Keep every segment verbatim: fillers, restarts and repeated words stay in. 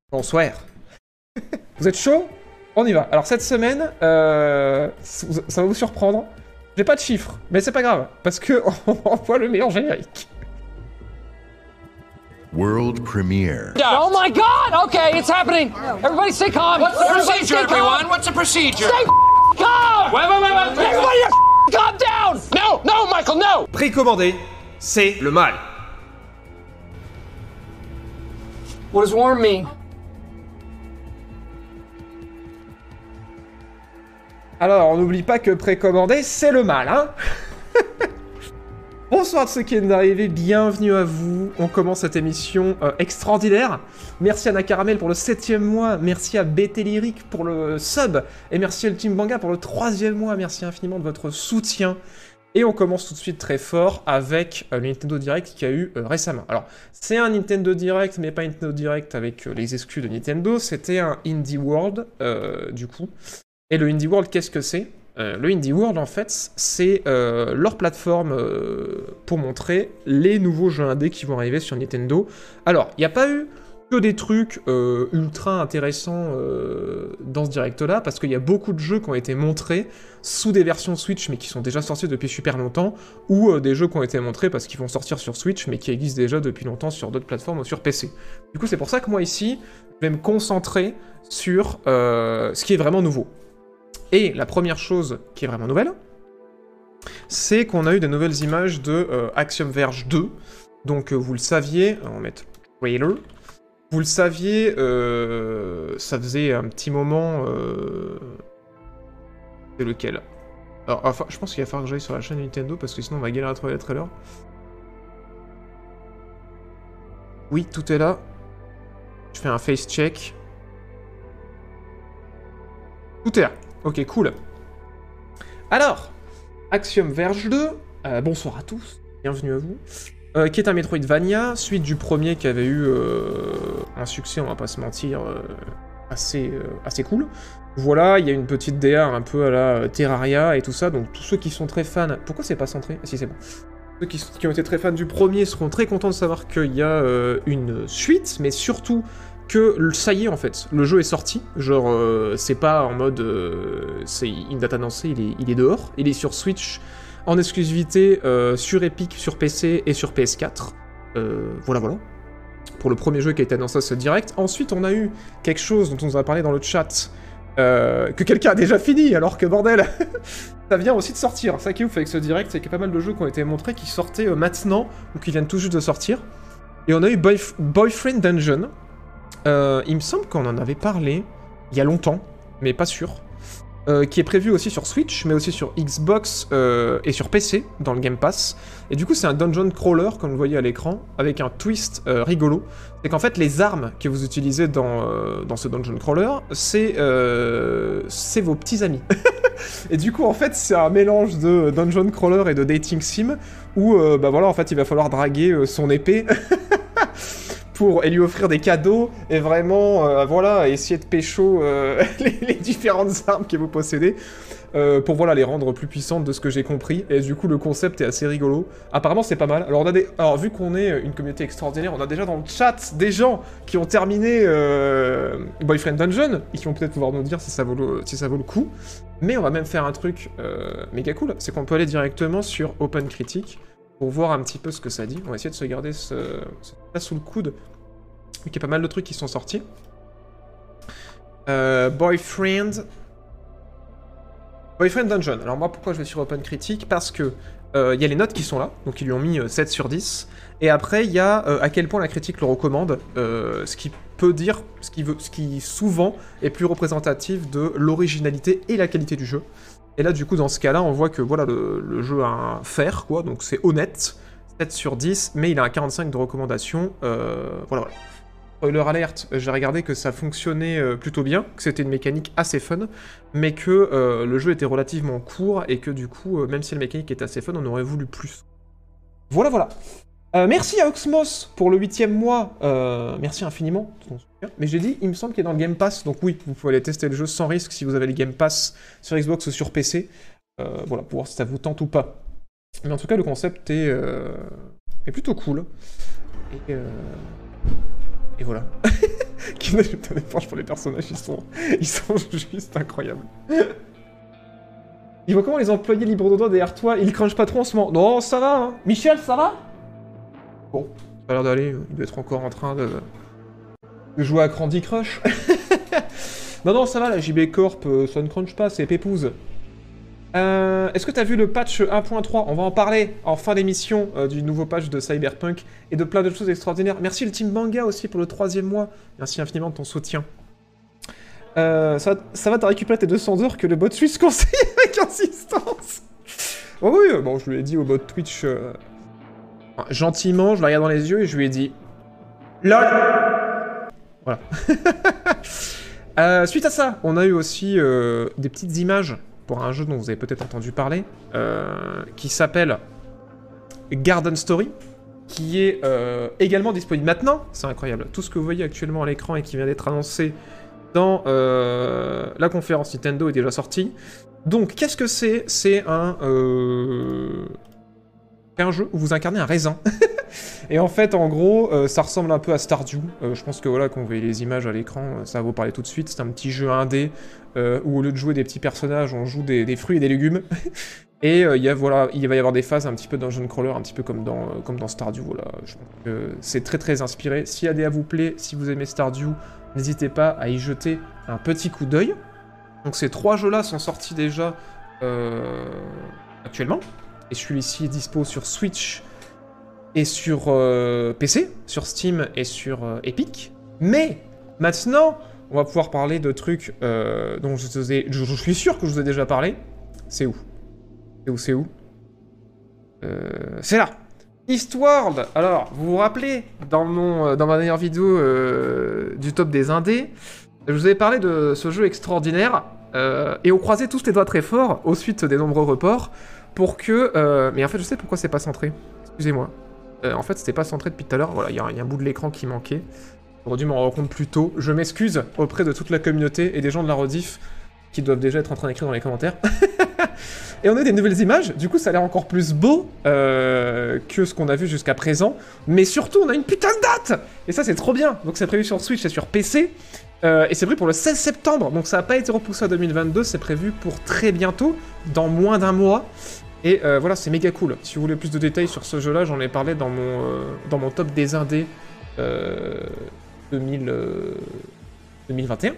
Bonsoir. Vous êtes chaud? On y va. Alors cette semaine, euh, ça va vous surprendre. J'ai pas de chiffres, mais c'est pas grave, parce que on envoie le meilleur générique. World premiere. Oh my god! Okay, it's happening! Everybody stay calm! What's the Everybody procedure, stay calm. everyone? What's the procedure? Stay calm! Wait, wait, wait, wait! Everybody calm down! No, no, Michael, no! Précommandé, c'est le mal. What does warm mean? Alors, on n'oublie pas que précommandé, c'est le mal, hein. Bonsoir à ceux qui viennent d'arriver, bienvenue à vous. On commence cette émission euh, extraordinaire. Merci à Nakaramel pour le septième mois, merci à B T Lyric pour le sub, et merci à Ultime Banga pour le troisième mois. Merci infiniment de votre soutien. Et on commence tout de suite très fort avec euh, le Nintendo Direct qu'il y a eu euh, récemment. Alors, c'est un Nintendo Direct, mais pas un Nintendo Direct avec euh, les exclus de Nintendo. C'était un Indie World, euh, du coup. Et le Indie World, qu'est-ce que c'est ? euh, Le Indie World, en fait, c'est euh, leur plateforme euh, pour montrer les nouveaux jeux indés qui vont arriver sur Nintendo. Alors, il n'y a pas eu que des trucs euh, ultra intéressants euh, dans ce direct-là, parce qu'il y a beaucoup de jeux qui ont été montrés sous des versions Switch, mais qui sont déjà sortis depuis super longtemps, ou euh, des jeux qui ont été montrés parce qu'ils vont sortir sur Switch, mais qui existent déjà depuis longtemps sur d'autres plateformes ou sur P C. Du coup, c'est pour ça que moi, ici, je vais me concentrer sur euh, ce qui est vraiment nouveau. Et la première chose qui est vraiment nouvelle, c'est qu'on a eu des nouvelles images de euh, Axiom Verge deux. Donc euh, vous le saviez, on va mettre trailer. Vous le saviez, euh, ça faisait un petit moment... Euh... C'est lequel? Alors, enfin, je pense qu'il va falloir que j'aille sur la chaîne Nintendo, parce que sinon on va galérer à trouver les trailers. Oui, tout est là. Je fais un face check. Tout est là. Ok, cool. Alors, Axiom Verge deux, euh, bonsoir à tous, bienvenue à vous, euh, qui est un Metroidvania, suite du premier qui avait eu euh, un succès, on va pas se mentir, euh, assez, euh, assez cool. Voilà, il y a une petite D A un peu à la Terraria et tout ça, donc tous ceux qui sont très fans... Pourquoi c'est pas centré? Ah, si, c'est bon. Ceux qui, qui ont été très fans du premier seront très contents de savoir qu'il y a euh, une suite, mais surtout... que ça y est en fait, le jeu est sorti, genre euh, c'est pas en mode euh, c'est une date annoncée, il est, il est dehors, il est sur Switch en exclusivité euh, sur Epic, sur P C et sur P S quatre, euh, voilà voilà, pour le premier jeu qui a été annoncé à ce direct. Ensuite on a eu quelque chose dont on nous a parlé dans le chat, euh, que quelqu'un a déjà fini, alors que bordel, ça vient aussi de sortir. Ça qui est ouf avec ce direct, c'est qu'il y a pas mal de jeux qui ont été montrés qui sortaient euh, maintenant, ou qui viennent tout juste de sortir, et on a eu Boyf- Boyfriend Dungeon. Euh, il me semble qu'on en avait parlé il y a longtemps, mais pas sûr, euh, qui est prévu aussi sur Switch, mais aussi sur Xbox euh, et sur P C, dans le Game Pass. Et du coup, c'est un dungeon crawler, comme vous voyez à l'écran, avec un twist euh, rigolo. C'est qu'en fait, les armes que vous utilisez dans, euh, dans ce dungeon crawler, c'est euh, c'est vos petits amis. Et du coup, en fait, c'est un mélange de dungeon crawler et de dating sim, où, euh, bah voilà, en fait, il va falloir draguer euh, son épée... pour et lui offrir des cadeaux, et vraiment, euh, voilà, essayer de pécho euh, les, les différentes armes que vous possédez, euh, pour, voilà, les rendre plus puissantes de ce que j'ai compris, et du coup, le concept est assez rigolo. Apparemment, c'est pas mal. Alors, on a des... Alors, vu qu'on est une communauté extraordinaire, on a déjà dans le chat des gens qui ont terminé euh, Boyfriend Dungeon, et qui vont peut-être pouvoir nous dire si ça vaut le, si ça vaut le coup, mais on va même faire un truc euh, méga cool, c'est qu'on peut aller directement sur Open Critique, pour voir un petit peu ce que ça dit. On va essayer de se garder ce, ce là sous le coude, vu qu'il y a pas mal de trucs qui sont sortis. Euh, Boyfriend... Boyfriend Dungeon. Alors moi, pourquoi je vais sur Open Critique? Parce que il euh, y a les notes qui sont là, donc ils lui ont mis euh, sept sur dix, et après il y a euh, à quel point la critique le recommande, euh, ce qui peut dire, ce qui, veut, ce qui souvent est plus représentatif de l'originalité et la qualité du jeu. Et là, du coup, dans ce cas-là, on voit que voilà, le, le jeu a un fer, quoi, donc c'est honnête, sept sur dix, mais il a un quarante-cinq de recommandation, euh, voilà, voilà. Spoiler alerte, j'ai regardé que ça fonctionnait euh, plutôt bien, que c'était une mécanique assez fun, mais que euh, le jeu était relativement court, et que du coup, euh, même si la mécanique était assez fun, on aurait voulu plus. Voilà, voilà. Euh, merci à Oxmos pour le huitième mois, euh, merci infiniment, mais j'ai dit, il me semble qu'il est dans le Game Pass, donc oui, vous pouvez aller tester le jeu sans risque si vous avez le Game Pass sur Xbox ou sur P C, euh, voilà, pour voir si ça vous tente ou pas. Mais en tout cas, le concept est, euh, est plutôt cool, et, euh, et voilà. Qui n'ajoute un effort pour les personnages, ils sont, ils sont juste incroyables. Ils voient comment les employés libres de droit derrière toi, ils crunchent pas trop en ce moment. Non, ça va, hein. Michel, ça va? Bon, ça a l'air d'aller, il doit être encore en train de, de jouer à Candy Crush. Non, non, ça va, la J B Corp, euh, ça ne crunch pas, c'est pépouze. Euh, Est-ce que t'as vu le patch un point trois? On va en parler en fin d'émission euh, du nouveau patch de Cyberpunk et de plein d'autres choses extraordinaires. Merci le team Manga aussi pour le troisième mois. Merci infiniment de ton soutien. Euh, ça, ça va, t'as récupéré tes deux cents heures que le bot Twitch conseille avec insistance. Oh oui, bon, je lui ai dit au bot Twitch euh, gentiment, je le regarde dans les yeux et je lui ai dit LOL. Voilà. euh, suite à ça, on a eu aussi euh, des petites images pour un jeu dont vous avez peut-être entendu parler, euh, qui s'appelle Garden Story, qui est euh, également disponible maintenant. C'est incroyable. Tout ce que vous voyez actuellement à l'écran et qui vient d'être annoncé dans euh, la conférence Nintendo est déjà sorti. Donc, qu'est-ce que c'est? C'est un... Euh... un jeu où vous incarnez un raisin. Et en fait, en gros, euh, ça ressemble un peu à Stardew. Euh, je pense que voilà, quand vous voyez les images à l'écran, ça va vous parler tout de suite. C'est un petit jeu indé euh, où au lieu de jouer des petits personnages, on joue des, des fruits et des légumes. Et euh, y a, voilà, il va y avoir des phases un petit peu dungeon crawler, un petit peu comme dans, euh, comme dans Stardew. Voilà. Je pense que c'est très très inspiré. Si A D A vous plaît, si vous aimez Stardew, n'hésitez pas à y jeter un petit coup d'œil. Donc ces trois jeux-là sont sortis déjà euh, actuellement. Et celui-ci est dispo sur Switch et sur euh, P C, sur Steam et sur euh, Epic. Mais maintenant, on va pouvoir parler de trucs euh, dont je, vous ai, je, je suis sûr que je vous ai déjà parlé. C'est où? C'est où? C'est où euh, C'est là. Eastworld. Alors, vous vous rappelez, dans, mon, dans ma dernière vidéo euh, du top des indés, je vous avais parlé de ce jeu extraordinaire euh, et on croisait tous les doigts très fort au suite des nombreux reports pour que... Euh, mais en fait, je sais pourquoi c'est pas centré. Excusez-moi. Euh, en fait, c'était pas centré depuis tout à l'heure. Voilà, il y, y a un bout de l'écran qui manquait. J'aurais dû m'en rendre compte plus tôt. Je m'excuse auprès de toute la communauté et des gens de la rediff qui doivent déjà être en train d'écrire dans les commentaires. Et on a des nouvelles images, du coup ça a l'air encore plus beau euh, que ce qu'on a vu jusqu'à présent. Mais surtout, on a une putain de date. Et ça, c'est trop bien. Donc c'est prévu sur Switch et sur P C. Euh, et c'est prévu pour le seize septembre. Donc ça n'a pas été repoussé à deux mille vingt-deux, c'est prévu pour très bientôt, dans moins d'un mois. Et euh, voilà, c'est méga cool. Si vous voulez plus de détails sur ce jeu-là, j'en ai parlé dans mon, euh, dans mon top des indés euh, deux mille, euh, deux mille vingt et un.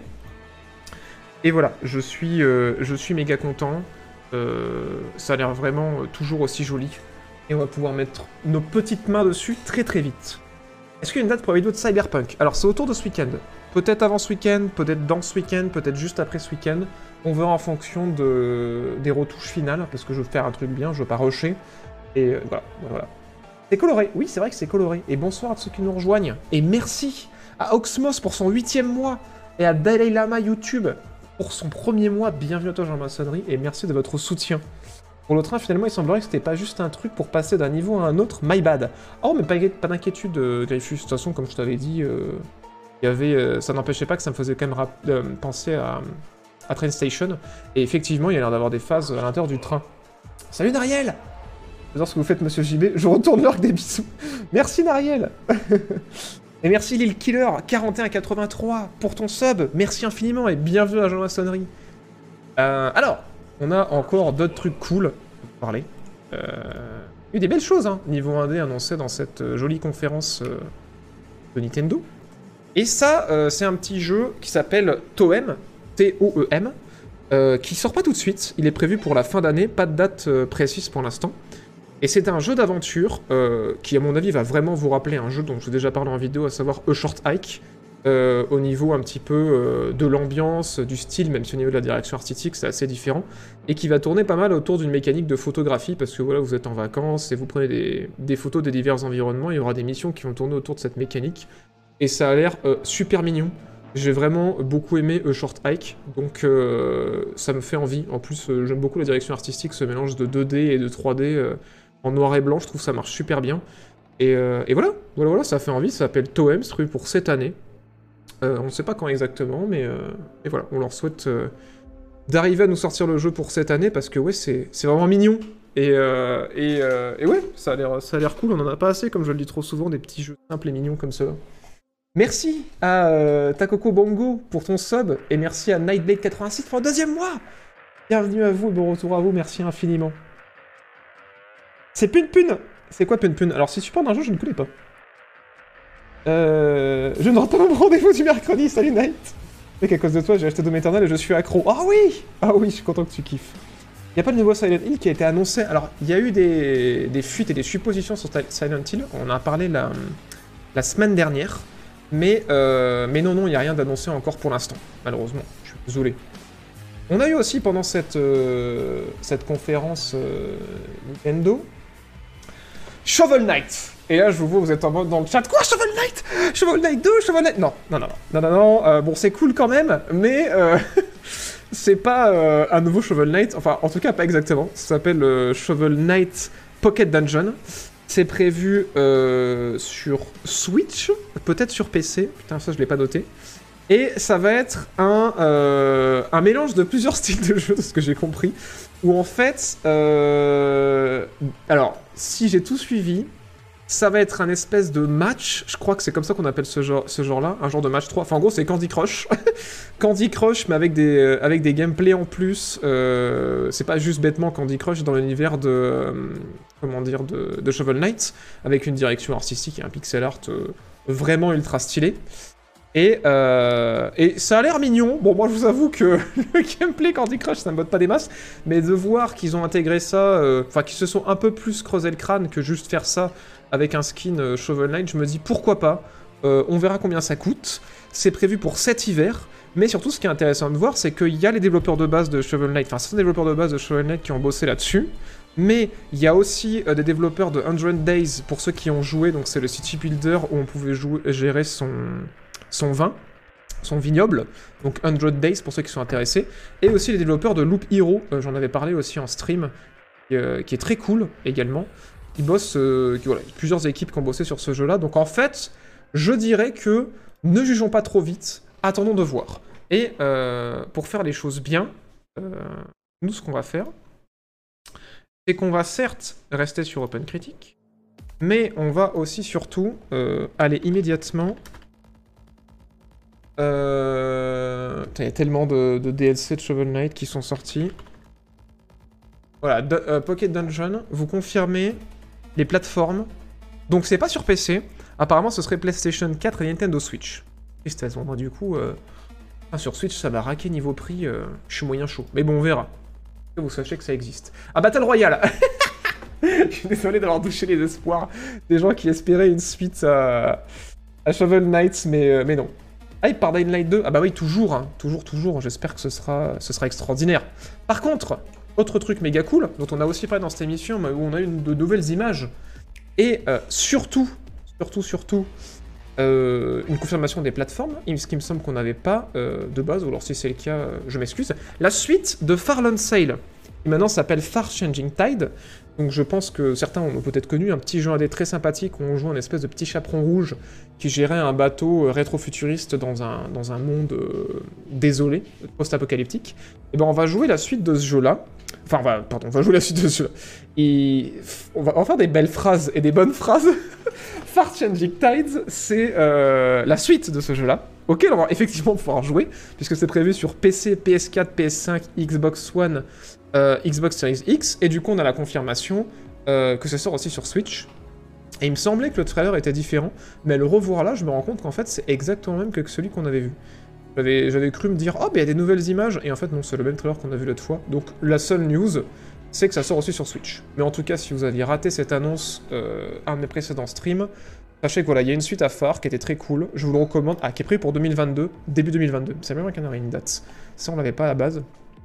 Et voilà, je suis, euh, je suis méga content. Euh, ça a l'air vraiment euh, toujours aussi joli. Et on va pouvoir mettre nos petites mains dessus très très vite. Est-ce qu'il y a une date pour la vidéo de Cyberpunk? Alors c'est autour de ce week-end. Peut-être avant ce week-end, peut-être dans ce week-end, peut-être juste après ce week-end. On verra en fonction de... des retouches finales, parce que je veux faire un truc bien, je veux pas rusher. Et euh, voilà, voilà. C'est coloré, oui c'est vrai que c'est coloré. Et bonsoir à ceux qui nous rejoignent. Et merci à Oxmos pour son huitième mois. Et à Dalai Lama YouTube pour son premier mois. Bienvenue à toi Jean-Maçonnerie et merci de votre soutien. Pour le train, finalement, il semblerait que c'était pas juste un truc pour passer d'un niveau à un autre. My bad. Oh, mais pas, pas d'inquiétude, euh, Dreyfus. De toute façon, comme je t'avais dit, euh, il y avait, euh, ça n'empêchait pas que ça me faisait quand même euh, penser à, à Train Station. Et effectivement, il y a l'air d'avoir des phases à l'intérieur du train. Salut Nariel! J'adore ce que vous faites, monsieur J B. Je retourne l'orgue des bisous. Merci Nariel! Et merci Lil Killer quarante et un quatre-vingt-trois pour ton sub, merci infiniment et bienvenue à Jean-Maçonnerie. Euh, alors, on a encore d'autres trucs cool pour parler. Euh, il y a eu des belles choses, hein, niveau indé annoncé dans cette euh, jolie conférence euh, de Nintendo. Et ça, euh, c'est un petit jeu qui s'appelle Toem, T O E M, euh, qui sort pas tout de suite, il est prévu pour la fin d'année, pas de date euh, précise pour l'instant. Et c'est un jeu d'aventure euh, qui, à mon avis, va vraiment vous rappeler un jeu dont j'ai déjà parlé en vidéo, à savoir A Short Hike, euh, au niveau un petit peu euh, de l'ambiance, du style, même si au niveau de la direction artistique, c'est assez différent, et qui va tourner pas mal autour d'une mécanique de photographie, parce que voilà, vous êtes en vacances et vous prenez des, des photos des divers environnements, il y aura des missions qui vont tourner autour de cette mécanique, et ça a l'air euh, super mignon. J'ai vraiment beaucoup aimé A Short Hike, donc euh, ça me fait envie. En plus, euh, j'aime beaucoup la direction artistique, ce mélange de deux D et de trois D, euh, en noir et blanc, je trouve que ça marche super bien. Et, euh, et voilà, voilà, voilà, ça fait envie, ça s'appelle Toem, c'est prévu pour cette année. Euh, on ne sait pas quand exactement, mais euh, et voilà, on leur souhaite euh, d'arriver à nous sortir le jeu pour cette année, parce que ouais, c'est vraiment mignon. Et, euh, et, euh, et ouais, ça a l'air cool, on en a pas assez, comme je le dis trop souvent, des petits jeux simples et mignons comme cela. Merci à euh, Takoko Bongo pour ton sub, et merci à Nightblade quatre-vingt-six pour le deuxième mois. Bienvenue à vous, bon retour à vous, merci infiniment. C'est Pun Pun. C'est quoi Pun Pun? Alors, c'est support d'un jeu, je ne connais pas. Euh... Je ne rentre pas dans mon rendez-vous du mercredi, salut Night. Mec, à cause de toi, j'ai acheté Doom Eternal et je suis accro. Ah oui. Ah oui, je suis content que tu kiffes. Il n'y a pas de nouveau Silent Hill qui a été annoncé. Alors, il y a eu des, des fuites et des suppositions sur Silent Hill. On en a parlé la, la semaine dernière. Mais, euh, mais non, non, il n'y a rien d'annoncé encore pour l'instant, malheureusement. Je suis désolé. On a eu aussi pendant cette, euh, cette conférence euh, Nintendo Shovel Knight. Et là, je vous vois, vous êtes en mode dans le chat. Quoi, Shovel Knight? Shovel Knight deux, Shovel Knight... Non, non, non, non, non, non, non. Euh, bon, c'est cool quand même, mais euh, c'est pas euh, un nouveau Shovel Knight. Enfin, en tout cas, pas exactement. Ça s'appelle euh, Shovel Knight Pocket Dungeon. C'est prévu euh, sur Switch, peut-être sur P C. Putain, ça, je l'ai pas noté. Et ça va être un, euh, un mélange de plusieurs styles de jeu, de ce que j'ai compris. Où en fait... Euh... Alors, si j'ai tout suivi... Ça va être un espèce de match, je crois que c'est comme ça qu'on appelle ce genre, ce genre-là, un genre de match trois. Enfin, en gros, c'est Candy Crush. Candy Crush, mais avec des, euh, avec des gameplays en plus. Euh, c'est pas juste bêtement Candy Crush dans l'univers de... Euh, comment dire, de, de Shovel Knight, avec une direction artistique et un pixel art euh, vraiment ultra stylé. Et, euh, et ça a l'air mignon. Bon, moi, je vous avoue que le gameplay Candy Crush, ça me botte pas des masses. Mais de voir qu'ils ont intégré ça, enfin, euh, qu'ils se sont un peu plus creusé le crâne que juste faire ça avec un skin euh, Shovel Knight, je me dis pourquoi pas. Euh, on verra combien ça coûte. C'est prévu pour cet hiver. Mais surtout, ce qui est intéressant de voir, c'est qu'il y a les développeurs de base de Shovel Knight, enfin, certains développeurs de base de Shovel Knight qui ont bossé là-dessus. Mais il y a aussi euh, des développeurs de cent Days, pour ceux qui ont joué, donc c'est le city builder où on pouvait jouer, gérer son... son vin, son vignoble, donc cent Days pour ceux qui sont intéressés, et aussi les développeurs de Loop Hero, euh, j'en avais parlé aussi en stream, euh, qui est très cool également, qui bossent, euh, qui, voilà, plusieurs équipes qui ont bossé sur ce jeu-là, donc en fait, je dirais que ne jugeons pas trop vite, attendons de voir. Et euh, pour faire les choses bien, euh, nous ce qu'on va faire, c'est qu'on va certes rester sur OpenCritic, mais on va aussi surtout euh, aller immédiatement... Euh... Il y a tellement de, de D L C de Shovel Knight qui sont sortis. Voilà, de, euh, Pocket Dungeon, vous confirmez les plateformes. Donc c'est pas sur P C, apparemment ce serait PlayStation quatre et Nintendo Switch. Tristesse, bon, moi du coup, euh... ah, sur Switch ça va raquer niveau prix, euh... je suis moyen chaud. Mais bon, on verra. Que vous sachez que ça existe. Ah, Battle Royale. Je suis désolé d'avoir douché les espoirs des gens qui espéraient une suite à, à Shovel Knight, mais, euh, mais non. Hype par Dying Light deux, ah bah oui, toujours, hein, toujours, toujours, j'espère que ce sera, ce sera extraordinaire. Par contre, autre truc méga cool, dont on a aussi parlé dans cette émission, où on a eu de nouvelles images, et euh, surtout, surtout, surtout, euh, une confirmation des plateformes, ce qui me semble qu'on n'avait pas euh, de base, ou alors si c'est le cas, euh, je m'excuse, la suite de Farland Sail, qui maintenant s'appelle Far Changing Tide. Donc je pense que certains ont peut-être connu un petit jeu indé très sympathique où on joue un espèce de petit chaperon rouge qui gérait un bateau rétro-futuriste dans un, dans un monde euh, désolé, post-apocalyptique. Et ben on va jouer la suite de ce jeu-là. Enfin, on va, pardon, on va jouer la suite de ce jeu-là. Et on va, on va faire des belles phrases et des bonnes phrases. Far Changing Tides, c'est euh, la suite de ce jeu-là, auquel on va effectivement pouvoir jouer, puisque c'est prévu sur P C, P S quatre, P S cinq, Xbox One, euh, Xbox Series X, et du coup on a la confirmation euh, que ça sort aussi sur Switch. Et il me semblait que le trailer était différent, mais à le revoir là, je me rends compte qu'en fait c'est exactement le même que celui qu'on avait vu. J'avais, j'avais cru me dire, oh, bah il y a des nouvelles images, et en fait non, c'est le même trailer qu'on a vu l'autre fois. Donc la seule news, c'est que ça sort aussi sur Switch. Mais en tout cas, si vous aviez raté cette annonce, euh, un de mes précédents streams, sachez que voilà, il y a une suite à Far qui était très cool, je vous le recommande, ah, qui est prévue pour deux mille vingt-deux, début deux mille vingt-deux, c'est même qu'un une date. Ça, on l'avait pas à la base.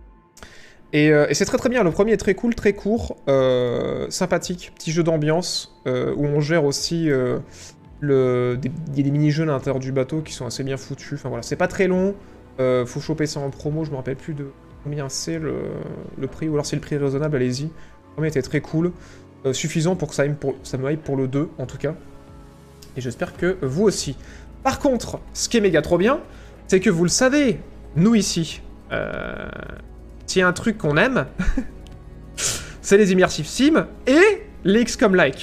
Et, euh, et c'est très très bien, le premier est très cool, très court, euh, sympathique, petit jeu d'ambiance, euh, où on gère aussi... Euh, Le... Il y a des mini-jeux à l'intérieur du bateau qui sont assez bien foutus. Enfin voilà, c'est pas très long. Euh, faut choper ça en promo. Je me rappelle plus de combien c'est le... le prix. Ou alors c'est le prix raisonnable, allez-y. Le premier était très cool. Euh, suffisant pour que ça, pour... ça me hype pour le deux, en tout cas. Et j'espère que vous aussi. Par contre, ce qui est méga trop bien, c'est que vous le savez, nous ici, euh... s'il y a un truc qu'on aime, c'est les immersive sim et les X COM like.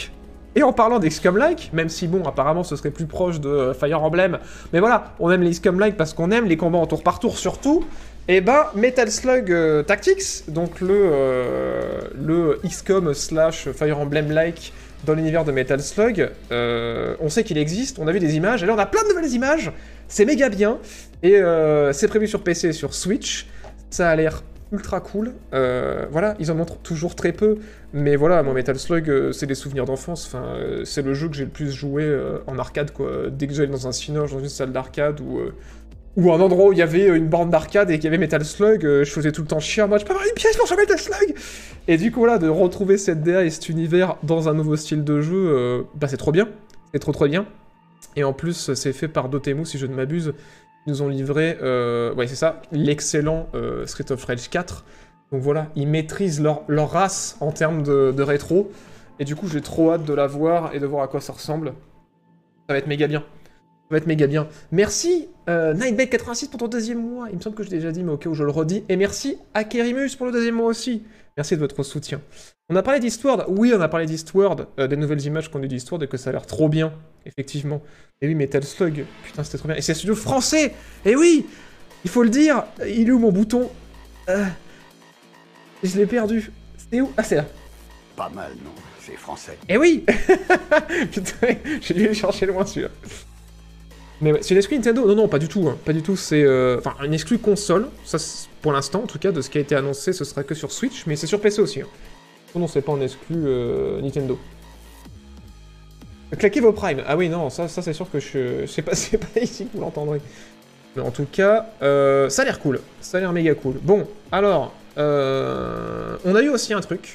Et en parlant d'X COM-like, même si bon, apparemment ce serait plus proche de Fire Emblem, mais voilà, on aime les X COM-like parce qu'on aime les combats en tour par tour surtout, et ben Metal Slug euh, Tactics, donc le, euh, le X COM slash Fire Emblem-like dans l'univers de Metal Slug, euh, on sait qu'il existe, on a vu des images, et là on a plein de nouvelles images, c'est méga bien, et euh, c'est prévu sur P C et sur Switch, ça a l'air ultra cool, euh, voilà, ils en montrent toujours très peu, mais voilà, mon Metal Slug, euh, c'est des souvenirs d'enfance, enfin, euh, c'est le jeu que j'ai le plus joué euh, en arcade, quoi, dès que j'allais dans un cinoche, dans une salle d'arcade, ou, euh, ou un endroit où il y avait une borne d'arcade et qu'il y avait Metal Slug, euh, je faisais tout le temps chier en mode, je peux avoir une pièce pour jouer Metal Slug. Et du coup, là, de retrouver cette D A et cet univers dans un nouveau style de jeu, euh, bah c'est trop bien, c'est trop trop bien, et en plus, c'est fait par Dotemu, si je ne m'abuse. Ils nous ont livré, euh, ouais c'est ça, l'excellent euh, Street of Rage quatre. Donc voilà, ils maîtrisent leur, leur race en termes de, de rétro. Et du coup, j'ai trop hâte de la voir et de voir à quoi ça ressemble. Ça va être méga bien. Ça va être méga bien. Merci euh, Nightbait quatre-vingt-six pour ton deuxième mois. Il me semble que je l'ai déjà dit, mais ok, je le redis. Et merci à Kerimus pour le deuxième mois aussi. Merci de votre soutien. On a parlé d'Eastward. Oui, on a parlé d'Eastward, euh, des nouvelles images qu'on a eu d'Eastward et que ça a l'air trop bien, effectivement. Et oui, Metal Slug, putain, c'était trop bien. Et c'est un studio français. Et oui, il faut le dire. Il est où mon bouton euh... Je l'ai perdu. C'était où? Ah, c'est là. Pas mal, non? C'est français. Eh oui. Putain, j'ai dû le chercher loin, celui-là. Mais ouais, c'est une exclu Nintendo? Non, non, pas du tout. Hein. Pas du tout, c'est... Euh... Enfin, une exclu console. Ça, pour l'instant, en tout cas, de ce qui a été annoncé, ce sera que sur Switch, mais c'est sur P C aussi. Hein. Non, non, c'est pas en exclu euh, Nintendo. Claquez vos primes. Ah oui, non, ça, ça c'est sûr que je... C'est pas, c'est pas ici que vous l'entendrez. Mais en tout cas, euh, ça a l'air cool. Ça a l'air méga cool. Bon, alors... Euh... On a eu aussi un truc.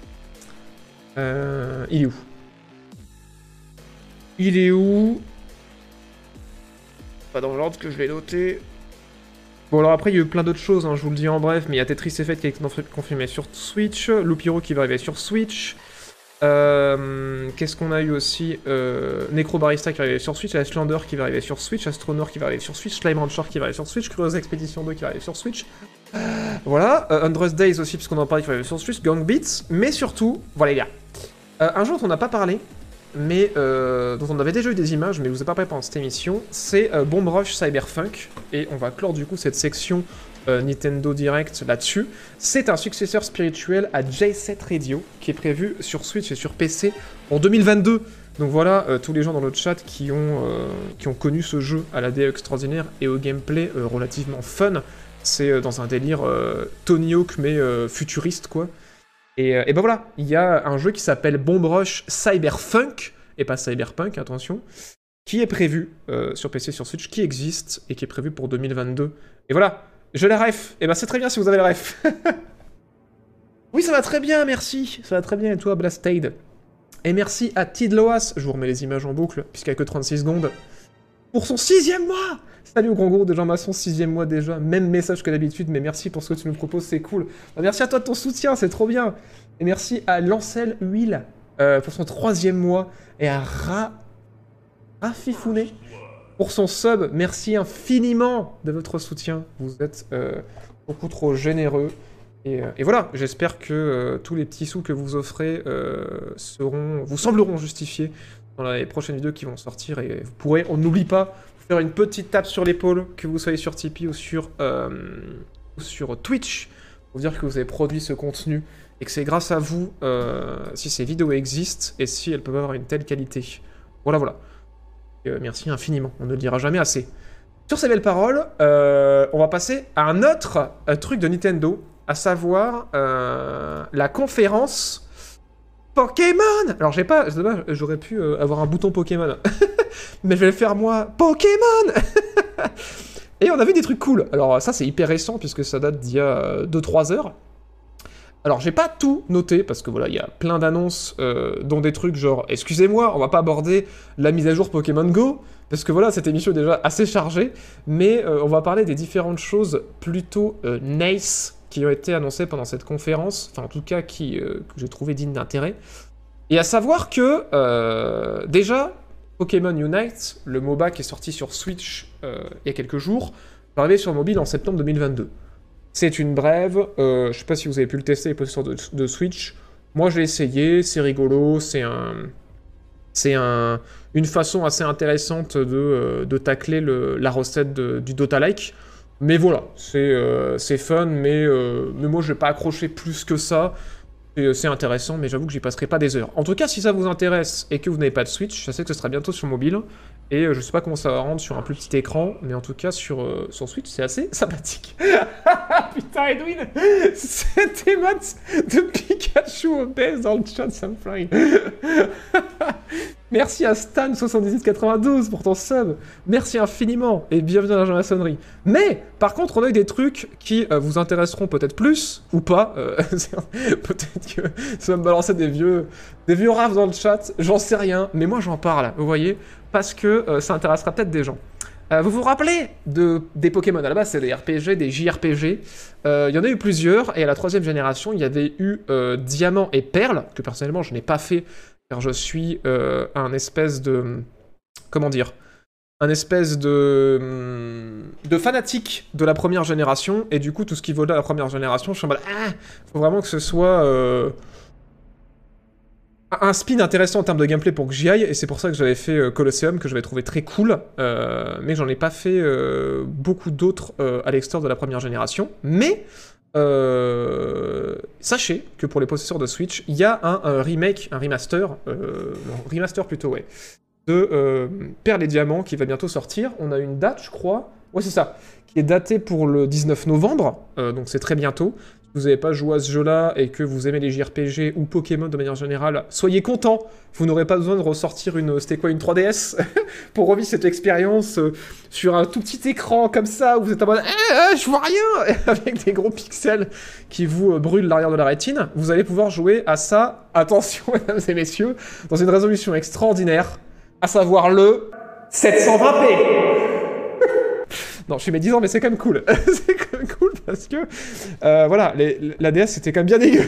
Euh... Il est où? Il est où? Pas dans l'ordre que je l'ai noté. Bon, alors après, il y a eu plein d'autres choses, hein, je vous le dis en bref, mais il y a Tetris Effect qui est confirmé sur Switch, Loop Hero qui va arriver sur Switch. Euh, Qu'est-ce qu'on a eu aussi? euh, Necro Barista qui va arriver sur Switch, Icelander qui va arriver sur Switch, Astronaut qui va arriver sur Switch, Slime Rancher qui va arriver sur Switch, Curious Expedition deux qui va arriver sur Switch. Voilà, euh, Hundred Days aussi, puisqu'on en parlait, qui va arriver sur Switch, Gang Beats, mais surtout, voilà les gars, euh, un jeu dont on n'a pas parlé, mais euh, dont on avait déjà eu des images, mais je vous ai pas parlé pendant cette émission, c'est euh, Bomb Rush Cyberpunk, et on va clore du coup cette section euh, Nintendo Direct là-dessus. C'est un successeur spirituel à J sept Radio, qui est prévu sur Switch et sur P C en deux mille vingt-deux. Donc voilà, euh, tous les gens dans le chat qui ont, euh, qui ont connu ce jeu à la D A extraordinaire et au gameplay euh, relativement fun, c'est euh, dans un délire euh, Tony Hawk mais euh, futuriste quoi. Et, euh, et ben voilà, il y a un jeu qui s'appelle Bomb Rush Cyberpunk, et pas Cyberpunk, attention, qui est prévu euh, sur P C, sur Switch, qui existe, et qui est prévu pour deux mille vingt-deux. Et voilà, j'ai la ref, et ben c'est très bien si vous avez la ref. Oui, ça va très bien, merci, ça va très bien, et toi, Blastade. Et merci à Tidloas, je vous remets les images en boucle, puisqu'il n'y a que trente-six secondes, pour son sixième mois. Salut au grand gros de Jean Masson, sixième mois déjà, même message que d'habitude, mais merci pour ce que tu nous proposes, c'est cool. Merci à toi de ton soutien, c'est trop bien. Et merci à Lancel Huile euh, pour son troisième mois, et à Ra... Rafifouné pour son sub. Merci infiniment de votre soutien, vous êtes euh, beaucoup trop généreux. Et, euh, et voilà, j'espère que euh, tous les petits sous que vous offrez euh, seront, vous sembleront justifiés dans les prochaines vidéos qui vont sortir, et vous pourrez, on n'oublie pas, faire une petite tape sur l'épaule, que vous soyez sur Tipeee ou sur, euh, ou sur Twitch, pour dire que vous avez produit ce contenu, et que c'est grâce à vous euh, si ces vidéos existent, et si elles peuvent avoir une telle qualité. Voilà, voilà. Et, euh, merci infiniment, on ne le dira jamais assez. Sur ces belles paroles, euh, on va passer à un autre euh, truc de Nintendo, à savoir euh, la conférence Pokémon. Alors j'ai pas, c'est dommage, j'aurais pu euh, avoir un bouton Pokémon, mais je vais le faire moi, Pokémon. Et on a vu des trucs cool. Alors ça c'est hyper récent puisque ça date d'il y a deux trois heures. Alors j'ai pas tout noté parce que voilà, il y a plein d'annonces euh, dont des trucs genre, excusez-moi, on va pas aborder la mise à jour Pokémon Go, parce que voilà, cette émission est déjà assez chargée, mais euh, on va parler des différentes choses plutôt euh, nice qui ont été annoncées pendant cette conférence, enfin en tout cas qui, euh, que j'ai trouvé digne d'intérêt. Et à savoir que, euh, déjà, Pokémon Unite, le MOBA qui est sorti sur Switch euh, il y a quelques jours, va arriver sur mobile en septembre deux mille vingt-deux. C'est une brève, euh, je sais pas si vous avez pu le tester les possesseurs de, de Switch, moi je l'ai essayé, c'est rigolo, c'est un... C'est un, une façon assez intéressante de, euh, de tacler le, la recette de, du Dota-like. Mais voilà, c'est euh, fun, mais, euh, mais moi je vais pas accrocher plus que ça. C'est intéressant, mais j'avoue que j'y passerai pas des heures. En tout cas, si ça vous intéresse et que vous n'avez pas de Switch, je sais que ce sera bientôt sur mobile. Et euh, je sais pas comment ça va rendre sur un plus petit écran, mais en tout cas sur, euh, sur Switch, c'est assez sympathique. Putain, Edwin, cette émote de Pikachu obèse dans le chat, ça me flingue. Merci à Stan soixante dix-huit quatre-vingt-douze pour ton sub. Merci infiniment et bienvenue dans la maçonnerie. Mais par contre, on a eu des trucs qui euh, vous intéresseront peut-être plus ou pas. Euh, peut-être que ça va me balancer des vieux, des vieux rafs dans le chat. J'en sais rien, mais moi j'en parle. Vous voyez, parce que euh, ça intéressera peut-être des gens. Euh, vous vous rappelez de, des Pokémon? À la base, c'est des R P G, des J R P G. Il euh, y en a eu plusieurs, et à la troisième génération, il y avait eu euh, Diamant et Perle, que personnellement, je n'ai pas fait, car je suis euh, un espèce de... Comment dire? Un espèce de... de fanatique de la première génération, et du coup, tout ce qui vaut de la première génération, je suis en mode... Ah, faut vraiment que ce soit... Euh... un spin intéressant en termes de gameplay pour que j'y aille, et c'est pour ça que j'avais fait euh, Colosseum, que j'avais trouvé très cool, euh, mais j'en ai pas fait euh, beaucoup d'autres euh, à l'extérieur de la première génération. Mais euh, sachez que pour les possesseurs de Switch, il y a un, un remake, un remaster, euh, non, remaster plutôt, ouais, de euh, Perle et Diamant qui va bientôt sortir. On a une date, je crois, ouais c'est ça, qui est datée pour le dix-neuf novembre, euh, donc c'est très bientôt. Vous n'avez pas joué à ce jeu-là et que vous aimez les J R P G ou Pokémon de manière générale, soyez contents. Vous n'aurez pas besoin de ressortir une, c'était quoi, une trois D S pour revivre cette expérience euh, sur un tout petit écran comme ça où vous êtes en mode eh, eh, je vois rien avec des gros pixels qui vous euh, brûlent l'arrière de la rétine. Vous allez pouvoir jouer à ça, attention mesdames et messieurs, dans une résolution extraordinaire, à savoir le sept cent vingt p. Non, je suis médisant, mais c'est quand même cool. C'est quand même cool parce que, euh, voilà, les, la D S, c'était quand même bien dégueu.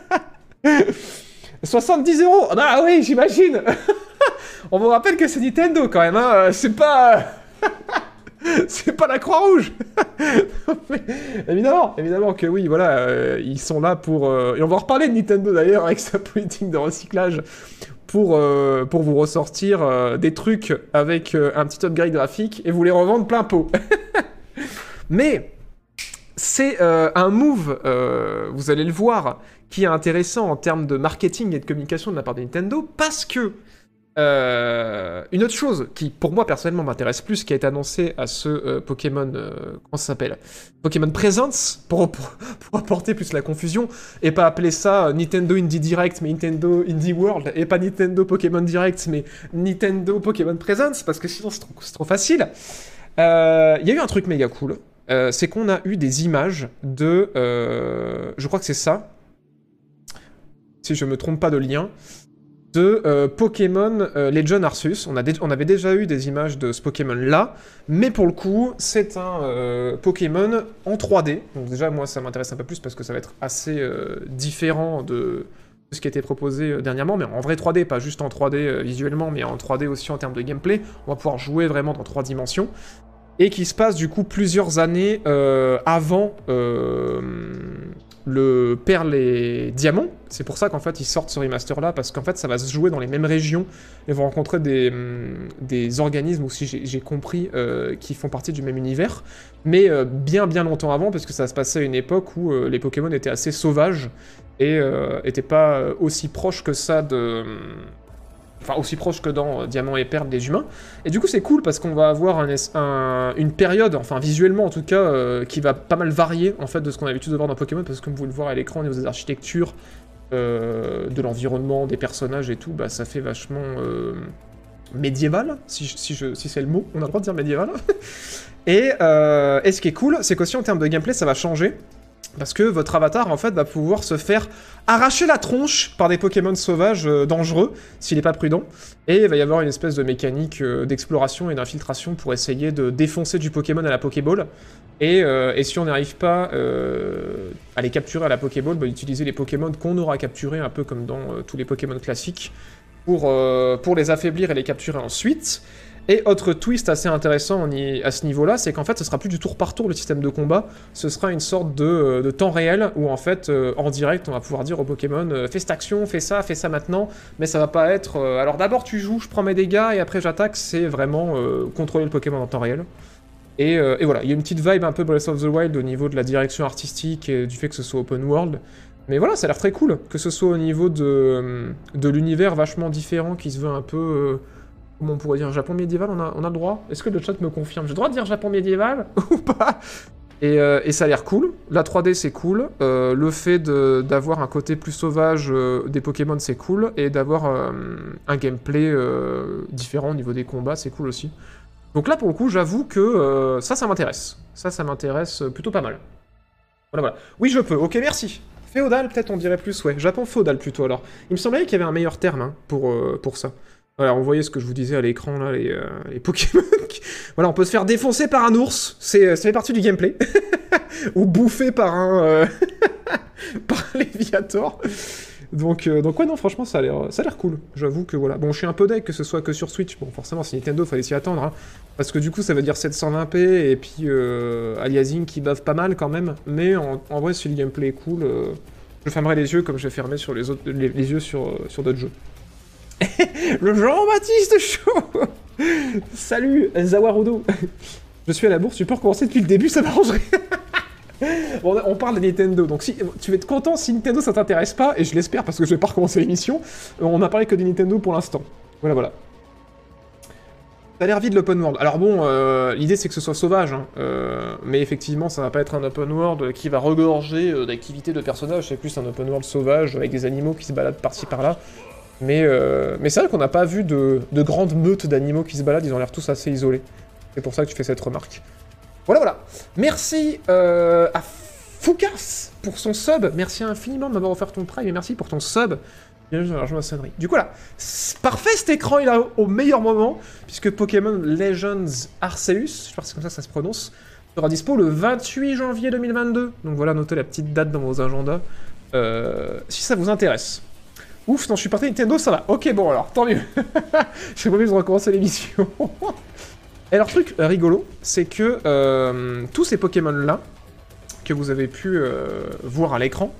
soixante-dix euros. Ah oui, j'imagine. On vous rappelle que c'est Nintendo, quand même, hein. C'est pas... c'est pas la Croix-Rouge. Mais, évidemment, évidemment que oui, voilà, euh, ils sont là pour... Euh... Et on va en reparler de Nintendo, d'ailleurs, avec sa politique de recyclage. Pour, euh, pour vous ressortir euh, des trucs avec euh, un petit upgrade graphique et vous les revendre plein pot. Mais c'est euh, un move, euh, vous allez le voir, qui est intéressant en termes de marketing et de communication de la part de Nintendo, parce que euh, une autre chose qui, pour moi, personnellement, m'intéresse plus, qui a été annoncée à ce euh, Pokémon... Euh, comment ça s'appelle? Pokémon Presents, pour, pour, pour apporter plus la confusion, et pas appeler ça euh, Nintendo Indie Direct, mais Nintendo Indie World, et pas Nintendo Pokémon Direct, mais Nintendo Pokémon Presents, parce que sinon c'est trop, trop facile. Il euh, y a eu un truc méga cool, euh, c'est qu'on a eu des images de... Euh, je crois que c'est ça, si je me trompe pas de lien... de euh, Pokémon euh, Legend Arceus. On, a on avait déjà eu des images de ce Pokémon-là, mais pour le coup, c'est un euh, Pokémon en trois D. Donc déjà, moi, ça m'intéresse un peu plus parce que ça va être assez euh, différent de ce qui a été proposé euh, dernièrement, mais en vrai trois D, pas juste en trois D euh, visuellement, mais en trois D aussi en termes de gameplay. On va pouvoir jouer vraiment dans trois dimensions. Et qui se passe, du coup, plusieurs années euh, avant... Euh, le Perle et Diamant. C'est pour ça qu'en fait ils sortent ce remaster là, parce qu'en fait ça va se jouer dans les mêmes régions et vont rencontrer des, des organismes aussi, j'ai compris, euh, qui font partie du même univers, mais euh, bien bien longtemps avant, parce que ça se passait à une époque où euh, les Pokémon étaient assez sauvages et euh, étaient pas aussi proches que ça de... Enfin, aussi proche que dans euh, Diamant et Perle des humains. Et du coup, c'est cool parce qu'on va avoir un, un, une période, enfin visuellement en tout cas, euh, qui va pas mal varier en fait de ce qu'on a l'habitude de voir dans Pokémon, parce que comme vous le voyez à l'écran, au niveau des architectures, euh, de l'environnement, des personnages et tout, bah ça fait vachement euh, médiéval, si, si, je, si c'est le mot, on a le droit de dire médiéval. et, euh, et ce qui est cool, c'est qu'aussi en termes de gameplay, ça va changer. Parce que votre avatar, en fait, va pouvoir se faire arracher la tronche par des Pokémon sauvages euh, dangereux, s'il n'est pas prudent. Et il va y avoir une espèce de mécanique euh, d'exploration et d'infiltration pour essayer de défoncer du Pokémon à la Pokéball. Et, euh, et si on n'arrive pas euh, à les capturer à la Pokéball, bah, utiliser les Pokémon qu'on aura capturés, un peu comme dans euh, tous les Pokémon classiques, pour, euh, pour les affaiblir et les capturer ensuite. Et autre twist assez intéressant à ce niveau-là, c'est qu'en fait, ce sera plus du tour par tour le système de combat, ce sera une sorte de, de temps réel où en fait, euh, en direct, on va pouvoir dire au Pokémon euh, fais cette action, fais ça, fais ça maintenant, mais ça va pas être euh, alors d'abord tu joues, je prends mes dégâts et après j'attaque, c'est vraiment euh, contrôler le Pokémon en temps réel. Et, euh, et voilà, il y a une petite vibe un peu Breath of the Wild au niveau de la direction artistique et du fait que ce soit open world. Mais voilà, ça a l'air très cool, que ce soit au niveau de, de l'univers vachement différent qui se veut un peu... Euh, comment on pourrait dire, Japon médiéval, on a, on a le droit? Est-ce que le chat me confirme? J'ai le droit de dire Japon médiéval ou pas? et, euh, et ça a l'air cool. La trois D, c'est cool. Euh, le fait d'avoir un côté plus sauvage euh, des Pokémon, c'est cool. Et d'avoir euh, un gameplay euh, différent au niveau des combats, c'est cool aussi. Donc là, pour le coup, j'avoue que euh, ça, ça m'intéresse. Ça, ça m'intéresse plutôt pas mal. Voilà, voilà. Oui, je peux. Ok, merci. Féodal, peut-être on dirait plus, ouais. Japon féodal, plutôt, alors. Il me semblait qu'il y avait un meilleur terme hein, pour, euh, pour ça. Voilà, on voyait ce que je vous disais à l'écran, là, les, euh, les Pokémon. Voilà, on peut se faire défoncer par un ours, c'est, ça fait partie du gameplay. Ou bouffer par un... Euh... par un Léviator. Donc, euh, donc ouais, non, franchement, ça a l'air ça a l'air cool. J'avoue que, voilà. Bon, je suis un peu deck que ce soit que sur Switch. Bon, forcément, c'est Nintendo, fallait s'y attendre, hein. Parce que du coup, ça veut dire sept cent vingt p, et puis euh, aliasing qui bave pas mal, quand même. Mais en, en vrai, si le gameplay est cool, euh, je fermerai les yeux comme je vais fermer sur les, autres, les, les yeux sur, euh, sur d'autres jeux. Le Jean-Baptiste Chaud. Salut, Zawarudo. Je suis à la bourse, tu peux recommencer depuis le début, ça m'arrangerait. Bon, on parle de Nintendo, donc si, tu vas être content si Nintendo ça t'intéresse pas, et je l'espère parce que je vais pas recommencer l'émission, on a parlé que de Nintendo pour l'instant. Voilà, voilà. Ça a l'air vide l'open world. Alors bon, euh, l'idée c'est que ce soit sauvage, hein, euh, mais effectivement ça va pas être un open world qui va regorger euh, d'activités de personnages, c'est plus un open world sauvage avec des animaux qui se baladent par-ci par-là. Mais, euh, mais c'est vrai qu'on n'a pas vu de, de grandes meutes d'animaux qui se baladent, ils ont l'air tous assez isolés. C'est pour ça que tu fais cette remarque. Voilà, voilà. Merci euh, à Foucas pour son sub. Merci infiniment de m'avoir offert ton prime et merci pour ton sub. Bienvenue dans la ma sonnerie. Du coup là, parfait, cet écran il est au meilleur moment, puisque Pokémon Legends Arceus, je crois que c'est comme ça que ça se prononce, sera dispo le vingt-huit janvier deux mille vingt-deux. Donc voilà, notez la petite date dans vos agendas, euh, si ça vous intéresse. Ouf, non, je suis parti Nintendo, ça va. Ok, bon alors, tant mieux. J'ai promis de recommencer l'émission. Et alors, truc euh, rigolo, c'est que euh, tous ces Pokémon-là, que vous avez pu euh, voir à l'écran,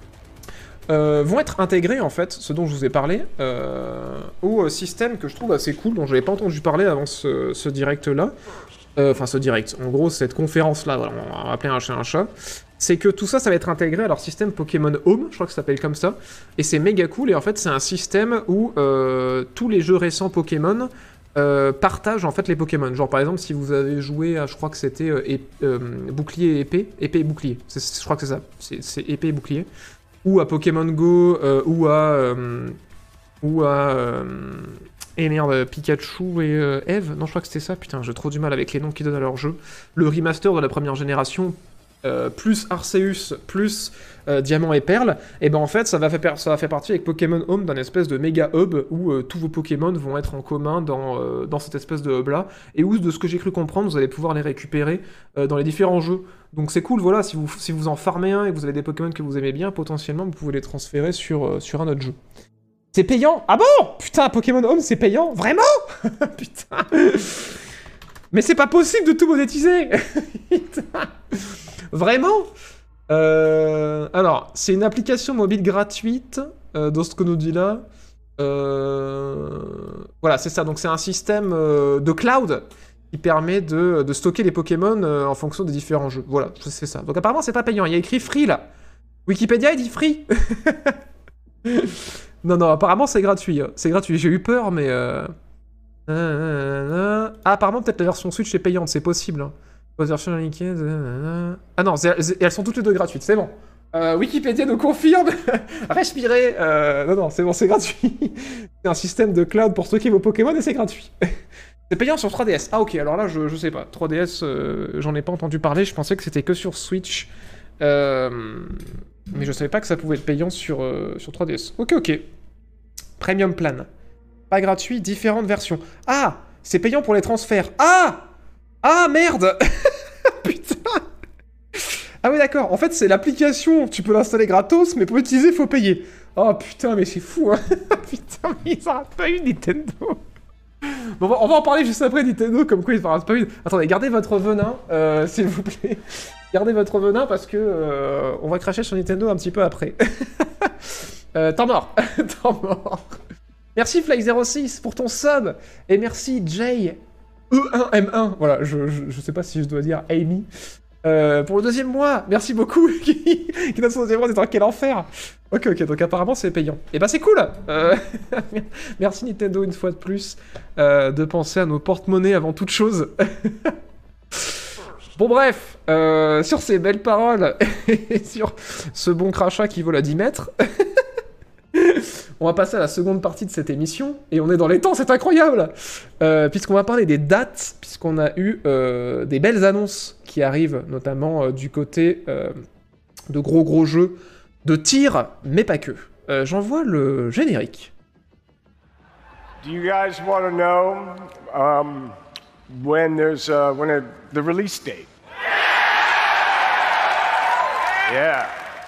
euh, vont être intégrés, en fait, ce dont je vous ai parlé, euh, au système que je trouve assez cool, dont je n'avais pas entendu parler avant ce, ce direct-là. Euh, enfin, ce direct. En gros, cette conférence-là, voilà, on va appeler un chat un chat. C'est que tout ça, ça va être intégré à leur système Pokémon Home, je crois que ça s'appelle comme ça, et c'est méga cool, et en fait c'est un système où euh, tous les jeux récents Pokémon euh, partagent en fait les Pokémon. Genre par exemple, si vous avez joué à, je crois que c'était euh, euh, bouclier et épée, épée et bouclier, c'est, je crois que c'est ça, c'est épée et bouclier, ou à Pokémon Go, euh, ou à... Euh, ou à... Euh, et merde, Pikachu et euh, Eve, non je crois que c'était ça, putain j'ai trop du mal avec les noms qu'ils donnent à leur jeu. Le remaster de la première génération, Euh, plus Arceus, plus euh, Diamant et Perle, et ben en fait ça va faire, ça va faire partie avec Pokémon Home d'un espèce de méga hub où euh, tous vos Pokémon vont être en commun dans, euh, dans cette espèce de hub là, et où de ce que j'ai cru comprendre vous allez pouvoir les récupérer euh, dans les différents jeux. Donc c'est cool, voilà, si vous, si vous en farmez un et que vous avez des Pokémon que vous aimez bien, potentiellement vous pouvez les transférer sur, euh, sur un autre jeu. C'est payant? Ah bon? Putain, Pokémon Home c'est payant? Vraiment? Putain. Mais c'est pas possible de tout monétiser. Putain. Vraiment? euh, Alors, c'est une application mobile gratuite, euh, dans ce qu'on nous dit là. Euh, voilà, c'est ça. Donc c'est un système euh, de cloud qui permet de, de stocker les Pokémon euh, en fonction des différents jeux. Voilà, c'est ça. Donc apparemment, c'est pas payant. Il y a écrit free là. Wikipédia, il dit free. Non, non, apparemment, c'est gratuit. C'est gratuit. J'ai eu peur, mais... Euh... Ah, apparemment, peut-être la version Switch est payante. C'est possible. Hein. Ah non, elles sont toutes les deux gratuites, c'est bon. Euh, Wikipédia nous confirme. Respirez. Euh, non, non, c'est bon, c'est gratuit. C'est un système de cloud pour stocker vos Pokémon et c'est gratuit. C'est payant sur trois D S. Ah ok, alors là, je, je sais pas. trois D S, euh, j'en ai pas entendu parler. Je pensais que c'était que sur Switch. Euh, mais je savais pas que ça pouvait être payant sur, euh, sur trois D S. Ok, ok. Premium plan. Pas gratuit, différentes versions. Ah, c'est payant pour les transferts. Ah Ah, merde. Putain. Ah oui, d'accord. En fait, c'est l'application. Tu peux l'installer gratos, mais pour l'utiliser, il faut payer. Oh, putain, mais c'est fou, hein. Putain, mais ils n'arrêtent pas eu Nintendo. Bon, on va, on va en parler juste après Nintendo, comme quoi il fera pas une. Attendez, gardez votre venin, euh, s'il vous plaît. Gardez votre venin parce que euh, on va cracher sur Nintendo un petit peu après. euh, Temps mort. Temps mort. Merci Fly zéro six pour ton sub. Et merci J E un M un. Voilà, je, je, je sais pas si je dois dire Amy. Euh, pour le deuxième mois, merci beaucoup. Qui donne son deuxième mois, c'est dans quel enfer. Ok, ok, donc apparemment c'est payant. Et bah c'est cool. euh, Merci Nintendo une fois de plus euh, de penser à nos porte-monnaies avant toute chose. Bon bref, euh, sur ces belles paroles et sur ce bon crachat qui vole à dix mètres, on va passer à la seconde partie de cette émission, et on est dans les temps, c'est incroyable euh, puisqu'on va parler des dates, puisqu'on a eu euh, des belles annonces qui arrivent, notamment euh, du côté euh, de gros gros jeux de tir, mais pas que. Euh, J'envoie le générique. Do you guys want to know um, when there's uh, when a, the release date? Yeah.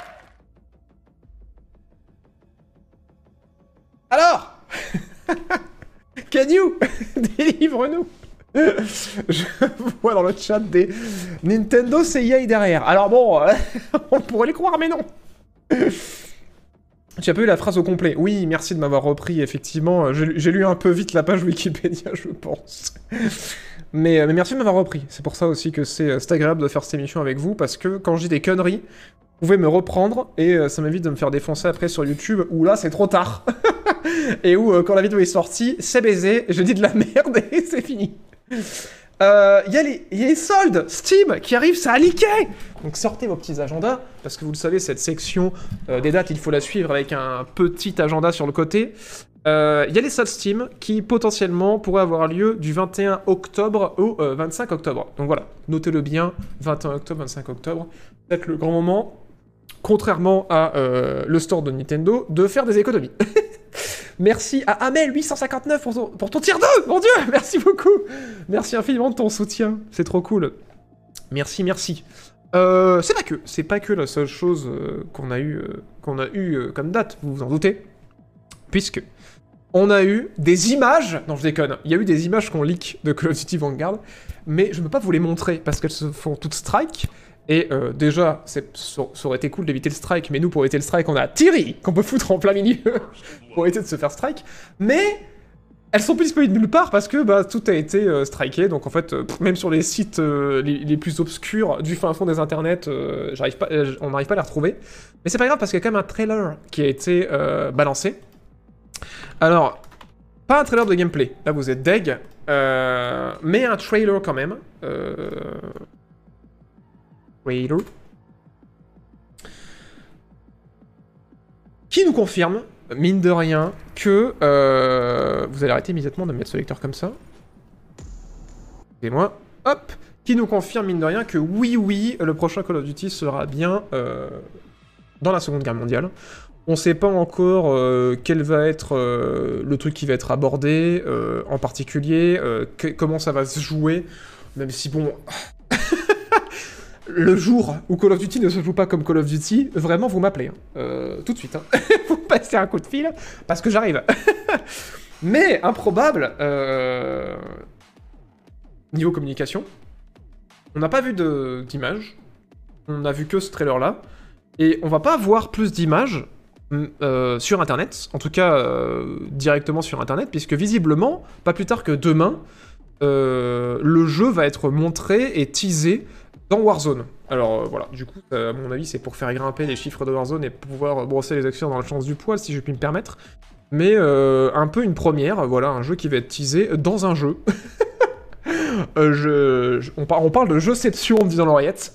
Alors Can you délivre-nous. Je vois dans le chat des Nintendo C I A derrière. Alors bon, euh, on pourrait les croire, mais non. Tu as pas eu la phrase au complet. Oui, merci de m'avoir repris, effectivement. J'ai lu un peu vite la page Wikipédia, je pense. Mais, mais merci de m'avoir repris. C'est pour ça aussi que c'est agréable de faire cette émission avec vous, parce que quand je dis des conneries, vous pouvez me reprendre, et ça m'évite de me faire défoncer après sur YouTube, où là, c'est trop tard. Et où, quand la vidéo est sortie, c'est baisé, je dis de la merde, et c'est fini. Il euh, y, y a les soldes Steam qui arrivent, ça a leaké. Donc sortez vos petits agendas, parce que vous le savez, cette section euh, des dates, il faut la suivre avec un petit agenda sur le côté. Il euh, y a les soldes Steam qui potentiellement pourraient avoir lieu du vingt et un octobre au euh, vingt-cinq octobre. Donc voilà, notez-le bien, vingt et un octobre, vingt-cinq octobre, peut-être le grand moment, contrairement à euh, le store de Nintendo, de faire des économies. Merci à Amel huit cent cinquante-neuf pour ton, pour ton tier deux, mon dieu, merci beaucoup. Merci infiniment de ton soutien, c'est trop cool. Merci, merci. Euh, c'est pas que, c'est pas que la seule chose euh, qu'on a eu, euh, qu'on a eu euh, comme date, vous vous en doutez, puisque on a eu des images, non je déconne, il y a eu des images qu'on leak de Call of Duty Vanguard, mais je ne peux pas vous les montrer parce qu'elles se font toutes strike. Et euh, déjà, ça aurait été cool d'éviter le strike, mais nous, pour éviter le strike, on a Thierry, qu'on peut foutre en plein milieu, pour éviter de se faire strike. Mais elles sont plus disponibles nulle part, parce que bah, tout a été euh, striké, donc en fait, euh, même sur les sites euh, les, les plus obscurs du fin fond des internets, euh, pas, euh, on n'arrive pas à les retrouver. Mais c'est pas grave, parce qu'il y a quand même un trailer qui a été euh, balancé. Alors, pas un trailer de gameplay, là vous êtes deg, euh, mais un trailer quand même. Euh... Trailer. Qui nous confirme, mine de rien, que... Euh, vous allez arrêter immédiatement de me mettre ce lecteur comme ça. Et moi, hop. Qui nous confirme, mine de rien, que oui, oui, le prochain Call of Duty sera bien euh, dans la Seconde Guerre mondiale. On sait pas encore euh, quel va être euh, le truc qui va être abordé, euh, en particulier, euh, que, comment ça va se jouer, même si bon... Le jour où Call of Duty ne se joue pas comme Call of Duty, vraiment, vous m'appelez. Hein. Euh, tout de suite. Hein. Vous passez un coup de fil, parce que j'arrive. Mais, improbable, euh... niveau communication, on n'a pas vu d'images, on n'a vu que ce trailer-là, et on va pas voir plus d'images euh, sur Internet, en tout cas euh, directement sur Internet, puisque visiblement, pas plus tard que demain, euh, le jeu va être montré et teasé dans Warzone. Alors euh, voilà, du coup, euh, à mon avis, c'est pour faire grimper les chiffres de Warzone et pouvoir brosser les actions dans le sens du poil, si je puis me permettre. Mais euh, un peu une première, voilà, un jeu qui va être teasé dans un jeu. euh, je, je, on, par, on parle de jeuception, me dit dans l'oreillette.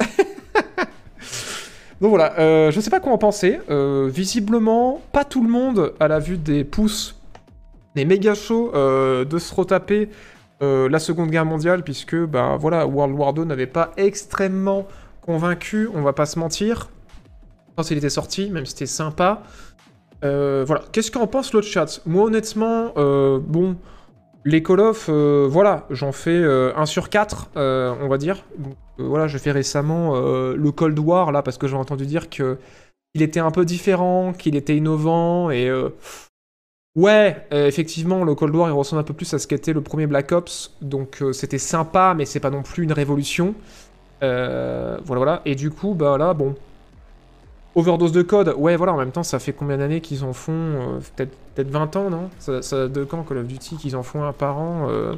Donc voilà, euh, je sais pas quoi en penser. Euh, visiblement, pas tout le monde, à la vue des pouces, des méga chauds euh, de se retaper Euh, la Seconde Guerre mondiale, puisque, bah voilà, World War deux n'avait pas extrêmement convaincu, on va pas se mentir, quand il était sorti, même si c'était sympa. Euh, voilà, qu'est-ce qu'en pense l'autre chat? Moi, honnêtement, euh, bon, les Call of, euh, voilà, j'en fais euh, un sur quatre, euh, on va dire. Donc, euh, voilà, j'ai fait récemment euh, le Cold War, là, parce que j'ai entendu dire que il était un peu différent, qu'il était innovant, et... Euh, Ouais, euh, effectivement, le Cold War, il ressemble un peu plus à ce qu'était le premier Black Ops, donc euh, c'était sympa, mais c'est pas non plus une révolution. Euh, voilà, voilà. Et du coup, bah là, bon... Overdose de code, ouais, voilà, en même temps, ça fait combien d'années qu'ils en font euh, Peut-être peut-être vingt ans, non ça, ça date de quand, Call of Duty, qu'ils en font un par an euh...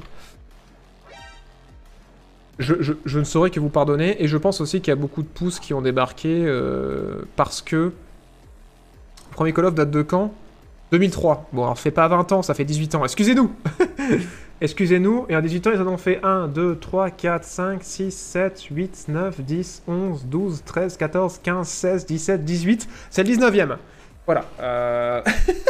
je, je, je ne saurais que vous pardonner, et je pense aussi qu'il y a beaucoup de pouces qui ont débarqué, euh, parce que... Le premier Call of date de quand deux mille trois. Bon, alors, ça fait pas vingt ans, ça fait dix-huit ans. Excusez-nous. Excusez-nous. Et en dix-huit ans, ils en ont fait un, deux, trois, quatre, cinq, six, sept, huit, neuf, dix, onze, douze, treize, quatorze, quinze, seize, dix-sept, dix-huit. C'est le dix-neuvième. Voilà. Euh...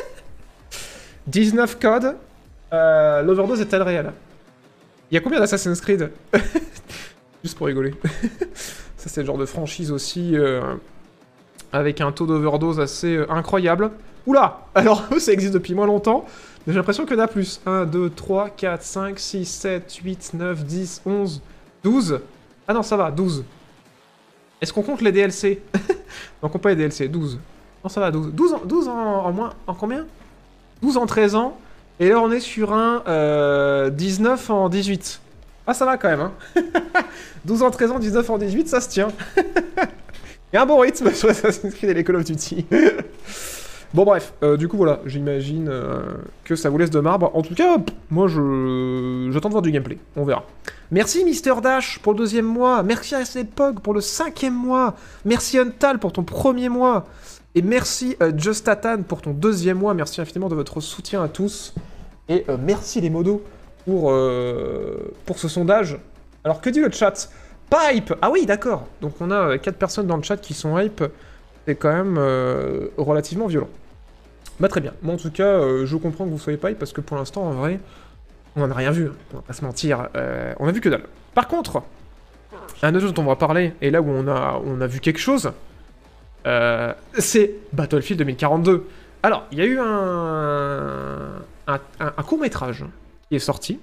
dix-neuf codes. Euh, L'overdose est-elle réelle? Il y a combien d'Assassin's Creed? Juste pour rigoler. Ça, c'est le genre de franchise aussi... Euh... avec un taux d'overdose assez euh, incroyable. Oula! Alors, ça existe depuis moins longtemps, mais j'ai l'impression qu'il y en a plus. un, deux, trois, quatre, cinq, six, sept, huit, neuf, dix, onze, douze. Ah non, ça va, douze. Est-ce qu'on compte les D L C? Non, on compte pas les D L C, douze. Non, ça va, douze. douze, en, douze en, en moins... En combien? douze en treize ans. Et là, on est sur un euh, dix-neuf en dix-huit. Ah, ça va quand même, hein. douze en treize ans, dix-neuf en dix-huit, ça se tient. Il y a un bon rythme sur Assassin's Creed et les Call of Duty. Bon bref, euh, du coup voilà, j'imagine euh, que ça vous laisse de marbre. En tout cas, pff, moi je j'attends de voir du gameplay, on verra. Merci Mister Dash pour le deuxième mois, merci à Pog pour le cinquième mois, merci Untal pour ton premier mois, et merci euh, Justatan pour ton deuxième mois, merci infiniment de votre soutien à tous, et euh, merci les modos pour, euh, pour ce sondage. Alors que dit le chat? Pas hype! Ah oui, d'accord. Donc on a quatre personnes dans le chat qui sont hype. C'est quand même euh, relativement violent. Bah très bien. Moi en tout cas, euh, je comprends que vous soyez pas hype parce que pour l'instant, en vrai, on en a rien vu. On va pas se mentir. Euh, on a vu que dalle. Par contre, un autre jeu dont on va parler, et là où on a, on a vu quelque chose, euh, c'est Battlefield deux mille quarante-deux. Alors, il y a eu un, un, un, un court-métrage qui est sorti.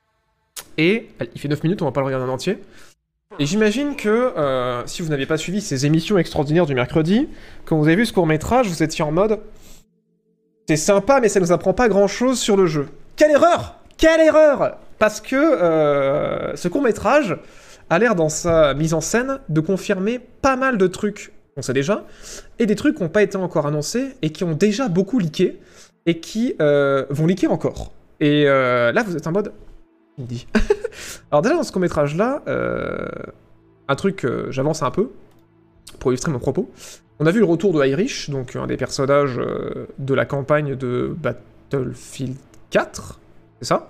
Et il fait neuf minutes, on va pas le regarder en entier. Et j'imagine que, euh, si vous n'aviez pas suivi ces émissions extraordinaires du mercredi, quand vous avez vu ce court-métrage, vous étiez en mode... C'est sympa, mais ça nous apprend pas grand-chose sur le jeu. Quelle erreur! Quelle erreur! Parce que euh, ce court-métrage a l'air, dans sa mise en scène, de confirmer pas mal de trucs qu'on sait déjà, et des trucs qui n'ont pas été encore annoncés, et qui ont déjà beaucoup leaké, et qui euh, vont leaker encore. Et euh, là, vous êtes en mode... Il dit. Alors déjà dans ce court-métrage là, euh, un truc, euh, j'avance un peu, pour illustrer mon propos, on a vu le retour de Irish, donc un des personnages euh, de la campagne de Battlefield quatre, c'est ça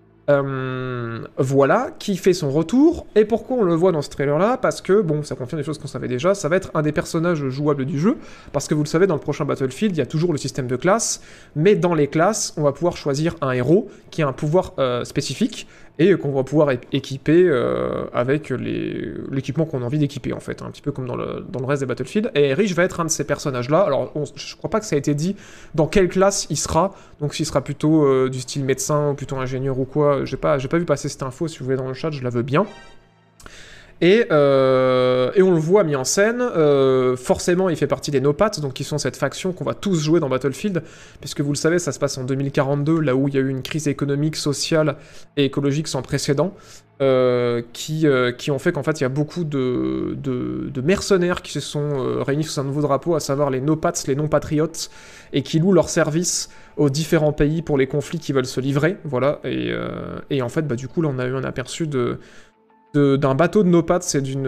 euh, voilà, qui fait son retour, et pourquoi on le voit dans ce trailer-là? Parce que, bon, ça confirme des choses qu'on savait déjà, ça va être un des personnages jouables du jeu, parce que vous le savez, dans le prochain Battlefield, il y a toujours le système de classes, mais dans les classes, on va pouvoir choisir un héros qui a un pouvoir euh, spécifique, et qu'on va pouvoir équiper euh, avec l'équipement qu'on a envie d'équiper, en fait, un petit peu comme dans le, dans le reste des Battlefield. Et Rich va être un de ces personnages-là. Alors, on, je crois pas que ça a été dit dans quelle classe il sera, donc s'il sera plutôt euh, du style médecin, ou plutôt ingénieur ou quoi, j'ai pas, j'ai pas vu passer cette info, si vous voulez dans le chat, je la veux bien. Et, euh, et on le voit mis en scène, euh, forcément il fait partie des Nopats, donc qui sont cette faction qu'on va tous jouer dans Battlefield, puisque vous le savez, ça se passe en deux mille quarante-deux, là où il y a eu une crise économique, sociale et écologique sans précédent, euh, qui, euh, qui ont fait qu'en fait il y a beaucoup de, de, de mercenaires qui se sont euh, réunis sous un nouveau drapeau, à savoir les Nopats, les non-patriotes, et qui louent leurs services aux différents pays pour les conflits qui veulent se livrer, voilà, et, euh, et en fait, bah, du coup là on a eu un aperçu de... d'un bateau de Nopats, c'est d'une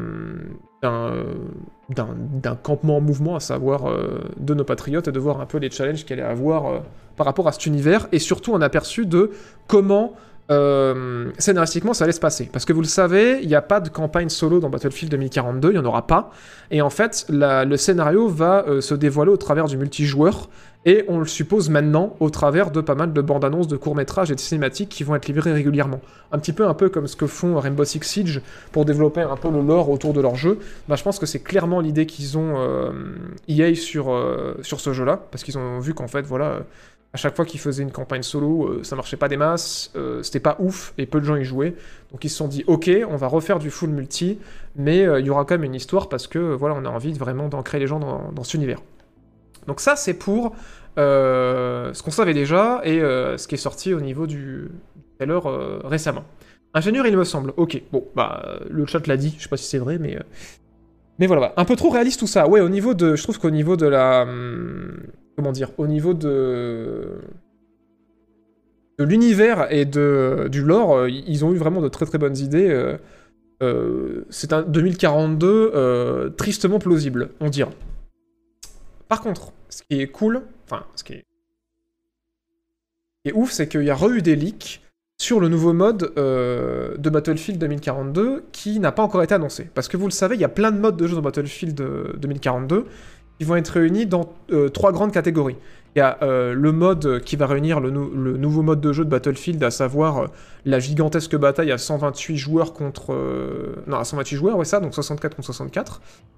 d'un d'un campement en mouvement, à savoir euh, de nos patriotes, et de voir un peu les challenges qu'elle allait avoir euh, par rapport à cet univers, et surtout un aperçu de comment euh, scénaristiquement ça allait se passer. Parce que vous le savez, il n'y a pas de campagne solo dans Battlefield deux mille quarante-deux, il n'y en aura pas, et en fait la, le scénario va euh, se dévoiler au travers du multijoueur, et on le suppose maintenant au travers de pas mal de bandes annonces, de courts-métrages et de cinématiques qui vont être livrés régulièrement. Un petit peu un peu comme ce que font Rainbow Six Siege pour développer un peu le lore autour de leur jeu. Bah, je pense que c'est clairement l'idée qu'ils ont euh, E A sur, euh, sur ce jeu-là, parce qu'ils ont vu qu'en fait, voilà, à chaque fois qu'ils faisaient une campagne solo, euh, ça marchait pas des masses, euh, c'était pas ouf, et peu de gens y jouaient. Donc ils se sont dit, ok, on va refaire du full multi, mais euh, il y aura quand même une histoire, parce que voilà, on a envie de, vraiment d'ancrer les gens dans, dans cet univers. Donc ça, c'est pour euh, ce qu'on savait déjà et euh, ce qui est sorti au niveau du trailer euh, récemment. Ingénieur, il me semble. Ok, bon, bah, le chat l'a dit, je sais pas si c'est vrai, mais... Euh... Mais voilà, voilà, un peu trop réaliste tout ça. Ouais, au niveau de... Je trouve qu'au niveau de la... Hum, comment dire? Au niveau de... de l'univers et de, du lore, euh, ils ont eu vraiment de très très bonnes idées. Euh, euh, c'est un deux mille quarante-deux euh, tristement plausible, on dira. Par contre, ce qui est cool, enfin, ce qui est, ce qui est ouf, c'est qu'il y a re-eu des leaks sur le nouveau mode euh, de Battlefield deux mille quarante-deux qui n'a pas encore été annoncé. Parce que vous le savez, il y a plein de modes de jeu dans Battlefield deux mille quarante-deux qui vont être réunis dans euh, trois grandes catégories. Il y a euh, le mode qui va réunir le, nou le nouveau mode de jeu de Battlefield, à savoir euh, la gigantesque bataille à cent vingt-huit joueurs contre... Euh... Non, à cent vingt-huit joueurs, ouais ça, donc soixante-quatre contre soixante-quatre.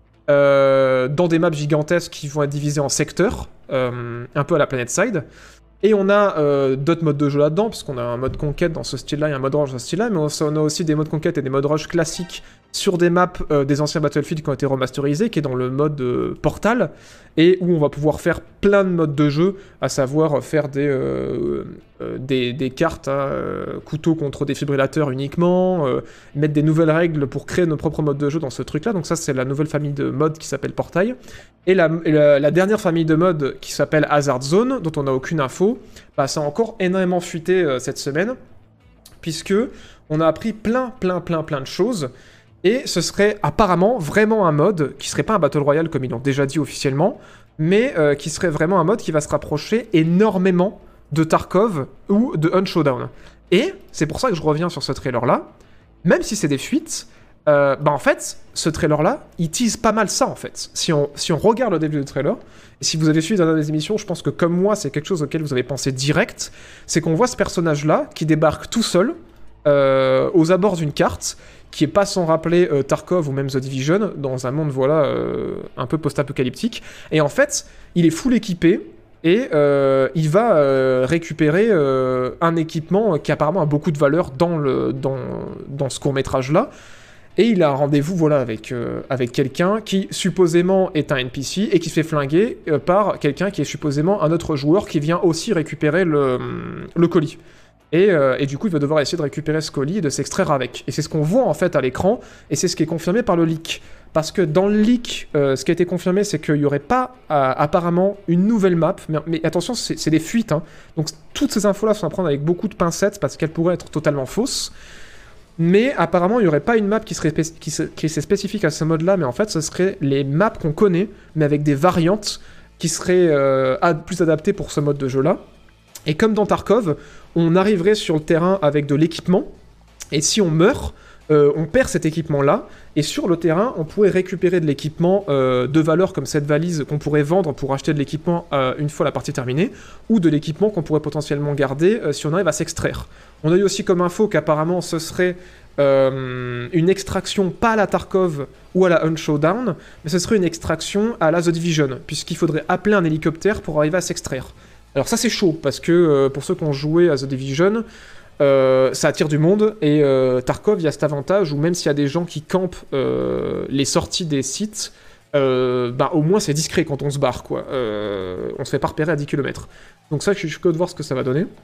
Euh, dans des maps gigantesques qui vont être divisées en secteurs, euh, un peu à la PlanetSide. Et on a euh, d'autres modes de jeu là-dedans, puisqu'on a un mode conquête dans ce style-là et un mode rush dans ce style-là, mais on a aussi des modes conquête et des modes rush classiques sur des maps euh, des anciens Battlefield qui ont été remasterisés, qui est dans le mode euh, Portal, et où on va pouvoir faire plein de modes de jeu, à savoir faire des, euh, euh, des, des cartes à euh, couteau contre défibrillateurs uniquement, euh, mettre des nouvelles règles pour créer nos propres modes de jeu dans ce truc-là. Donc ça, c'est la nouvelle famille de modes qui s'appelle Portail. Et la, la, la dernière famille de modes qui s'appelle Hazard Zone, dont on n'a aucune info, bah, ça a encore énormément fuité euh, cette semaine, puisque on a appris plein, plein, plein, plein de choses. Et ce serait apparemment vraiment un mode qui serait pas un Battle Royale comme ils l'ont déjà dit officiellement, mais euh, qui serait vraiment un mode qui va se rapprocher énormément de Tarkov ou de Hunt Showdown. Et c'est pour ça que je reviens sur ce trailer-là, même si c'est des fuites, euh, bah en fait, ce trailer-là, il tease pas mal ça en fait. Si on, si on regarde le début du trailer, et si vous avez suivi dans les émissions, je pense que comme moi, c'est quelque chose auquel vous avez pensé direct, c'est qu'on voit ce personnage-là qui débarque tout seul euh, aux abords d'une carte, qui est pas sans rappeler euh, Tarkov ou même The Division, dans un monde, voilà, euh, un peu post-apocalyptique. Et en fait, il est full équipé, et euh, il va euh, récupérer euh, un équipement qui apparemment a beaucoup de valeur dans, le, dans, dans ce court-métrage-là. Et il a un rendez-vous, voilà, avec, euh, avec quelqu'un qui, supposément, est un N P C, et qui se fait flinguer euh, par quelqu'un qui est supposément un autre joueur qui vient aussi récupérer le, le colis. Et, euh, et du coup, il va devoir essayer de récupérer ce colis et de s'extraire avec. Et c'est ce qu'on voit en fait à l'écran, et c'est ce qui est confirmé par le leak. Parce que dans le leak, euh, ce qui a été confirmé, c'est qu'il n'y aurait pas euh, apparemment une nouvelle map. Mais, mais attention, c'est des fuites. Hein. Donc toutes ces infos-là sont à prendre avec beaucoup de pincettes, parce qu'elles pourraient être totalement fausses. Mais apparemment, il n'y aurait pas une map qui serait, qui, se qui serait spécifique à ce mode-là, mais en fait, ce seraient les maps qu'on connaît, mais avec des variantes qui seraient euh, ad plus adaptées pour ce mode de jeu-là. Et comme dans Tarkov, on arriverait sur le terrain avec de l'équipement, et si on meurt, euh, on perd cet équipement-là, et sur le terrain, on pourrait récupérer de l'équipement euh, de valeur comme cette valise qu'on pourrait vendre pour acheter de l'équipement euh, une fois la partie terminée, ou de l'équipement qu'on pourrait potentiellement garder euh, si on arrive à s'extraire. On a eu aussi comme info qu'apparemment ce serait euh, une extraction pas à la Tarkov ou à la Hunt Showdown, mais ce serait une extraction à la The Division, puisqu'il faudrait appeler un hélicoptère pour arriver à s'extraire. Alors ça c'est chaud, parce que euh, pour ceux qui ont joué à The Division, euh, ça attire du monde, et euh, Tarkov, il y a cet avantage où même s'il y a des gens qui campent euh, les sorties des sites, euh, bah, au moins c'est discret quand on se barre, quoi. Euh, on se fait pas repérer à dix kilomètres. Donc ça, je suis curieux de voir ce que ça va donner.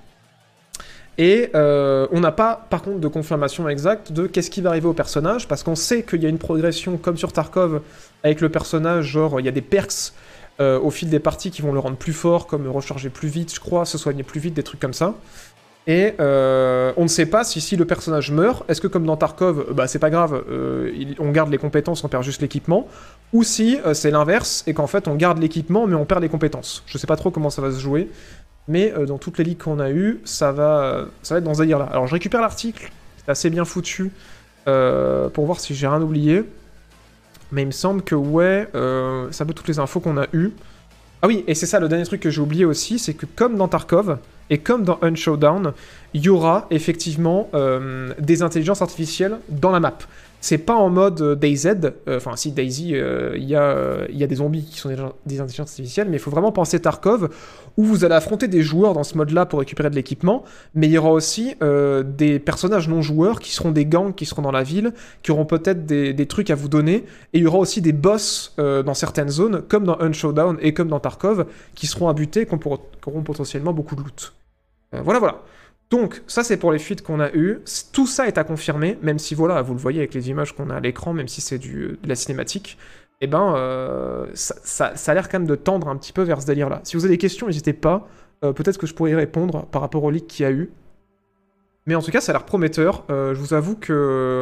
Et euh, on n'a pas, par contre, de confirmation exacte de qu'est-ce qui va arriver au personnage, parce qu'on sait qu'il y a une progression, comme sur Tarkov, avec le personnage, genre, il y a des perks Euh, au fil des parties qui vont le rendre plus fort, comme recharger plus vite, je crois, se soigner plus vite, des trucs comme ça. Et euh, on ne sait pas si, si le personnage meurt, est-ce que comme dans Tarkov, bah c'est pas grave, euh, il, on garde les compétences, on perd juste l'équipement, ou si euh, c'est l'inverse, et qu'en fait on garde l'équipement, mais on perd les compétences. Je sais pas trop comment ça va se jouer, mais euh, dans toutes les leaks qu'on a eues, ça va, ça va être dans ce délire-là. Alors je récupère l'article, c'est assez bien foutu, euh, pour voir si j'ai rien oublié. Mais il me semble que, ouais, euh, ça peut toutes les infos qu'on a eues. Ah oui, et c'est ça, le dernier truc que j'ai oublié aussi, c'est que comme dans Tarkov, et comme dans Hunt Showdown, il y aura effectivement euh, des intelligences artificielles dans la map. c'est pas en mode euh, DayZ, enfin euh, si Daisy, il euh, y, euh, y a des zombies qui sont des, des intelligences artificielles, mais il faut vraiment penser Tarkov, où vous allez affronter des joueurs dans ce mode-là pour récupérer de l'équipement, mais il y aura aussi euh, des personnages non joueurs qui seront des gangs, qui seront dans la ville, qui auront peut-être des, des trucs à vous donner, et il y aura aussi des boss euh, dans certaines zones, comme dans Un Showdown et comme dans Tarkov, qui seront à buter, qui auront potentiellement beaucoup de loot. Euh, voilà, voilà. Donc, ça c'est pour les fuites qu'on a eues. Tout ça est à confirmer, même si, voilà, vous le voyez avec les images qu'on a à l'écran, même si c'est du, de la cinématique, eh ben, euh, ça, ça, ça a l'air quand même de tendre un petit peu vers ce délire-là. Si vous avez des questions, n'hésitez pas. Euh, peut-être que je pourrais y répondre par rapport au leak qu'il y a eu. Mais en tout cas, ça a l'air prometteur. Euh, je vous avoue que...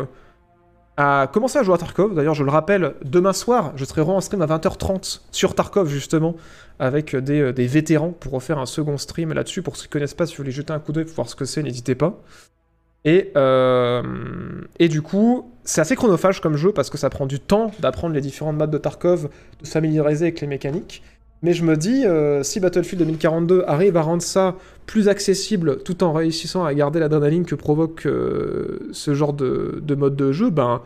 à commencer à jouer à Tarkov, d'ailleurs, je le rappelle, demain soir, je serai en stream à vingt heures trente sur Tarkov, justement, avec des, des vétérans pour refaire un second stream là-dessus. Pour ceux qui ne connaissent pas, si vous voulez jeter un coup d'œil pour voir ce que c'est, n'hésitez pas. Et, euh, et du coup, c'est assez chronophage comme jeu, parce que ça prend du temps d'apprendre les différentes maps de Tarkov, de se familiariser avec les mécaniques. Mais je me dis, euh, si Battlefield deux mille quarante-deux arrive à rendre ça plus accessible, tout en réussissant à garder l'adrénaline que provoque euh, ce genre de, de mode de jeu, ben...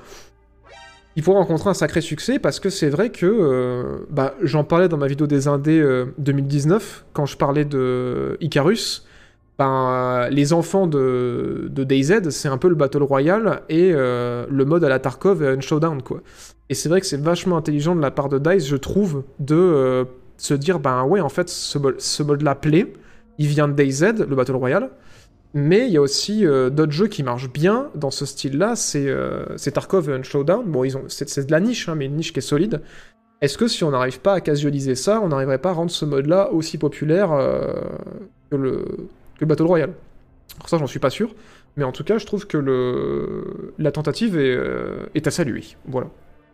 il pourrait rencontrer un sacré succès, parce que c'est vrai que, euh, bah, j'en parlais dans ma vidéo des indés euh, deux mille dix-neuf, quand je parlais de Icarus, ben, les enfants de, de DayZ, c'est un peu le Battle Royale, et euh, le mode à la Tarkov et Un Showdown, quoi. Et c'est vrai que c'est vachement intelligent de la part de DICE, je trouve, de euh, se dire, ben ouais, en fait, ce, ce mode-là plaît, il vient de DayZ, le Battle Royale, mais il y a aussi euh, d'autres jeux qui marchent bien dans ce style-là, c'est euh, Tarkov et Un Showdown. Bon, ils ont, c'est de la niche, hein, mais une niche qui est solide. Est-ce que si on n'arrive pas à casualiser ça, on n'arriverait pas à rendre ce mode-là aussi populaire euh, que, le, que le Battle Royale? Alors ça, j'en suis pas sûr, mais en tout cas, je trouve que le, la tentative est, euh, est à saluer. Voilà.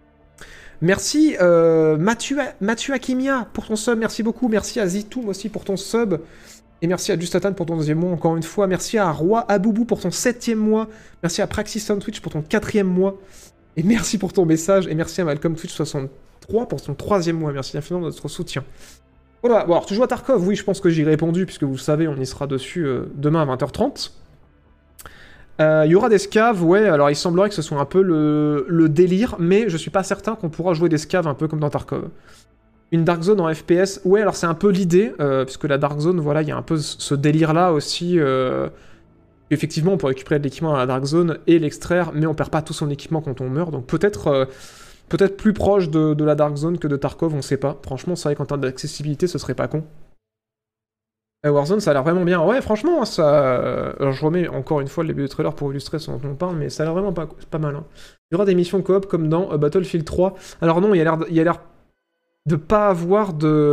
Merci euh, Mathieu, Mathieu Akimia pour ton sub, merci beaucoup. Merci à Zitoum aussi pour ton sub. Et merci à Justatan pour ton deuxième mois, encore une fois. Merci à Roi Aboubou pour ton septième mois. Merci à Praxis on Twitch pour ton quatrième mois. Et merci pour ton message. Et merci à Malcolm Twitch soixante-trois pour son troisième mois. Merci infiniment de notre soutien. Voilà, bon alors tu joues à Tarkov? Oui, je pense que j'y ai répondu, puisque vous le savez, on y sera dessus euh, demain à vingt heures trente. Il euh, y aura des scaves, ouais, alors il semblerait que ce soit un peu le, le délire, mais je suis pas certain qu'on pourra jouer des scaves un peu comme dans Tarkov. Une Dark Zone en F P S, ouais, alors c'est un peu l'idée, euh, puisque la Dark Zone, voilà, il y a un peu ce délire-là aussi. Euh, effectivement, on peut récupérer de l'équipement dans la Dark Zone et l'extraire, mais on perd pas tout son équipement quand on meurt, donc peut-être euh, peut-être plus proche de, de la Dark Zone que de Tarkov, on sait pas. Franchement, c'est vrai qu'en termes d'accessibilité, ce serait pas con. Euh, Warzone, ça a l'air vraiment bien. Ouais, franchement, ça... Alors, je remets encore une fois le début du trailer pour illustrer ce dont on parle, mais ça a l'air vraiment pas, pas mal. Hein. Il y aura des missions coop comme dans uh, Battlefield trois. Alors non, il y a l'air de pas avoir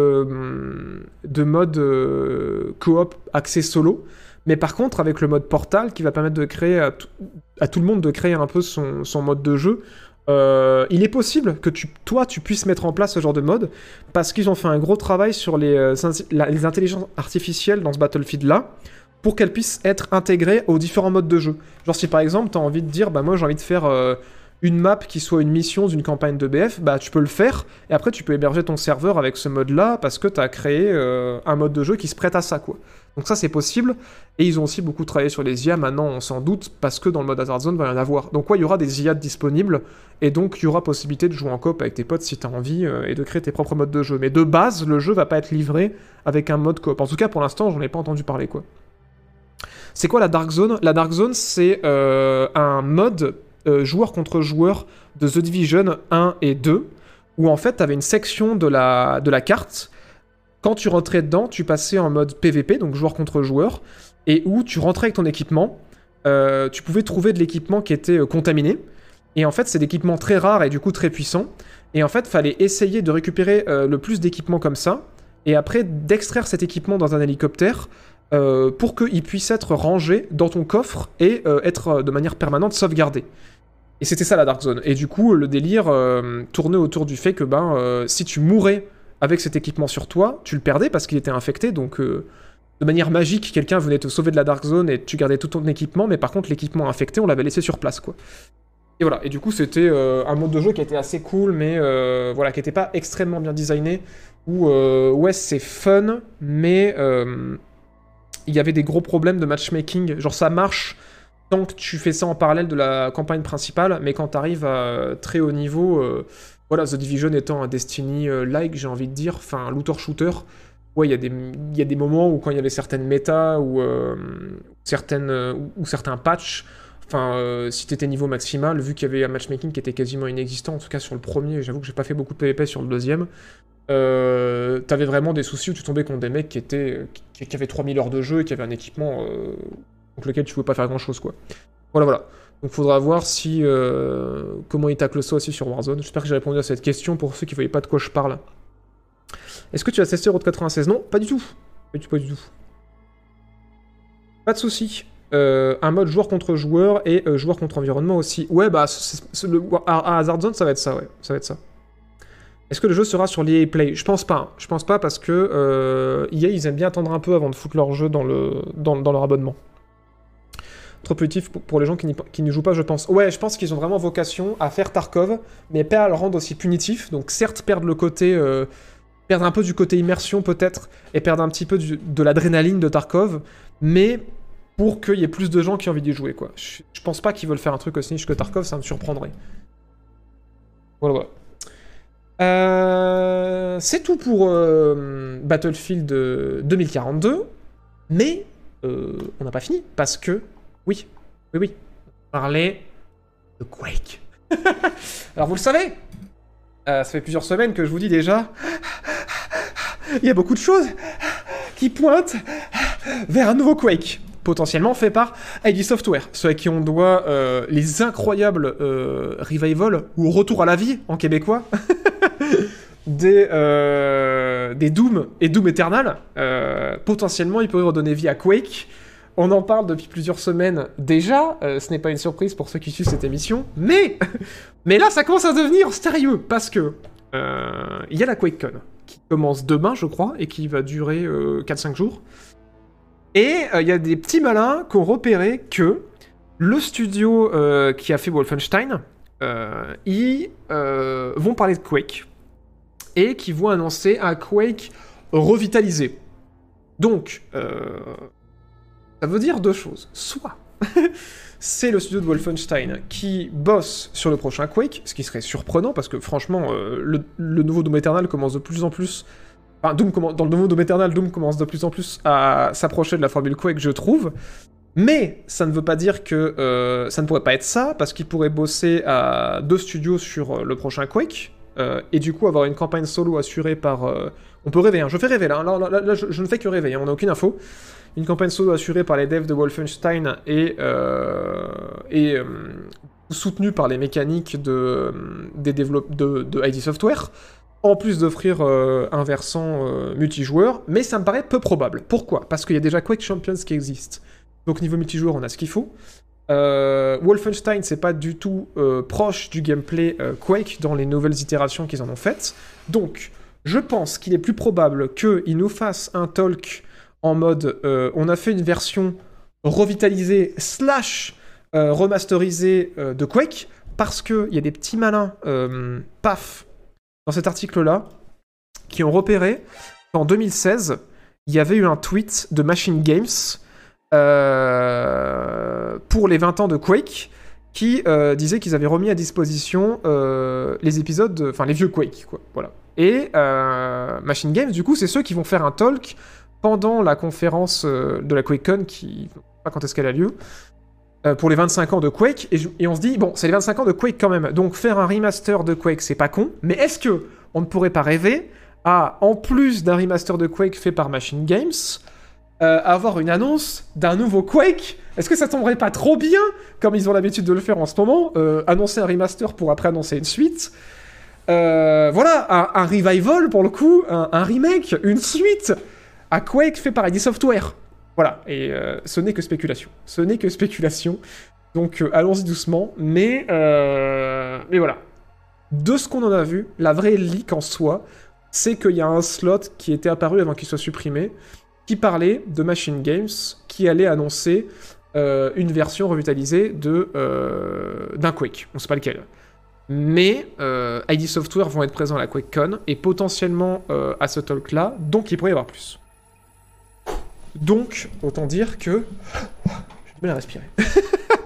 de, de mode euh, coop axé solo, mais par contre avec le mode Portal qui va permettre de créer à, à tout le monde de créer un peu son, son mode de jeu, euh, il est possible que tu, toi tu puisses mettre en place ce genre de mode, parce qu'ils ont fait un gros travail sur les, euh, les intelligences artificielles dans ce Battlefield là, pour qu'elles puissent être intégrées aux différents modes de jeu. Genre si par exemple tu as envie de dire, bah moi j'ai envie de faire... Euh, une map qui soit une mission d'une campagne de B F, bah tu peux le faire, et après tu peux héberger ton serveur avec ce mode-là, parce que tu as créé euh, un mode de jeu qui se prête à ça, quoi. Donc ça c'est possible, et ils ont aussi beaucoup travaillé sur les I A, maintenant on s'en doute, parce que dans le mode Hazard Zone, va y en avoir. Donc ouais, il y aura des I A disponibles, et donc il y aura possibilité de jouer en coop avec tes potes si tu as envie, euh, et de créer tes propres modes de jeu. Mais de base, le jeu va pas être livré avec un mode coop. En tout cas, pour l'instant, j'en ai pas entendu parler, quoi. C'est quoi la Dark Zone? La Dark Zone, c'est euh, un mode... Euh, joueur contre joueur de The Division un et deux, où en fait, tu avais une section de la, de la carte. Quand tu rentrais dedans, tu passais en mode P V P, donc joueur contre joueur, et où tu rentrais avec ton équipement, euh, tu pouvais trouver de l'équipement qui était euh, contaminé, et en fait, c'est d'équipements très rares et du coup très puissants, et en fait, fallait essayer de récupérer euh, le plus d'équipements comme ça, et après, d'extraire cet équipement dans un hélicoptère, euh, pour qu'il puisse être rangé dans ton coffre, et euh, être euh, de manière permanente sauvegardé. Et c'était ça la Dark Zone. Et du coup, le délire euh, tournait autour du fait que ben, euh, si tu mourais avec cet équipement sur toi, tu le perdais parce qu'il était infecté. Donc, euh, de manière magique, quelqu'un venait te sauver de la Dark Zone et tu gardais tout ton équipement. Mais par contre, l'équipement infecté, on l'avait laissé sur place, quoi. Et voilà. Et du coup, c'était euh, un mode de jeu qui était assez cool, mais euh, voilà, qui n'était pas extrêmement bien designé. Où, euh, ouais, c'est fun, mais euh, il y avait des gros problèmes de matchmaking. Genre, ça marche... tant que tu fais ça en parallèle de la campagne principale, mais quand tu arrives à très haut niveau, euh, voilà, The Division étant un Destiny-like, j'ai envie de dire, enfin, looter-shooter, ouais, il y, y a des moments où quand il y avait certaines méta ou, euh, certaines, euh, ou certains patchs, enfin, euh, si t'étais niveau maximal, vu qu'il y avait un matchmaking qui était quasiment inexistant, en tout cas sur le premier, j'avoue que j'ai pas fait beaucoup de P V P sur le deuxième, euh, t'avais vraiment des soucis où tu tombais contre des mecs qui étaient qui, qui avaient trois mille heures de jeu et qui avaient un équipement euh, contre lequel tu pouvais pas faire grand chose, quoi. Voilà, voilà. Donc faudra voir si euh, comment ils taclent ça aussi sur Warzone. J'espère que j'ai répondu à cette question pour ceux qui voyaient pas de quoi je parle. Est-ce que tu as testé Road quatre-vingt-seize? Non, pas du tout. Pas du tout, pas du tout. Pas de soucis. Euh, un mode joueur contre joueur et euh, joueur contre environnement aussi. Ouais, bah, c'est, c'est le, à, à Hazard Zone, ça va être ça, ouais. Ça va être ça. Est-ce que le jeu sera sur l'E A Play? Je pense pas. Hein. Je pense pas parce que euh, E A, ils aiment bien attendre un peu avant de foutre leur jeu dans, le, dans, dans leur abonnement. Trop punitif pour les gens qui, qui ne jouent pas, je pense. Ouais, je pense qu'ils ont vraiment vocation à faire Tarkov, mais pas à le rendre aussi punitif. Donc certes, perdre le côté... Euh, perdre un peu du côté immersion peut-être, et perdre un petit peu du, de l'adrénaline de Tarkov, mais pour qu'il y ait plus de gens qui ont envie d'y jouer, quoi. Je, je pense pas qu'ils veulent faire un truc aussi niche que Tarkov, ça me surprendrait. Voilà, voilà. Euh, c'est tout pour euh, Battlefield deux mille quarante-deux, mais euh, on n'a pas fini, parce que, oui, oui, oui, on parlait de Quake. Alors vous le savez, euh, ça fait plusieurs semaines que je vous dis déjà, il y a beaucoup de choses qui pointent vers un nouveau Quake, potentiellement fait par I D Software, ceux à qui on doit euh, les incroyables euh, revival, ou retour à la vie, en québécois, des, euh, des Doom et Doom Eternal. Euh, potentiellement, ils pourraient redonner vie à Quake. On en parle depuis plusieurs semaines déjà, euh, ce n'est pas une surprise pour ceux qui suivent cette émission, mais, mais là, ça commence à devenir sérieux, parce que euh, il y a la QuakeCon, qui commence demain, je crois, et qui va durer euh, quatre cinq jours. Et il euh, y a des petits malins qui ont repéré que le studio euh, qui a fait Wolfenstein, euh, ils euh, vont parler de Quake, et qui vont annoncer un Quake revitalisé. Donc, euh, ça veut dire deux choses. Soit, c'est le studio de Wolfenstein qui bosse sur le prochain Quake, ce qui serait surprenant, parce que franchement, euh, le, le nouveau Doom Eternal commence de plus en plus... Enfin, Doom comm... dans le nouveau Doom Eternal, Doom commence de plus en plus à s'approcher de la formule Quake, je trouve. Mais ça ne veut pas dire que euh, ça ne pourrait pas être ça, parce qu'ils pourraient bosser à deux studios sur le prochain Quake, euh, et du coup avoir une campagne solo assurée par... Euh... On peut rêver, hein. Je fais rêver là, là, là, là, là je, je ne fais que rêver, hein. On n'a aucune info. Une campagne solo assurée par les devs de Wolfenstein et, euh, et euh, soutenue par les mécaniques de, des développe, de, de I D Software, en plus d'offrir euh, un versant euh, multijoueur, mais ça me paraît peu probable. Pourquoi? Parce qu'il y a déjà Quake Champions qui existe. Donc niveau multijoueur, on a ce qu'il faut. Euh, Wolfenstein, c'est pas du tout euh, proche du gameplay euh, Quake dans les nouvelles itérations qu'ils en ont faites. Donc, je pense qu'il est plus probable qu'ils nous fassent un talk en mode, euh, on a fait une version revitalisée slash euh, remasterisée euh, de Quake, parce qu'il y a des petits malins, euh, paf, dans cet article-là, qui ont repéré qu'en deux mille seize, il y avait eu un tweet de Machine Games euh, pour les vingt ans de Quake, qui euh, disait qu'ils avaient remis à disposition euh, les épisodes, enfin les vieux Quake, quoi, voilà. Et euh, Machine Games, du coup, c'est ceux qui vont faire un talk pendant la conférence euh, de la QuakeCon, qui... je sais pas quand est-ce qu'elle a lieu, euh, pour les vingt-cinq ans de Quake, et, je... et on se dit, bon, c'est les vingt-cinq ans de Quake quand même, donc faire un remaster de Quake, c'est pas con, mais est-ce que on ne pourrait pas rêver à, en plus d'un remaster de Quake fait par Machine Games, euh, avoir une annonce d'un nouveau Quake? Est-ce que ça tomberait pas trop bien, comme ils ont l'habitude de le faire en ce moment, euh, annoncer un remaster pour après annoncer une suite? Euh, voilà, un, un revival pour le coup, un, un remake, une suite à Quake fait par I D Software. Voilà, et euh, ce n'est que spéculation. Ce n'est que spéculation. Donc euh, allons-y doucement, mais, euh, mais voilà. De ce qu'on en a vu, la vraie leak en soi, c'est qu'il y a un slot qui était apparu avant qu'il soit supprimé, qui parlait de Machine Games, qui allait annoncer euh, une version revitalisée de, euh, d'un Quake. On ne sait pas lequel. Mais euh, I D Software vont être présents à la QuakeCon, et potentiellement euh, à ce talk-là, donc il pourrait y avoir plus. Donc, autant dire que... J'ai du mal à respirer.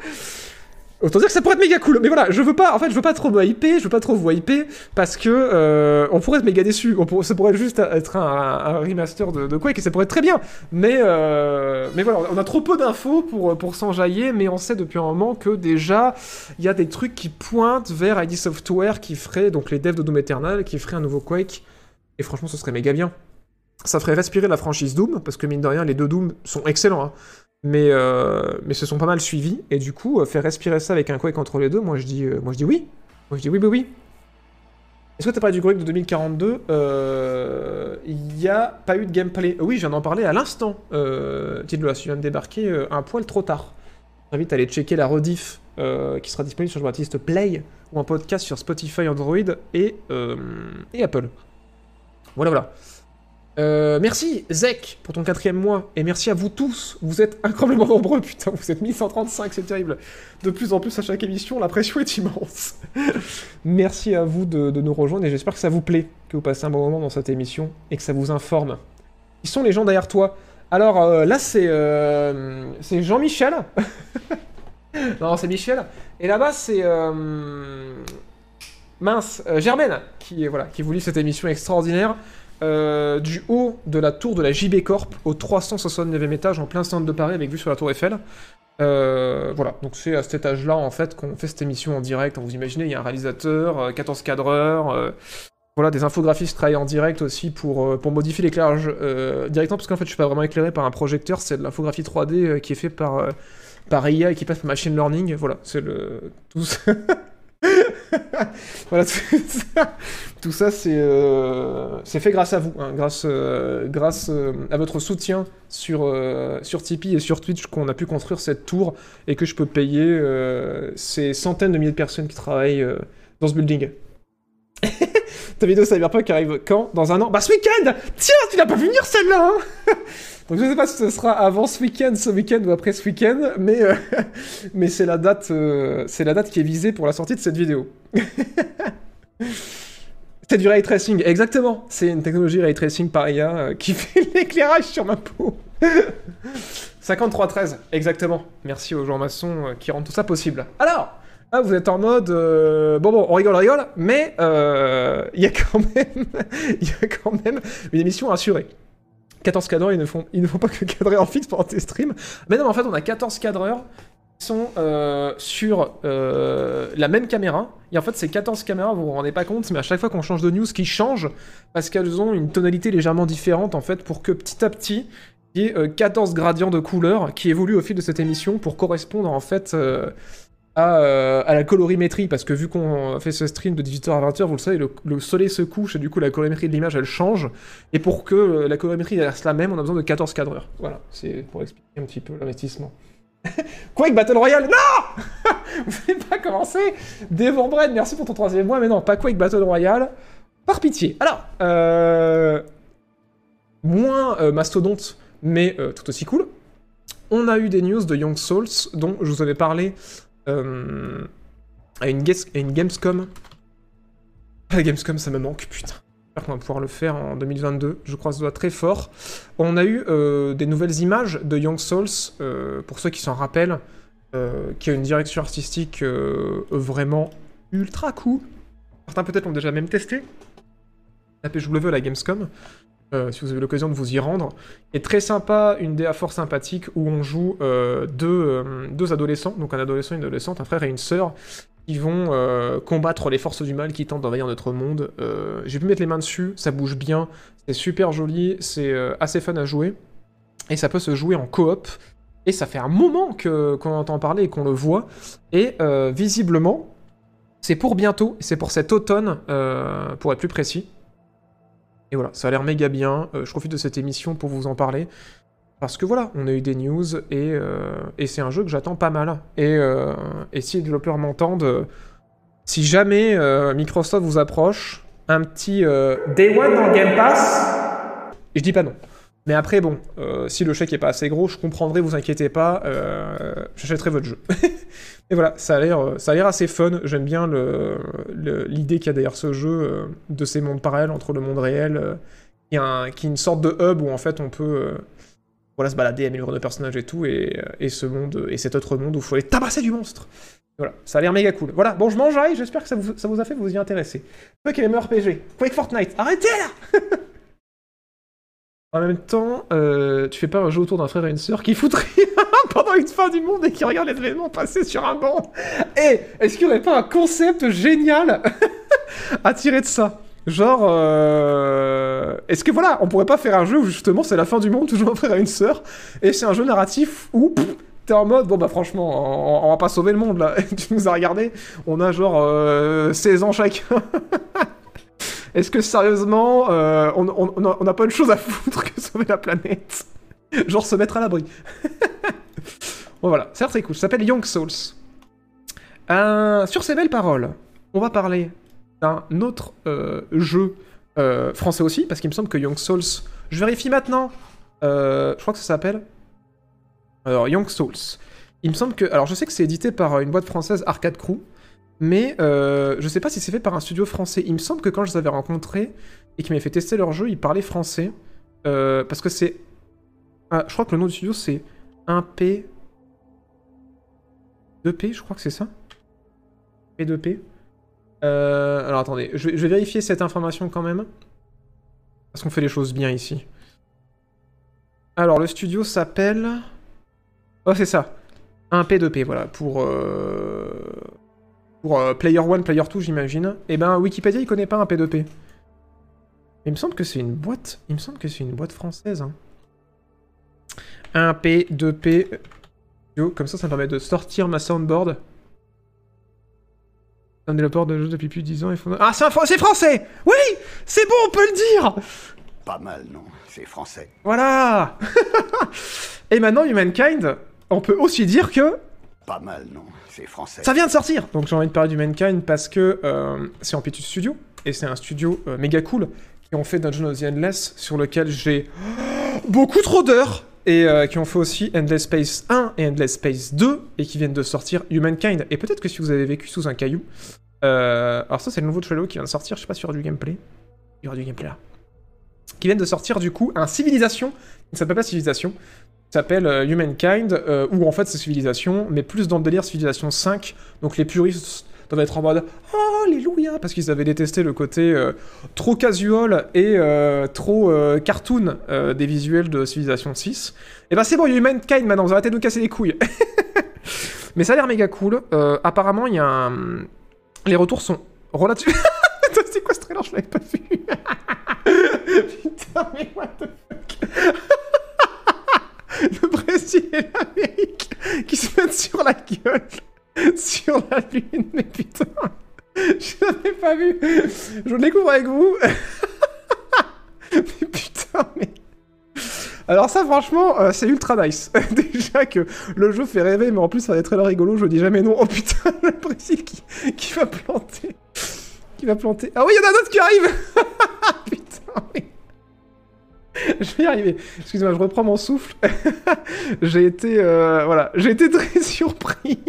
Autant dire que ça pourrait être méga cool, mais voilà, je veux pas, en fait, je veux pas trop me hyper, je veux pas trop vous hyper, parce que euh, on pourrait être méga déçus, on pour, ça pourrait juste être un, un remaster de, de Quake, et ça pourrait être très bien, mais, euh, mais voilà, on a trop peu d'infos pour, pour s'enjailler, mais on sait depuis un moment que déjà, il y a des trucs qui pointent vers I D Software qui ferait, donc les devs de Doom Eternal, qui ferait un nouveau Quake, et franchement, ce serait méga bien. Ça ferait respirer la franchise Doom, parce que mine de rien, les deux Doom sont excellents, hein. Mais, euh, mais se sont pas mal suivis, et du coup, euh, faire respirer ça avec un Quake entre les deux, moi je dis, euh, moi je dis oui. Moi je dis oui, oui, oui. Est-ce que t'as parlé du Quake de deux mille quarante-deux? Euh... Il y a pas eu de gameplay. Euh, oui, je viens d'en parler à l'instant. Euh... Dites-le, je viens de débarquer euh, un poil trop tard. J'invite à aller checker la rediff euh, qui sera disponible sur Jean-Baptiste Play, ou un podcast sur Spotify, Android et, euh, et Apple. Voilà, voilà. Euh, merci Zek pour ton quatrième mois, et merci à vous tous, vous êtes incroyablement nombreux, putain, vous êtes mille cent trente-cinq, c'est terrible. De plus en plus à chaque émission, la pression est immense. Merci à vous de, de nous rejoindre, et j'espère que ça vous plaît, que vous passez un bon moment dans cette émission, et que ça vous informe. Qui sont les gens derrière toi? Alors euh, là c'est euh, c'est Jean-Michel. Non, c'est Michel. Et là-bas c'est... Euh, mince, euh, Germaine, qui, voilà, qui vous livre cette émission extraordinaire. Euh, du haut de la tour de la J B Corp au trois cent soixante-neuvième étage en plein centre de Paris avec vue sur la tour Eiffel. Euh, voilà, donc c'est à cet étage-là en fait qu'on fait cette émission en direct. Vous imaginez, il y a un réalisateur, quatorze cadreurs, euh, voilà, des infographistes travaillent en direct aussi pour, euh, pour modifier l'éclairage euh, directement, parce qu'en fait je suis pas vraiment éclairé par un projecteur, c'est de l'infographie trois D euh, qui est fait par, euh, par I A et qui passe par machine learning. Voilà, c'est le... tout ça. Voilà, tout ça, tout ça c'est euh, c'est fait grâce à vous, hein, grâce, euh, grâce euh, à votre soutien sur, euh, sur Tipeee et sur Twitch qu'on a pu construire cette tour et que je peux payer euh, ces centaines de milliers de personnes qui travaillent euh, dans ce building. Ta vidéo Cyberpunk arrive quand? Dans un an? Bah ce week-end! Tiens, tu l'as pas vu venir celle-là, hein. Donc je sais pas si ce sera avant ce week-end, ce week-end ou après ce week-end, mais, euh, mais c'est la date, euh, c'est la date qui est visée pour la sortie de cette vidéo. C'est du ray tracing, exactement. C'est une technologie ray tracing par I A euh, qui fait l'éclairage sur ma peau. cinquante-trois treize, exactement. Merci aux gens maçons euh, qui rendent tout ça possible. Alors, là vous êtes en mode euh, bon bon, on rigole, on rigole, mais il euh, y a quand même, il y a quand même une émission assurée. quatorze cadreurs, ils ne font, ils ne font pas que cadrer en fixe pendant tes streams. Mais non, en fait, on a quatorze cadreurs qui sont euh, sur euh, la même caméra. Et en fait, ces quatorze caméras, vous vous rendez pas compte, mais à chaque fois qu'on change de news, qui changent, parce qu'elles ont une tonalité légèrement différente, en fait, pour que petit à petit, il y ait euh, quatorze gradients de couleurs qui évoluent au fil de cette émission pour correspondre, en fait... Euh, À, euh, à la colorimétrie, parce que vu qu'on fait ce stream de dix-huit heures à vingt heures, vous le savez, le, le soleil se couche et du coup la colorimétrie de l'image elle change, et pour que euh, la colorimétrie reste la même, on a besoin de quatorze cadreurs. Voilà, c'est pour expliquer un petit peu l'investissement. Quake Battle Royale, non. Vous n'avez pas commencé. Devon Bred, merci pour ton troisième mois, mais non, pas Quake Battle Royale, par pitié. Alors, euh... moins euh, mastodonte, mais euh, tout aussi cool, on a eu des news de Young Souls, dont je vous avais parlé Euh, à, une à une Gamescom. La Gamescom, ça me manque, putain. J'espère qu'on va pouvoir le faire en deux mille vingt-deux. Je crois que ça doit être très fort. On a eu euh, des nouvelles images de Young Souls, euh, pour ceux qui s'en rappellent, euh, qui a une direction artistique euh, vraiment ultra cool. Certains peut-être l'ont déjà même testé. La P W à la Gamescom. Euh, si vous avez l'occasion de vous y rendre. Et très sympa, une D A fort sympathique où on joue euh, deux, euh, deux adolescents, donc un adolescent et une adolescente, un frère et une sœur, qui vont euh, combattre les forces du mal qui tentent d'envahir notre monde. Euh, J'ai pu mettre les mains dessus, ça bouge bien, c'est super joli, c'est euh, assez fun à jouer, et ça peut se jouer en coop, et ça fait un moment que, qu'on entend parler et qu'on le voit, et euh, visiblement, c'est pour bientôt, c'est pour cet automne, euh, pour être plus précis. Et voilà, ça a l'air méga bien, euh, je profite de cette émission pour vous en parler, parce que voilà, on a eu des news, et, euh, et c'est un jeu que j'attends pas mal. Et, euh, et si les développeurs m'entendent, euh, si jamais euh, Microsoft vous approche, un petit euh, Day One dans Game Pass, et je dis pas non. Mais après, bon, euh, si le chèque est pas assez gros, je comprendrai, vous inquiétez pas, euh, j'achèterai votre jeu. Et voilà, ça a l'air, ça a l'air assez fun. J'aime bien le, le, l'idée qu'il y a derrière ce jeu, euh, de ces mondes parallèles entre le monde réel, euh, qui, est un, qui est une sorte de hub où en fait on peut euh, voilà, se balader, améliorer nos personnages et tout, et, et ce monde, et cet autre monde où il faut aller tabasser du monstre. Voilà, ça a l'air méga cool. Voilà, bon, je mange, et j'espère que ça vous, ça vous a fait vous y intéresser. Quake M M O R P G, Quake Fortnite, arrêtez là. En même temps, euh, tu fais pas un jeu autour d'un frère et une sœur qui foutent rien pendant une fin du monde et qui regardent les événements passer sur un banc. Eh, est-ce qu'il y aurait pas un concept génial à tirer de ça? Genre, euh... est-ce que voilà, on pourrait pas faire un jeu où justement c'est la fin du monde, toujours un frère et une sœur, et c'est un jeu narratif où pff, t'es en mode, bon bah franchement, on, on va pas sauver le monde là, tu nous as regardé, on a genre euh, seize ans chacun. Est-ce que sérieusement, euh, on n'a pas une chose à foutre que sauver la planète? Genre se mettre à l'abri. Bon voilà, c'est très cool, ça s'appelle Young Souls. Euh, sur ces belles paroles, on va parler d'un autre euh, jeu euh, français aussi, parce qu'il me semble que Young Souls... Je vérifie maintenant. Euh, je crois que ça s'appelle... Alors, Young Souls. Il me semble que... Alors, je sais que c'est édité par une boîte française, Arcade Crew, mais euh, je sais pas si c'est fait par un studio français. Il me semble que quand je les avais rencontrés et qu'ils m'avaient fait tester leur jeu, ils parlaient français. Euh, parce que c'est... Ah, je crois que le nom du studio, c'est un P... deux P, je crois que c'est ça. P deux P. Euh, alors attendez, je vais, je vais vérifier cette information quand même. Parce qu'on fait les choses bien ici. Alors, le studio s'appelle... Oh, c'est ça. un P deux P, voilà. Pour... Euh... Pour euh, Player one, Player two, j'imagine. Et ben, Wikipédia, il connaît pas un P deux P. Il me semble que c'est une boîte... Il me semble que c'est une boîte française. Hein. un P deux P... Comme ça, ça me permet de sortir ma soundboard. Un développeur de jeux depuis plus de dix ans. Il faut... Ah, c'est français! Oui! C'est bon, on peut le dire! Pas mal, non? C'est français. Voilà. Et maintenant, Humankind, on peut aussi dire que... Pas mal, non? C'est français. Ça vient de sortir! Donc j'ai envie de parler d'Humankind parce que euh, c'est en Pitus Studio, et c'est un studio euh, méga cool, qui ont fait Dungeon of the Endless, sur lequel j'ai beaucoup trop d'heures, et euh, qui ont fait aussi Endless Space un et Endless Space deux, et qui viennent de sortir Humankind. Et peut-être que si vous avez vécu sous un caillou... Euh, alors ça, c'est le nouveau trailer qui vient de sortir, je sais pas s'il y aura du gameplay. Il y aura du gameplay là. Qui viennent de sortir du coup un Civilisation, qui ne s'appelle pas Civilisation, qui s'appelle euh, Humankind, euh, où en fait c'est Civilisation, mais plus dans le délire Civilisation cinq, donc les puristes doivent être en mode « Oh, alléluia !» parce qu'ils avaient détesté le côté euh, trop casual et euh, trop euh, cartoon euh, des visuels de Civilisation six. Et bah c'est bon, il y a Humankind maintenant, vous arrêtez de nous casser les couilles. Mais ça a l'air méga cool. Euh, apparemment, il y a un... Les retours sont relativement... C'est quoi ce trailer? Je l'avais pas vu. Putain, mais what the fuck. Le Brésil et l'Amérique qui se mettent sur la gueule sur la lune, mais putain, je l'avais pas vu. Je le découvre avec vous. Mais putain, mais... Alors ça, franchement, euh, c'est ultra nice. Déjà que le jeu fait rêver, mais en plus, ça va être très rigolo, je dis jamais non. Oh putain, le Brésil qui, qui va planter. Qui va planter. Ah oui, il y en a d'autres qui arrivent. Putain, mais... Je vais y arriver. Excusez-moi, je reprends mon souffle. J'ai été... Euh, voilà, j'ai été très surpris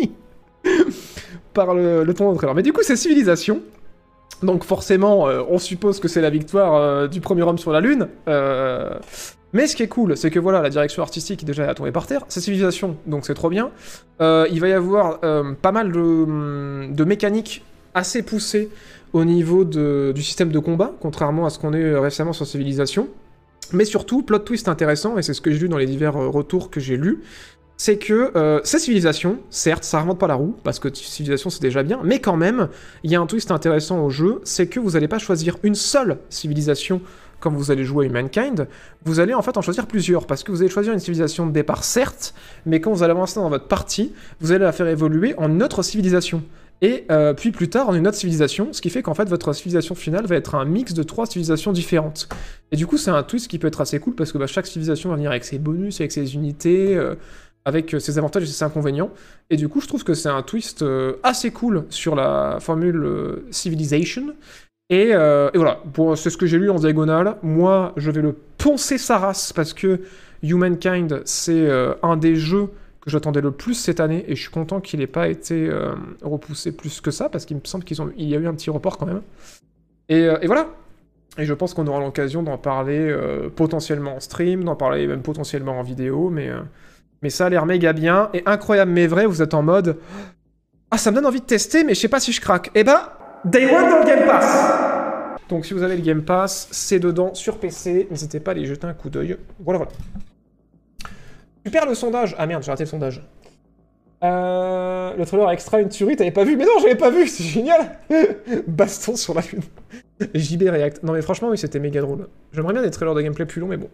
par le, le ton de trailer. Mais du coup, c'est Civilisation. Donc forcément, euh, on suppose que c'est la victoire euh, du premier homme sur la Lune. Euh... Mais ce qui est cool, c'est que voilà, la direction artistique est déjà tombée par terre. C'est Civilisation, donc c'est trop bien. Euh, il va y avoir euh, pas mal de, de mécaniques assez poussées au niveau de, du système de combat, contrairement à ce qu'on est récemment sur Civilisation. Mais surtout, plot twist intéressant, et c'est ce que j'ai lu dans les divers euh, retours que j'ai lus, c'est que euh, c'est Civilisation, certes, ça remonte pas la roue, parce que Civilisation c'est déjà bien, mais quand même, il y a un twist intéressant au jeu, c'est que vous n'allez pas choisir une seule civilisation quand vous allez jouer à Humankind, vous allez en fait en choisir plusieurs, parce que vous allez choisir une civilisation de départ, certes, mais quand vous allez avancer dans votre partie, vous allez la faire évoluer en une autre civilisation. Et euh, puis plus tard en une autre civilisation, ce qui fait qu'en fait votre civilisation finale va être un mix de trois civilisations différentes. Et du coup c'est un twist qui peut être assez cool, parce que bah, chaque civilisation va venir avec ses bonus, avec ses unités, euh, avec ses avantages et ses inconvénients. Et du coup je trouve que c'est un twist euh, assez cool sur la formule euh, Civilization. Et, euh, et voilà, bon, c'est ce que j'ai lu en diagonale. Moi je vais le poncer sa race, parce que Humankind c'est euh, un des jeux que j'attendais le plus cette année, et je suis content qu'il n'ait pas été euh, repoussé plus que ça, parce qu'il me semble qu'il y a eu un petit report quand même. Et, euh, et voilà. Et je pense qu'on aura l'occasion d'en parler euh, potentiellement en stream, d'en parler même potentiellement en vidéo, mais, euh, mais ça a l'air méga bien, et incroyable mais vrai, vous êtes en mode... Ah, ça me donne envie de tester, mais je sais pas si je craque. Eh ben, Day One dans le Game Pass. Donc si vous avez le Game Pass, c'est dedans sur P C. N'hésitez pas à aller jeter un coup d'œil. Voilà, voilà. Super le sondage. Ah merde, j'ai raté le sondage. Euh, le trailer extra une tuerie, t'avais pas vu? Mais non, j'avais pas vu, c'est génial. Baston sur la lune. J B React. Non mais franchement, oui, c'était méga drôle. J'aimerais bien des trailers de gameplay plus longs, mais bon.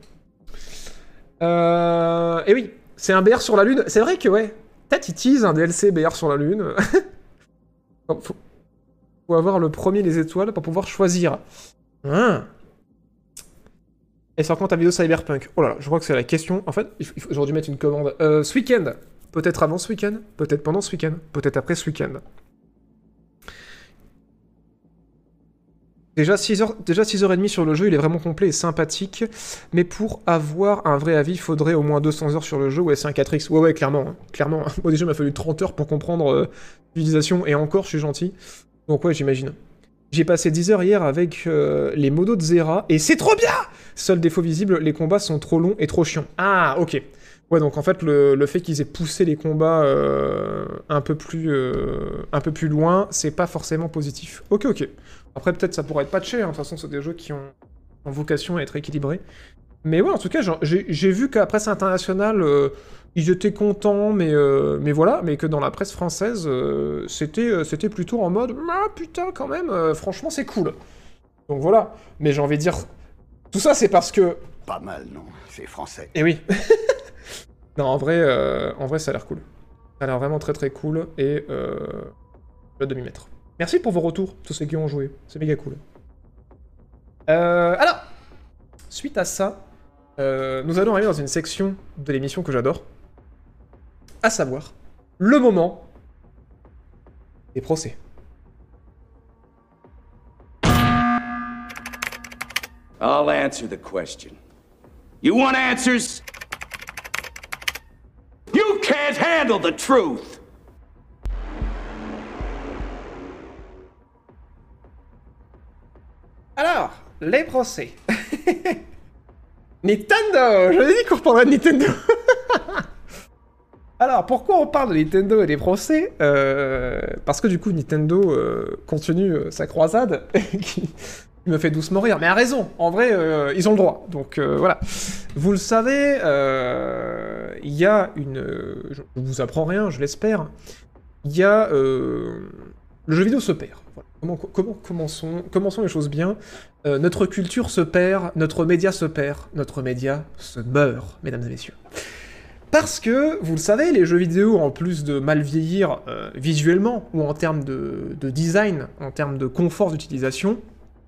Euh... Et oui, c'est un B R sur la lune. C'est vrai que, ouais, peut-être ils teasent un D L C B R sur la lune. faut... faut avoir le premier les étoiles pour pouvoir choisir. Hein. Et sur quand ta vidéo Cyberpunk? Oh là là, je crois que c'est la question. En fait, il faut... j'aurais dû mettre une commande. Euh, ce week-end. Peut-être avant ce week-end, peut-être pendant ce week-end, peut-être après ce week-end. Déjà six heures, déjà six heures trente sur le jeu, il est vraiment complet et sympathique. Mais pour avoir un vrai avis, il faudrait au moins deux cents heures sur le jeu. Ouais, c'est un quatre X. Ouais, ouais, clairement. Hein, clairement. Moi, déjà, il m'a fallu trente heures pour comprendre euh, l'utilisation. Et encore, je suis gentil. Donc ouais, j'imagine. J'ai passé dix heures hier avec euh, les modos de Zera. Et c'est trop bien! Seul défaut visible, les combats sont trop longs et trop chiants. Ah, ok. Ouais, donc en fait, le, le fait qu'ils aient poussé les combats euh, un, peu plus, euh, un peu plus loin, c'est pas forcément positif. Ok, ok. Après, peut-être ça pourrait être patché, hein. De toute façon, c'est des jeux qui ont, ont vocation à être équilibrés. Mais ouais, en tout cas, j'ai vu qu'à la presse internationale, euh, ils étaient contents, mais, euh, mais voilà, mais que dans la presse française, euh, c'était euh, c'était plutôt en mode « Ah, putain, quand même, euh, franchement, c'est cool ». Donc voilà. Mais j'ai envie de dire, tout ça, c'est parce que... Pas mal, non? C'est français. Eh oui. Non, en vrai, euh, en vrai, ça a l'air cool. Ça a l'air vraiment très très cool, et euh, je vais demi-mètre. Merci pour vos retours, tous ceux qui ont joué. C'est méga cool. Euh, alors, suite à ça, euh, nous allons arriver dans une section de l'émission que j'adore, à savoir, le moment des procès. I'll answer the question. You want answers? You can't handle the truth! Alors, les procès. Nintendo! Je l'ai dit qu'on reparlerait de Nintendo. Alors, pourquoi on parle de Nintendo et des procès? euh, Parce que du coup, Nintendo euh, continue euh, sa croisade, qui me fait doucement rire. Mais à raison, en vrai, euh, ils ont le droit. Donc euh, voilà. Vous le savez, il euh, y a une... Je vous apprends rien, je l'espère. Il y a... Euh, le jeu vidéo se perd. Voilà. Comment, comment commençons, commençons les choses bien. Euh, notre culture se perd, notre média se perd, notre média se meurt, mesdames et messieurs. Parce que, vous le savez, les jeux vidéo, en plus de mal vieillir euh, visuellement, ou en termes de, de design, en termes de confort d'utilisation,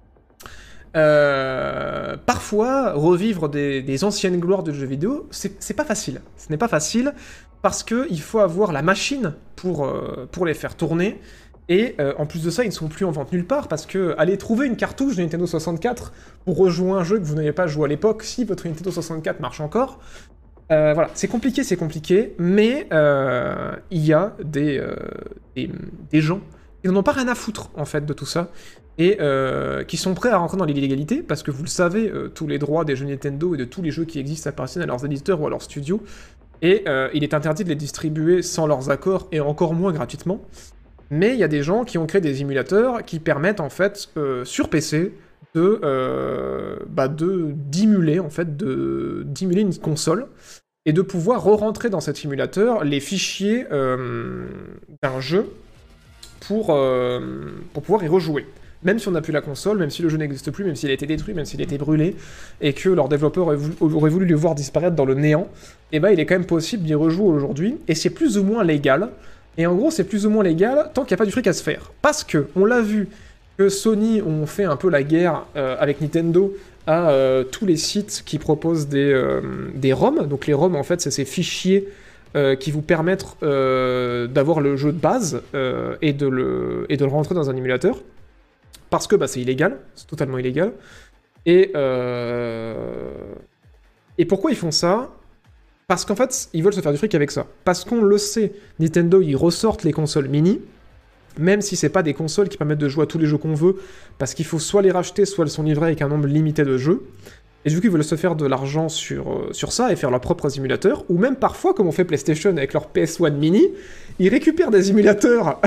euh, parfois, revivre des, des anciennes gloires de jeux vidéo, c'est pas facile. Ce n'est pas facile, parce qu'il faut avoir la machine pour, euh, pour les faire tourner, et euh, en plus de ça, ils ne sont plus en vente nulle part, parce que aller trouver une cartouche de Nintendo soixante-quatre pour rejouer un jeu que vous n'aviez pas joué à l'époque, si votre Nintendo soixante-quatre marche encore, euh, voilà, c'est compliqué, c'est compliqué, mais euh, il y a des, euh, des, des gens qui n'en ont pas rien à foutre, en fait, de tout ça, et euh, qui sont prêts à rentrer dans l'illégalité, parce que vous le savez, euh, tous les droits des jeux Nintendo et de tous les jeux qui existent appartiennent à leurs éditeurs ou à leurs studios, et euh, il est interdit de les distribuer sans leurs accords, et encore moins gratuitement. Mais il y a des gens qui ont créé des émulateurs qui permettent, en fait, euh, sur P C, de, euh, bah de d'émuler, en fait, de d'émuler une console, et de pouvoir re-rentrer dans cet émulateur les fichiers euh, d'un jeu pour, euh, pour pouvoir y rejouer. Même si on n'a plus la console, même si le jeu n'existe plus, même s'il a été détruit, même s'il a été brûlé, et que leurs développeurs auraient voulu, auraient voulu le voir disparaître dans le néant, et bah il est quand même possible d'y rejouer aujourd'hui, et c'est plus ou moins légal. Et en gros, c'est plus ou moins légal tant qu'il n'y a pas du fric à se faire. Parce que, on l'a vu, que Sony ont fait un peu la guerre euh, avec Nintendo à euh, tous les sites qui proposent des, euh, des ROM. Donc les ROM, en fait, c'est ces fichiers euh, qui vous permettent euh, d'avoir le jeu de base euh, et, de le, et de le rentrer dans un émulateur. Parce que bah, c'est illégal, c'est totalement illégal. Et, euh... et pourquoi ils font ça ? Parce qu'en fait, ils veulent se faire du fric avec ça. Parce qu'on le sait, Nintendo, ils ressortent les consoles mini, même si c'est pas des consoles qui permettent de jouer à tous les jeux qu'on veut, parce qu'il faut soit les racheter, soit elles sont livrées avec un nombre limité de jeux. et du coup ils veulent se faire de l'argent sur, euh, sur ça et faire leurs propres émulateurs, ou même parfois, comme on fait PlayStation avec leur P S un Mini, ils récupèrent des émulateurs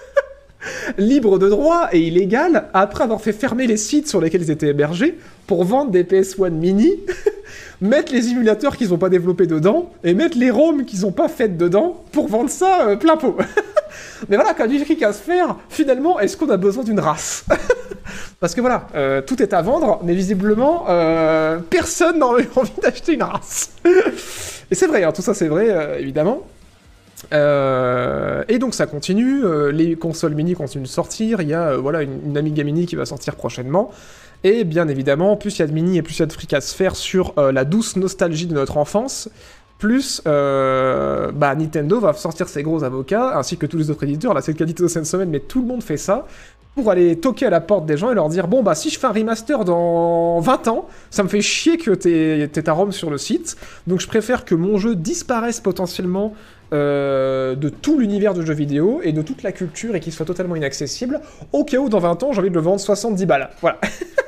libres de droit et illégal après avoir fait fermer les sites sur lesquels ils étaient hébergés pour vendre des P S un Mini, mettre les émulateurs qu'ils n'ont pas développés dedans et mettre les ROM qu'ils n'ont pas faites dedans pour vendre ça euh, plein pot. Mais voilà, quand du fric à se faire, finalement, est-ce qu'on a besoin d'une race? Parce que voilà, euh, tout est à vendre, mais visiblement, euh, personne n'a envie d'acheter une race. Et c'est vrai, hein, tout ça c'est vrai, euh, évidemment. Euh, et donc ça continue, euh, les consoles mini continuent de sortir, il y a euh, voilà, une, une Amiga mini qui va sortir prochainement, et bien évidemment, plus il y a de mini et plus il y a de fric à se faire sur euh, la douce nostalgie de notre enfance, plus euh, bah, Nintendo va sortir ses gros avocats, ainsi que tous les autres éditeurs, là c'est le cas d'Ito cette semaine, mais tout le monde fait ça, pour aller toquer à la porte des gens et leur dire « Bon, bah si je fais un remaster dans vingt ans, ça me fait chier que t'aies ta ROM sur le site, donc je préfère que mon jeu disparaisse potentiellement euh, de tout l'univers de jeux vidéo et de toute la culture et qu'il soit totalement inaccessible, au cas où dans vingt ans j'ai envie de le vendre soixante-dix balles. » Voilà.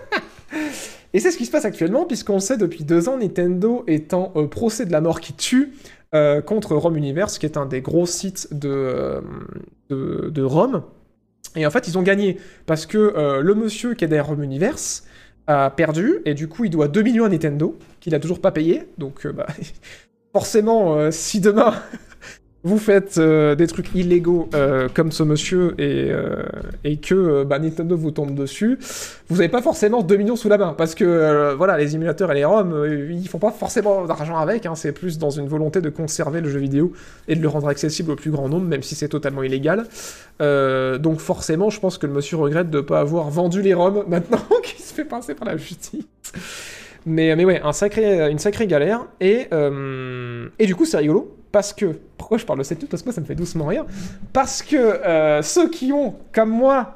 Et c'est ce qui se passe actuellement, puisqu'on sait depuis deux ans, Nintendo est en euh, procès de la mort qui tue euh, contre ROM Universe, qui est un des gros sites de, euh, de, de ROM. Et en fait, ils ont gagné, parce que euh, le monsieur qui est derrière ROM Universe a perdu, et du coup, il doit deux millions à Nintendo, qu'il a toujours pas payé. Donc, euh, bah, forcément, euh, si demain, vous faites euh, des trucs illégaux euh, comme ce monsieur, et, euh, et que euh, bah, Nintendo vous tombe dessus, vous n'avez pas forcément deux millions sous la main, parce que, euh, voilà, les émulateurs et les ROM, euh, ils font pas forcément d'argent avec, hein, c'est plus dans une volonté de conserver le jeu vidéo, et de le rendre accessible au plus grand nombre, même si c'est totalement illégal. Euh, donc forcément, je pense que le monsieur regrette de ne pas avoir vendu les ROM maintenant qu'il se fait passer par la justice. Mais, mais ouais, un sacré, une sacrée galère. Et, euh, et du coup, c'est rigolo. Parce que... Pourquoi je parle de cette news? Parce que moi, ça me fait doucement rire. Parce que euh, ceux qui ont, comme moi,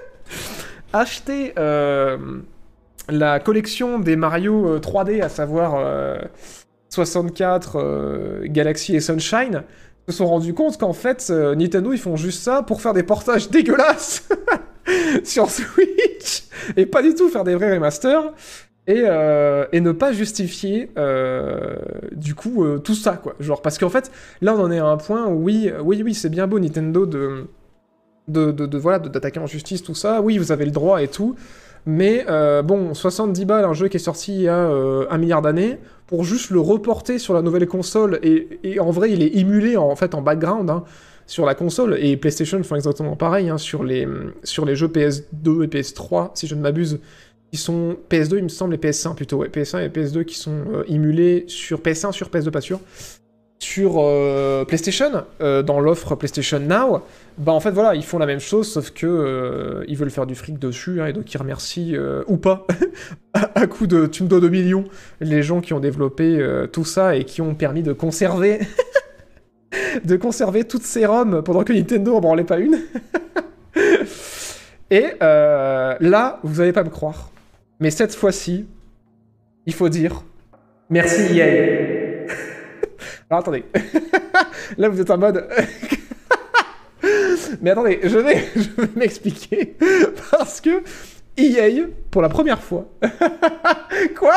acheté euh, la collection des Mario euh, trois D, à savoir euh, soixante-quatre, euh, Galaxy et Sunshine, se sont rendus compte qu'en fait, euh, Nintendo, ils font juste ça pour faire des portages dégueulasses sur Switch, et pas du tout faire des vrais remasters, et, euh, et ne pas justifier, euh, du coup, euh, tout ça, quoi. Genre, parce qu'en fait, là, on en est à un point où, oui, oui, oui, c'est bien beau, Nintendo, de, de, de, de voilà, d'attaquer en justice, tout ça, oui, vous avez le droit et tout, mais euh, bon, soixante-dix balles, un jeu qui est sorti il y a euh, un milliard d'années, pour juste le reporter sur la nouvelle console, et, et en vrai, il est émulé, en, en fait, en background, hein, sur la console, et PlayStation font exactement pareil, hein, sur, les, sur les jeux P S deux et P S trois, si je ne m'abuse, qui sont P S deux, il me semble, et P S un plutôt, ouais, P S un et P S deux qui sont euh, émulés sur P S un, sur P S deux, pas sûr, sur euh, PlayStation, euh, dans l'offre PlayStation Now, bah en fait voilà, ils font la même chose, sauf que euh, ils veulent faire du fric dessus, hein, et donc ils remercient, euh, ou pas, à, à coup de tu me dois deux millions, les gens qui ont développé euh, tout ça et qui ont permis de conserver, de conserver toutes ces ROM pendant que Nintendo en branlait pas une. Et euh, là, vous n'allez pas me croire, mais cette fois-ci, il faut dire merci E A. Alors attendez, là vous êtes en mode... Mais attendez, je vais, je vais m'expliquer, parce que E A, pour la première fois... Quoi?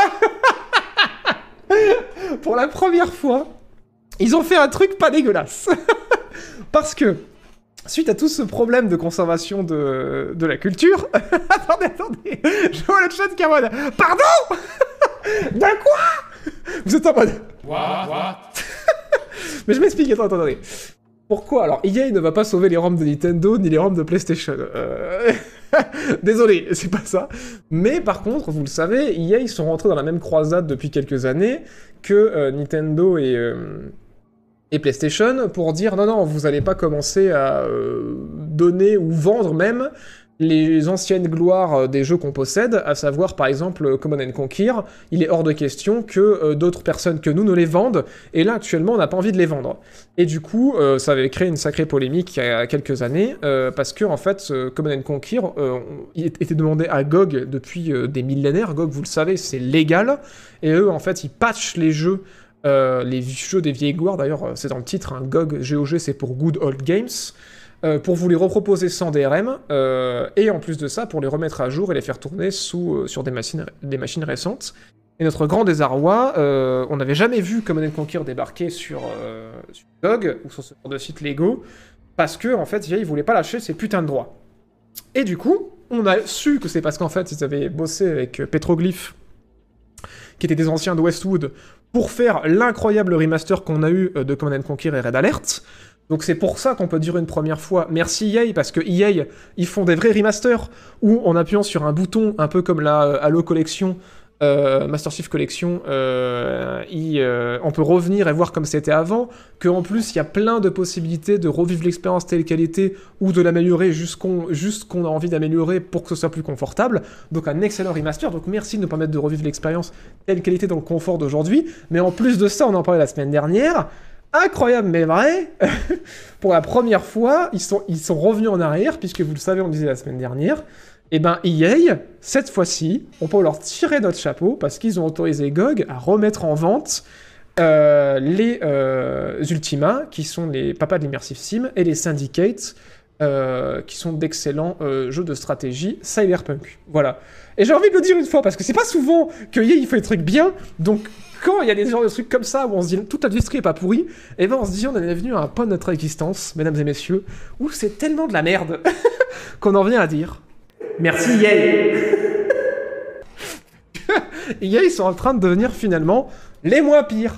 Pour la première fois, ils ont fait un truc pas dégueulasse. Parce que, suite à tout ce problème de conservation de, de la culture... attendez, attendez, je vois le chat qui est en mode... Pardon? De quoi? Vous êtes en mode... What? What? Mais je m'explique, attends, attendez. Pourquoi? Alors, E A ne va pas sauver les ROM de Nintendo, ni les ROM de PlayStation. Euh... Désolé, c'est pas ça. Mais par contre, vous le savez, E A, ils sont rentrés dans la même croisade depuis quelques années que euh, Nintendo et, euh, et PlayStation pour dire non, non, vous allez pas commencer à euh, donner ou vendre même les anciennes gloires des jeux qu'on possède, à savoir par exemple Command and Conquer, il est hors de question que euh, d'autres personnes que nous ne les vendent, et là actuellement on n'a pas envie de les vendre. Et du coup, euh, ça avait créé une sacrée polémique il y a quelques années, euh, parce que en fait, euh, Command and Conquer, euh, il était demandé à G O G depuis euh, des millénaires. G O G, vous le savez, c'est légal, et eux en fait ils patchent les jeux, euh, les jeux des vieilles gloires, d'ailleurs c'est dans le titre, hein, G O G, G O G c'est pour Good Old Games, Euh, pour vous les reproposer sans D R M, euh, et en plus de ça, pour les remettre à jour et les faire tourner sous, euh, sur des machines, des machines récentes. Et notre grand désarroi, euh, on n'avait jamais vu Command and Conquer débarquer sur, euh, sur G O G, ou sur ce genre de site Lego, parce que, en fait, E A, ils voulaient pas lâcher ces putains de droits. Et du coup, on a su que c'est parce qu'en fait, ils avaient bossé avec Petroglyph, qui étaient des anciens de Westwood, pour faire l'incroyable remaster qu'on a eu de Command and Conquer et Red Alert. Donc c'est pour ça qu'on peut dire une première fois merci E A, parce que E A, ils font des vrais remasters, où en appuyant sur un bouton, un peu comme la euh, Halo Collection, euh, Master Chief Collection, euh, il, euh, on peut revenir et voir comme c'était avant, qu'en plus il y a plein de possibilités de revivre l'expérience telle qu'elle était, ou de l'améliorer jusqu'on, juste qu'on a envie d'améliorer pour que ce soit plus confortable. Donc un excellent remaster, donc merci de nous permettre de revivre l'expérience telle qu'elle était dans le confort d'aujourd'hui. Mais en plus de ça, on en parlait la semaine dernière, incroyable mais vrai, pour la première fois, ils sont, ils sont revenus en arrière, puisque vous le savez, on le disait la semaine dernière, et ben E A, cette fois-ci, on peut leur tirer notre chapeau, parce qu'ils ont autorisé G O G à remettre en vente euh, les euh, Ultima, qui sont les papas de l'Immersive Sim, et les Syndicate, euh, qui sont d'excellents euh, jeux de stratégie cyberpunk. Voilà. Et j'ai envie de le dire une fois, parce que c'est pas souvent que E A, il fait des trucs bien, donc quand il y a des genres de trucs comme ça, où on se dit toute l'industrie est pas pourrie, et ben on se dit on en est venu à un point de notre existence, mesdames et messieurs, où c'est tellement de la merde qu'on en vient à dire merci E A. E A, ils sont en train de devenir finalement les moins pires.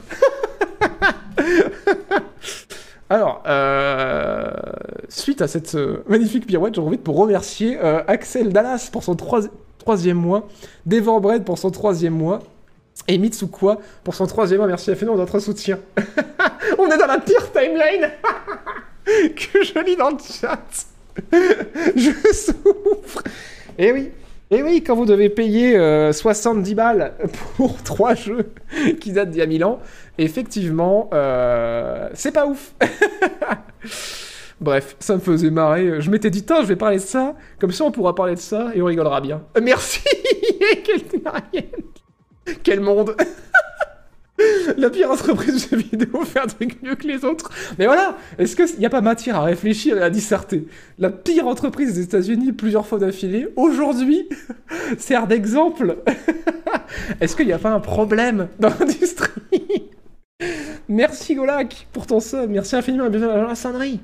Alors, euh, suite à cette euh, magnifique pirouette, j'ai envie de remercier euh, Axel Dallas pour son troi- troisième mois, Devorbred pour son troisième mois, et Mitsukwa pour son troisième mois. Merci infiniment de notre soutien. On est dans la pire timeline que je lis dans le chat. Je souffre. Et oui, et oui, quand vous devez payer euh, soixante-dix balles pour trois jeux qui datent d'il y a mille ans, effectivement, euh, c'est pas ouf. Bref, ça me faisait marrer. Je m'étais dit, je vais parler de ça, comme ça on pourra parler de ça et on rigolera bien. Merci. Quel scénarienne. Quel monde. La pire entreprise de jeux vidéo fait un truc mieux que les autres. Mais voilà, est-ce qu'il n'y a pas matière à réfléchir et à disserter? La pire entreprise des États-Unis, plusieurs fois d'affilée, aujourd'hui, sert d'exemple. Est-ce qu'il n'y a pas un problème dans l'industrie? Merci Golak pour ton sub, merci infiniment, bienvenue à la sonnerie.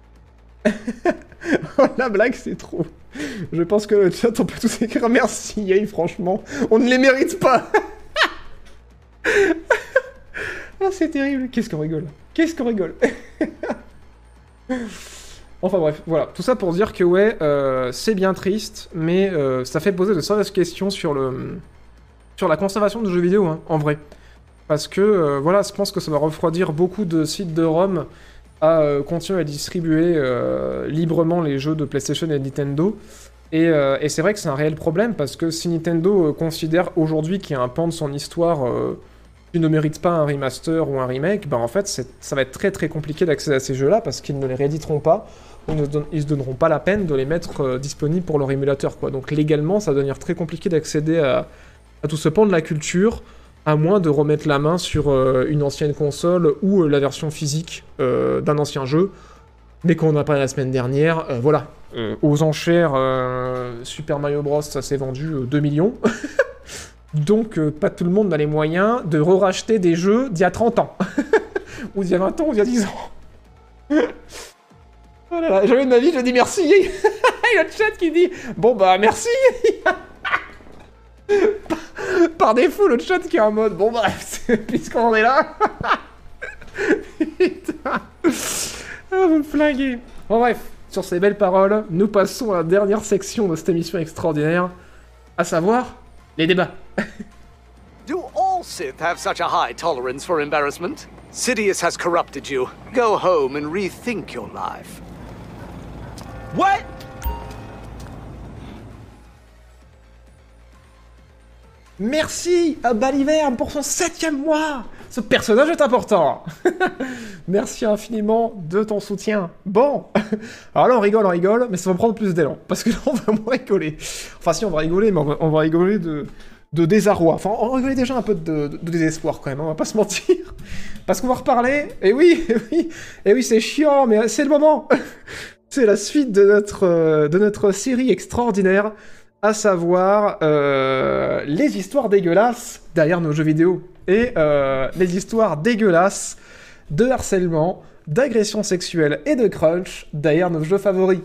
Oh, la blague, c'est trop. Je pense que le chat, on peut tous écrire merci, Yay, franchement, on ne les mérite pas. Ah, c'est terrible. Qu'est-ce qu'on rigole. Qu'est-ce qu'on rigole. Enfin bref, voilà. Tout ça pour dire que ouais, euh, c'est bien triste, mais euh, ça fait poser de sérieuses questions sur le sur la conservation de jeux vidéo, hein, en vrai. Parce que, euh, voilà, je pense que ça va refroidir beaucoup de sites de ROM à euh, continuer à distribuer euh, librement les jeux de PlayStation et de Nintendo. Et, euh, et c'est vrai que c'est un réel problème, parce que si Nintendo euh, considère aujourd'hui qu'il y a un pan de son histoire euh, qui ne mérite pas un remaster ou un remake, ben en fait, c'est, ça va être très très compliqué d'accéder à ces jeux-là, parce qu'ils ne les rééditeront pas, ou ne don- ils se donneront pas la peine de les mettre euh, disponibles pour leur émulateur, quoi. Donc légalement, ça va devenir très compliqué d'accéder à, à tout ce pan de la culture, à moins de remettre la main sur euh, une ancienne console ou euh, la version physique euh, d'un ancien jeu. Mais comme on a parlé la semaine dernière, euh, voilà. Euh, aux enchères, euh, Super Mario Bros, ça s'est vendu euh, deux millions. Donc, euh, pas tout le monde a les moyens de re-racheter des jeux d'il y a trente ans. Ou d'il y a vingt ans, ou d'il y a dix ans. Oh là là, jamais de ma vie, je dis merci. Il y a le chat qui dit, bon bah merci. par, par défaut, le chat qui est en mode, bon bah, puisqu'on en est là. Putain. Ah, vous me flinguez. Bon bref, sur ces belles paroles, nous passons à la dernière section de cette émission extraordinaire, à savoir les débats. Do all Sith have such a high tolerance for embarrassment? Sidious has corrupted you. Go home and rethink your life. What? Merci à Baliverne pour son septième mois. Ce personnage est important. Merci infiniment de ton soutien. Bon, alors là on rigole, on rigole, mais ça va prendre plus d'élan, parce que là on va moins rigoler. Enfin si, on va rigoler, mais on va, on va rigoler de, de désarroi. Enfin, on va rigoler déjà un peu de, de, de désespoir quand même, on va pas se mentir. Parce qu'on va reparler, et oui, et oui, et oui c'est chiant, mais c'est le moment. C'est la suite de notre, euh, de notre série extraordinaire, à savoir euh, les histoires dégueulasses derrière nos jeux vidéo, et euh, les histoires dégueulasses de harcèlement, d'agression sexuelle et de crunch derrière nos jeux favoris.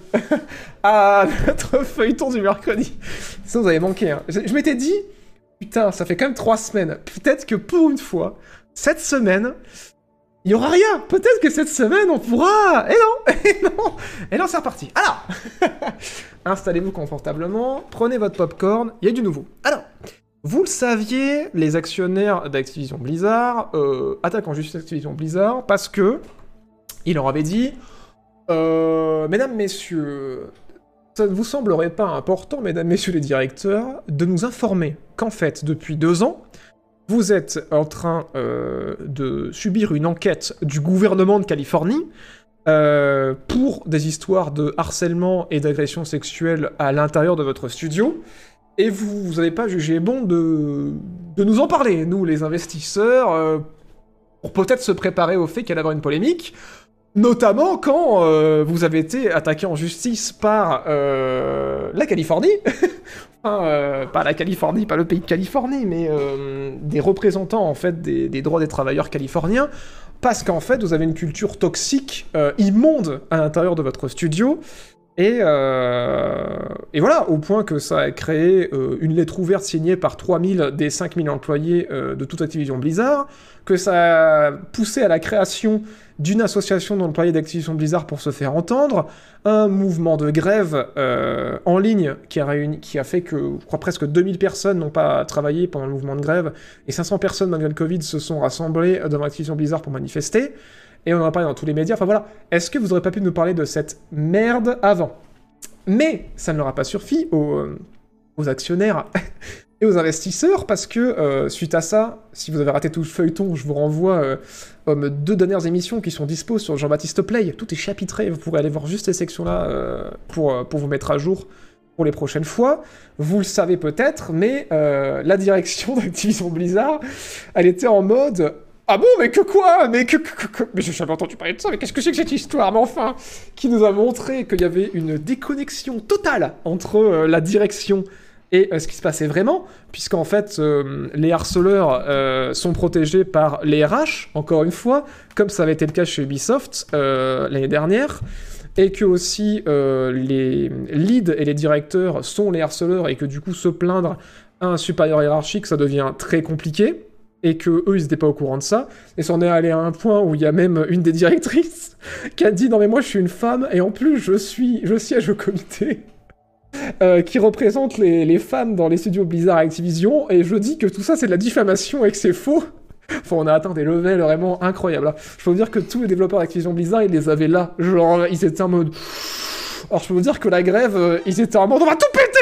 Ah, notre feuilleton du mercredi. Ça, vous avez manqué, hein. Je, je m'étais dit, putain, ça fait quand même trois semaines. Peut-être que pour une fois, cette semaine, il y aura rien. Peut-être que cette semaine, on pourra... Et non, et non, et non, c'est reparti. Alors, installez-vous confortablement, prenez votre popcorn, il y a du nouveau. Alors, vous le saviez, les actionnaires d'Activision Blizzard euh, attaquent en justice Activision Blizzard parce que il leur avait dit euh, mesdames, messieurs, ça ne vous semblerait pas important, mesdames, messieurs les directeurs, de nous informer qu'en fait, depuis deux ans, vous êtes en train euh, de subir une enquête du gouvernement de Californie euh, pour des histoires de harcèlement et d'agression sexuelle à l'intérieur de votre studio, et vous n'avez pas jugé bon de, de nous en parler, nous les investisseurs, euh, pour peut-être se préparer au fait qu'il y allait avoir une polémique, notamment quand euh, vous avez été attaqué en justice par euh, la Californie, enfin, euh, pas la Californie, pas le pays de Californie, mais euh, des représentants en fait des, des droits des travailleurs californiens, parce qu'en fait vous avez une culture toxique, euh, immonde à l'intérieur de votre studio, et, euh, et voilà, au point que ça a créé euh, une lettre ouverte signée par trois mille des cinq mille employés euh, de toute Activision Blizzard, que ça a poussé à la création d'une association d'employés d'Activision Blizzard pour se faire entendre, un mouvement de grève euh, en ligne qui a, réuni, qui a fait que, je crois, presque deux mille personnes n'ont pas travaillé pendant le mouvement de grève, et cinq cents personnes, malgré le Covid, se sont rassemblées devant Activision Blizzard pour manifester, et on en a parlé dans tous les médias. Enfin voilà, est-ce que vous auriez pas pu nous parler de cette merde avant? Mais ça ne leur a pas suffi aux, aux actionnaires et aux investisseurs, parce que euh, suite à ça, si vous avez raté tout le feuilleton, je vous renvoie euh, aux deux dernières émissions qui sont dispo sur Jean-Baptiste Play. Tout est chapitré, vous pourrez aller voir juste ces sections-là euh, pour, pour vous mettre à jour pour les prochaines fois. Vous le savez peut-être, mais euh, la direction d'Activision Blizzard, elle était en mode... Ah bon, mais que quoi? Mais que, que, que... Mais j'ai jamais entendu parler de ça, mais qu'est-ce que c'est que cette histoire? Mais enfin, qui nous a montré qu'il y avait une déconnexion totale entre euh, la direction et euh, ce qui se passait vraiment, puisqu'en fait, euh, les harceleurs euh, sont protégés par les R H, encore une fois, comme ça avait été le cas chez Ubisoft euh, l'année dernière, et que aussi euh, les leads et les directeurs sont les harceleurs, et que du coup, se plaindre à un supérieur hiérarchique, ça devient très compliqué, et que eux ils étaient pas au courant de ça, et ça en est allé à un point où il y a même une des directrices qui a dit « Non mais moi je suis une femme, et en plus je suis, je siège au comité euh, qui représente les, les femmes dans les studios Blizzard Activision, et je dis que tout ça c'est de la diffamation et que c'est faux ». Enfin, on a atteint des levels vraiment incroyables. Je peux vous dire que tous les développeurs d'Activision Blizzard, ils les avaient là, genre ils étaient en mode... Alors je peux vous dire que la grève, ils étaient en mode « On va tout péter !»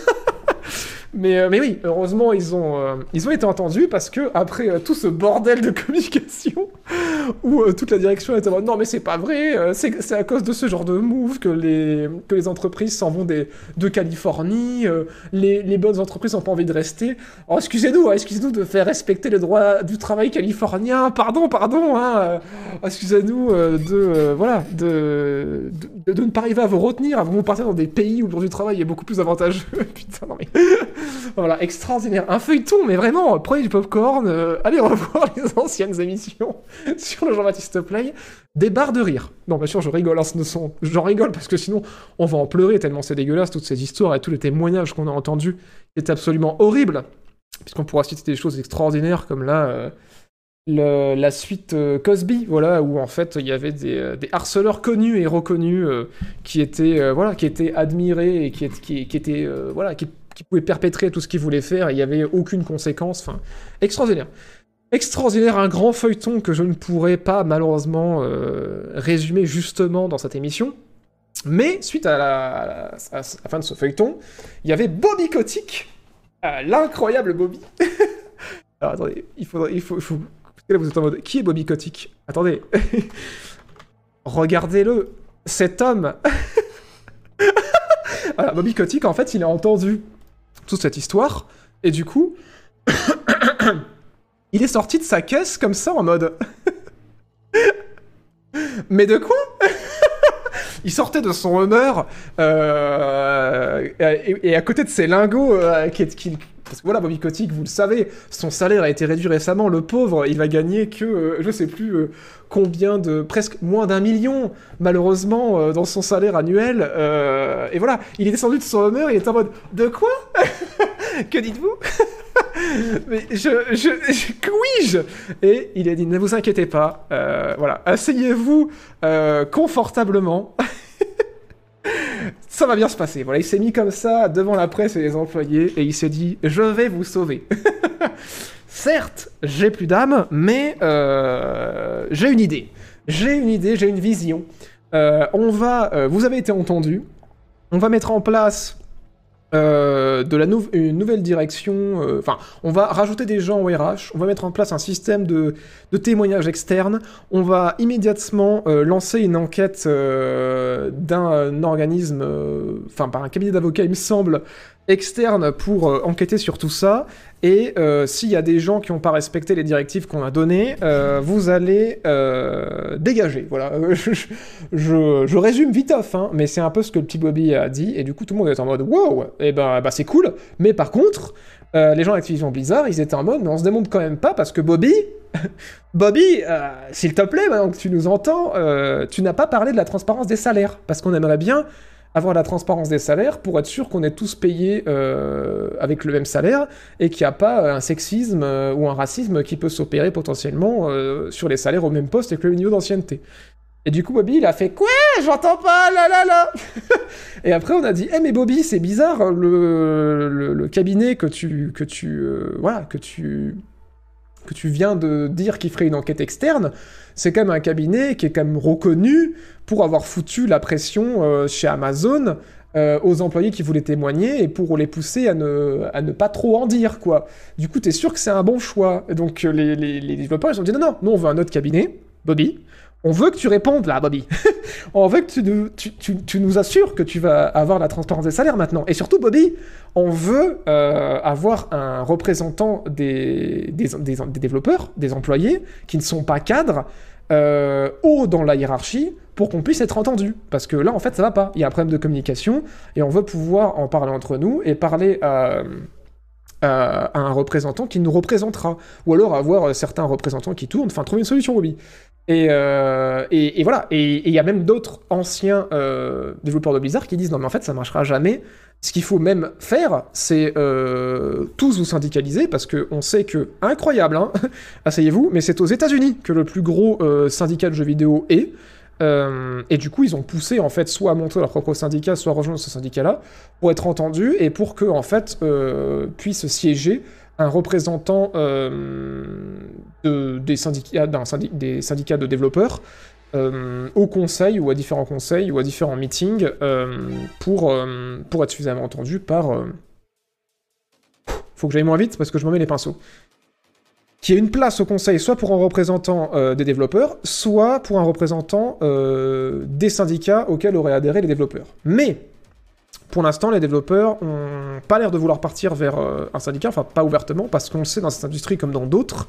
Mais, euh, mais oui, heureusement, ils ont, euh, ils ont été entendus, parce que après euh, tout ce bordel de communication, où euh, toute la direction était en mode « Non, mais c'est pas vrai, euh, c'est, c'est à cause de ce genre de move que les, que les entreprises s'en vont des, de Californie, euh, les, les bonnes entreprises n'ont pas envie de rester. Alors excusez-nous, hein, excusez-nous de faire respecter les droits du travail californien, pardon, pardon, hein, euh, excusez-nous euh, de, euh, voilà, de, de, de ne pas arriver à vous retenir avant que vous partez dans des pays où le droit du travail est beaucoup plus avantageux. » Putain, non mais... Voilà, extraordinaire. Un feuilleton, mais vraiment, prenez du popcorn, euh, allez revoir les anciennes émissions sur le Jean-Baptiste Play. Des barres de rire. Non, bien sûr, je rigole, hein, ce ne sont... j'en rigole, parce que sinon, on va en pleurer tellement c'est dégueulasse, toutes ces histoires et tous les témoignages qu'on a entendus étaient absolument horribles, puisqu'on pourra citer des choses extraordinaires, comme là... Euh... Le, la suite euh, Cosby, voilà, où en fait il y avait des, euh, des harceleurs connus et reconnus euh, qui étaient euh, voilà, qui étaient admirés et qui, qui, qui étaient euh, voilà, qui, qui pouvaient perpétrer tout ce qu'ils voulaient faire, et il n'y avait aucune conséquence. Enfin, extraordinaire, extraordinaire, un grand feuilleton que je ne pourrais pas malheureusement euh, résumer justement dans cette émission. Mais suite à la, à la, à la fin de ce feuilleton, il y avait Bobby Kotick, euh, l'incroyable Bobby. Alors attendez, il faudrait, il faut, il faut... Là, vous êtes en mode, qui est Bobby Kotick? Attendez. Regardez-le. Cet homme. Voilà, Bobby Kotick, en fait, il a entendu toute cette histoire, et du coup, il est sorti de sa caisse comme ça, en mode... Mais de quoi? il sortait de son Hummer, euh, et, et à côté de ses lingots, euh, qui, qui, parce que voilà, Bobby Kotick, vous le savez, son salaire a été réduit récemment, le pauvre, il va gagner que, euh, je sais plus euh, combien de, presque moins d'un million, malheureusement, euh, dans son salaire annuel, euh, et voilà, il est descendu de son Hummer, il était en mode, de quoi? Que dites-vous? Mais je, je, je couige. Et il a dit, ne vous inquiétez pas, euh, voilà, asseyez-vous euh, confortablement. Ça va bien se passer. Voilà, il s'est mis comme ça devant la presse et les employés et il s'est dit, je vais vous sauver. Certes, j'ai plus d'âme, mais euh, j'ai une idée. J'ai une idée, j'ai une vision. Euh, on va, euh, vous avez été entendu. On va mettre en place Euh, de la nou- une nouvelle direction, enfin, euh, on va rajouter des gens au R H, on va mettre en place un système de, de témoignages externes, on va immédiatement euh, lancer une enquête euh, d'un euh, organisme, enfin, euh, par un cabinet d'avocats, il me semble, externe pour euh, enquêter sur tout ça, et euh, s'il y a des gens qui n'ont pas respecté les directives qu'on a données, euh, vous allez euh, dégager. Voilà, je, je, je résume vite off, hein, mais c'est un peu ce que le petit Bobby a dit, et du coup tout le monde est en mode « wow !» Et ben bah, c'est cool, mais par contre, euh, les gens d'Activision Blizzard, ils étaient en mode « mais on se démonte quand même pas, parce que Bobby, Bobby, euh, s'il te plaît, maintenant que tu nous entends, euh, tu n'as pas parlé de la transparence des salaires, parce qu'on aimerait bien avoir la transparence des salaires pour être sûr qu'on est tous payés euh, avec le même salaire et qu'il n'y a pas un sexisme euh, ou un racisme qui peut s'opérer potentiellement euh, sur les salaires au même poste avec le même niveau d'ancienneté. » Et du coup, Bobby, il a fait « Quoi ? J'entends pas, là là là !» Et après, on a dit « Eh mais Bobby, c'est bizarre, le, le, le cabinet que tu... que tu euh, voilà, que tu... que tu viens de dire qu'il ferait une enquête externe, c'est quand même un cabinet qui est quand même reconnu pour avoir foutu la pression euh, chez Amazon euh, aux employés qui voulaient témoigner et pour les pousser à ne, à ne pas trop en dire, quoi. Du coup, t'es sûr que c'est un bon choix. Et donc, les, les, les développeurs, ils ont dit « Non, non, nous, on veut un autre cabinet, Bobby. On veut que tu répondes, là, Bobby. On veut que tu nous, tu, tu, tu nous assures que tu vas avoir la transparence des salaires maintenant. Et surtout, Bobby, on veut euh, avoir un représentant des, des, des, des développeurs, des employés, qui ne sont pas cadres, euh, haut dans la hiérarchie, pour qu'on puisse être entendu. Parce que là, en fait, ça va pas. Il y a un problème de communication, et on veut pouvoir en parler entre nous, et parler à... à un représentant qui nous représentera. Ou alors avoir certains représentants qui tournent, enfin, trouver une solution, Bobby. Et, euh, et, et voilà, et il y a même d'autres anciens euh, développeurs de Blizzard qui disent « Non mais en fait ça marchera jamais, ce qu'il faut même faire, c'est euh, tous vous syndicaliser, parce qu'on sait que, incroyable, hein, asseyez-vous, mais c'est aux États-Unis que le plus gros euh, syndicat de jeux vidéo est, euh, et du coup ils ont poussé en fait soit à monter leur propre syndicat, soit à rejoindre ce syndicat-là, pour être entendus, et pour que en fait euh, puisse siéger un représentant euh, de, des, syndicats, d'un syndic- des syndicats de développeurs euh, au conseil, ou à différents conseils, ou à différents meetings, euh, pour, euh, pour être suffisamment entendu par... Euh... Faut que j'aille moins vite, parce que je me mets les pinceaux. Qu'il y ait une place au conseil, soit pour un représentant euh, des développeurs, soit pour un représentant euh, des syndicats auxquels auraient adhéré les développeurs. Mais... pour l'instant, les développeurs n'ont pas l'air de vouloir partir vers euh, un syndicat, enfin pas ouvertement, parce qu'on le sait dans cette industrie comme dans d'autres,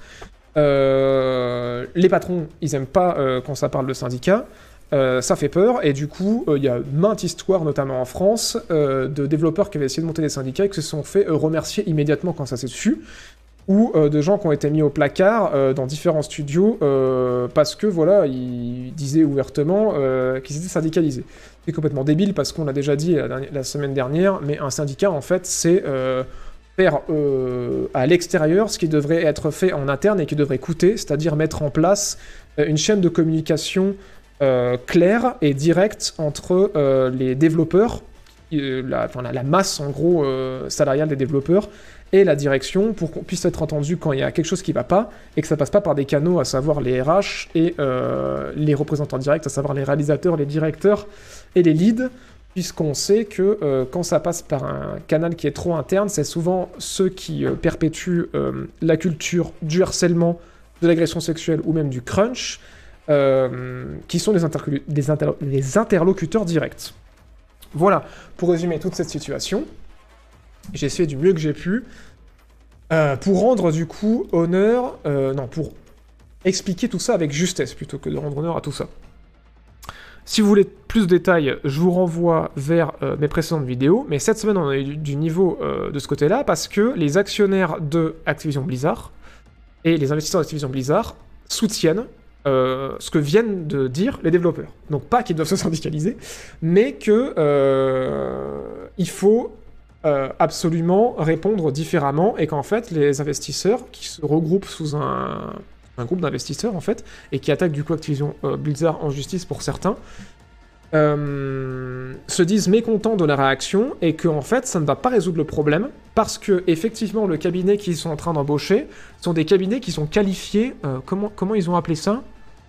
euh, les patrons, ils aiment pas euh, quand ça parle de syndicat, euh, ça fait peur, et du coup, il euh, y a maintes histoires, notamment en France, euh, de développeurs qui avaient essayé de monter des syndicats et qui se sont fait euh, remercier immédiatement quand ça s'est su, ou euh, de gens qui ont été mis au placard euh, dans différents studios euh, parce que, voilà, ils disaient ouvertement euh, qu'ils étaient syndicalisés. C'est complètement débile parce qu'on l'a déjà dit la, dernière, la semaine dernière, mais un syndicat, en fait, c'est euh, faire euh, à l'extérieur ce qui devrait être fait en interne et qui devrait coûter, c'est-à-dire mettre en place euh, une chaîne de communication euh, claire et directe entre euh, les développeurs, euh, la, enfin, la, la masse, en gros, euh, salariale des développeurs, et la direction, pour qu'on puisse être entendu quand il y a quelque chose qui va pas, et que ça passe pas par des canaux, à savoir les R H et euh, les représentants directs, à savoir les réalisateurs, les directeurs et les leads, puisqu'on sait que euh, quand ça passe par un canal qui est trop interne, c'est souvent ceux qui euh, perpétuent euh, la culture du harcèlement, de l'agression sexuelle ou même du crunch, euh, qui sont les, intercu- des inter- les interlocuteurs directs. Voilà, pour résumer toute cette situation. J'ai essayé du mieux que j'ai pu, euh, pour rendre du coup honneur, euh, non, pour expliquer tout ça avec justesse, plutôt que de rendre honneur à tout ça. Si vous voulez plus de détails, je vous renvoie vers euh, mes précédentes vidéos, mais cette semaine on a eu du, du niveau euh, de ce côté-là, parce que les actionnaires de Activision Blizzard et les investisseurs d'Activision Blizzard soutiennent euh, ce que viennent de dire les développeurs. Donc pas qu'ils doivent se syndicaliser, mais que euh, il faut euh, absolument répondre différemment, et qu'en fait les investisseurs qui se regroupent sous un... un groupe d'investisseurs en fait, et qui attaquent du coup Activision euh, Blizzard en justice pour certains, euh, se disent mécontents de la réaction, et que en fait ça ne va pas résoudre le problème, parce que effectivement le cabinet qu'ils sont en train d'embaucher sont des cabinets qui sont qualifiés, euh, comment, comment ils ont appelé ça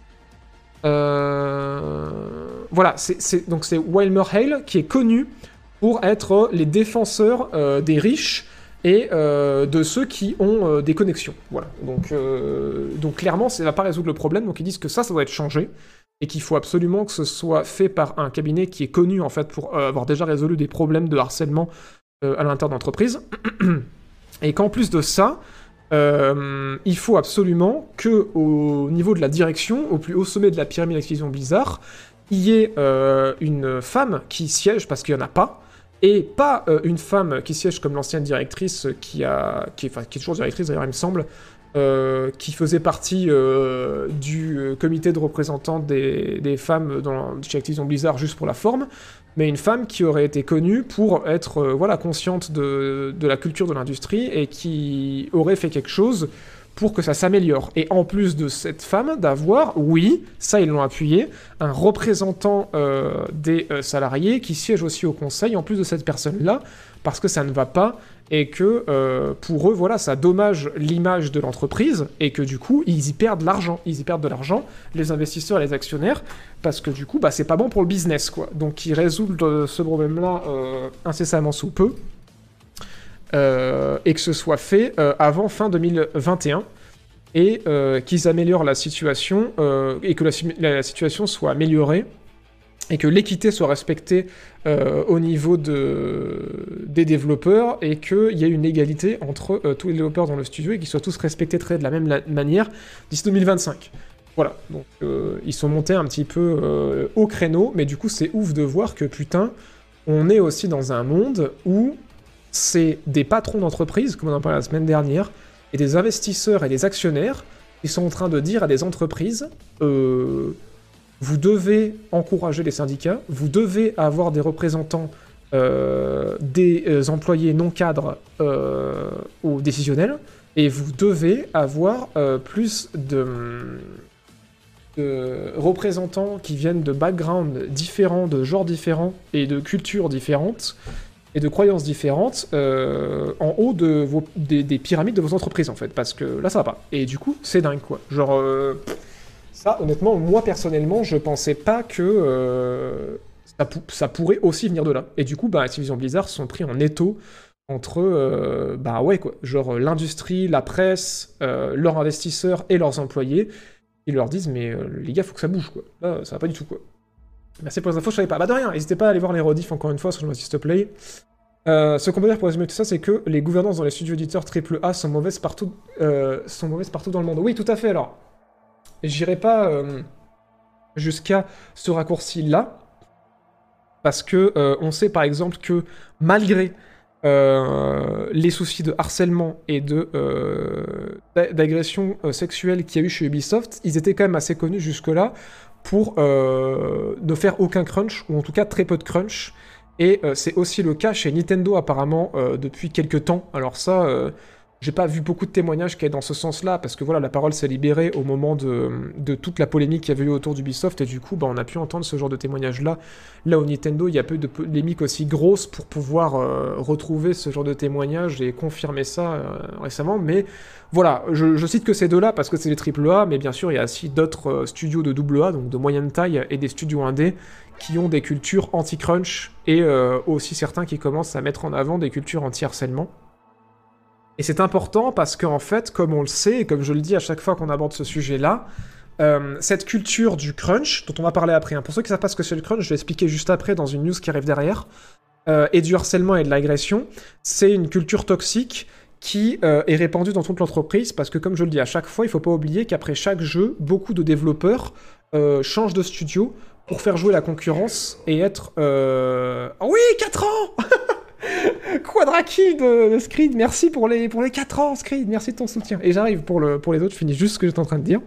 euh, voilà, c'est, c'est, donc c'est WilmerHale qui est connu pour être les défenseurs euh, des riches et euh, de ceux qui ont euh, des connexions. Voilà. Donc, euh, donc clairement, ça ne va pas résoudre le problème. Donc ils disent que ça, ça doit être changé, et qu'il faut absolument que ce soit fait par un cabinet qui est connu en fait pour euh, avoir déjà résolu des problèmes de harcèlement euh, à l'intérieur d'entreprise. Et qu'en plus de ça, euh, il faut absolument que au niveau de la direction, au plus haut sommet de la pyramide Activision Blizzard, il y ait euh, une femme qui siège, parce qu'il n'y en a pas. Et pas euh, une femme qui siège comme l'ancienne directrice, qui, a, qui, est, enfin, qui est toujours directrice d'ailleurs il me semble, euh, qui faisait partie euh, du euh, comité de représentants des, des femmes dans, chez Activision Blizzard juste pour la forme, mais une femme qui aurait été connue pour être euh, voilà, consciente de, de la culture de l'industrie, et qui aurait fait quelque chose pour que ça s'améliore. Et en plus de cette femme, d'avoir, oui, ça ils l'ont appuyé, un représentant euh, des euh, salariés qui siège aussi au conseil, en plus de cette personne-là, parce que ça ne va pas, et que euh, pour eux, voilà, ça dommage l'image de l'entreprise, et que du coup, ils y perdent de l'argent. Ils y perdent de l'argent, les investisseurs et les actionnaires, parce que du coup, bah, c'est pas bon pour le business, quoi. Donc ils résolvent ce problème-là euh, incessamment sous peu. Euh, et que ce soit fait euh, avant fin deux mille vingt et un, et euh, qu'ils améliorent la situation, euh, et que la, la situation soit améliorée, et que l'équité soit respectée euh, au niveau de, des développeurs, et qu'il y ait une égalité entre euh, tous les développeurs dans le studio, et qu'ils soient tous respectés très de la même la manière d'ici deux mille vingt-cinq. Voilà, donc euh, ils sont montés un petit peu euh, au créneau, mais du coup c'est ouf de voir que putain, on est aussi dans un monde où c'est des patrons d'entreprise, comme on en parlait la semaine dernière, et des investisseurs et des actionnaires qui sont en train de dire à des entreprises euh, vous devez encourager les syndicats, vous devez avoir des représentants euh, des euh, employés non cadres euh, ou décisionnels, et vous devez avoir euh, plus de, de représentants qui viennent de backgrounds différents, de genres différents et de cultures différentes, et de croyances différentes euh, en haut de vos, des, des pyramides de vos entreprises, en fait, parce que là, ça va pas. Et du coup, c'est dingue, quoi. Genre, euh, ça, honnêtement, moi, personnellement, je pensais pas que euh, ça, ça pourrait aussi venir de là. Et du coup, bah, Activision Blizzard sont pris en étau entre, euh, bah ouais, quoi, genre l'industrie, la presse, euh, leurs investisseurs et leurs employés, ils leur disent, mais euh, les gars, faut que ça bouge, quoi. Là, ça va pas du tout, quoi. Merci pour les infos, je savais pas. Bah de rien, n'hésitez pas à aller voir les rediffs encore une fois sur le Assist Play. Euh, ce qu'on peut dire pour résumer tout ça, c'est que les gouvernances dans les studios éditeurs triple A sont mauvaises partout, euh, sont mauvaises partout dans le monde. Oui, tout à fait, alors. J'irai pas euh, jusqu'à ce raccourci-là, parce que euh, on sait par exemple que malgré euh, les soucis de harcèlement et de euh, d'agression euh, sexuelle qu'il y a eu chez Ubisoft, ils étaient quand même assez connus jusque-là pour euh, ne faire aucun crunch, ou en tout cas très peu de crunch, et euh, c'est aussi le cas chez Nintendo apparemment euh, depuis quelques temps. Alors ça, euh, j'ai pas vu beaucoup de témoignages qui aient dans ce sens-là, parce que voilà, la parole s'est libérée au moment de, de toute la polémique qu'il y avait eu autour d'Ubisoft, et du coup, bah, on a pu entendre ce genre de témoignages-là. Là, au Nintendo, il y a peu de polémiques aussi grosses pour pouvoir euh, retrouver ce genre de témoignages et confirmer ça euh, récemment, mais voilà, je, je cite que ces deux-là parce que c'est les triple A, mais bien sûr, il y a aussi d'autres euh, studios de double A, donc de moyenne taille, et des studios indés qui ont des cultures anti-crunch, et euh, aussi certains qui commencent à mettre en avant des cultures anti-harcèlement. Et c'est important parce qu'en fait, comme on le sait, et comme je le dis à chaque fois qu'on aborde ce sujet-là, euh, cette culture du crunch, dont on va parler après, hein, pour ceux qui ne savent pas ce que c'est le crunch, je vais expliquer juste après dans une news qui arrive derrière, euh, et du harcèlement et de l'agression, c'est une culture toxique qui euh, est répandue dans toute l'entreprise, parce que comme je le dis à chaque fois, il ne faut pas oublier qu'après chaque jeu, beaucoup de développeurs euh, changent de studio pour faire jouer la concurrence et être... Euh... Oh oui, quatre ans Quadraki de, de Screed, merci pour les, pour les quatre ans, Screed, merci de ton soutien. Et j'arrive pour, le, pour les autres, je finis juste ce que j'étais en train de dire.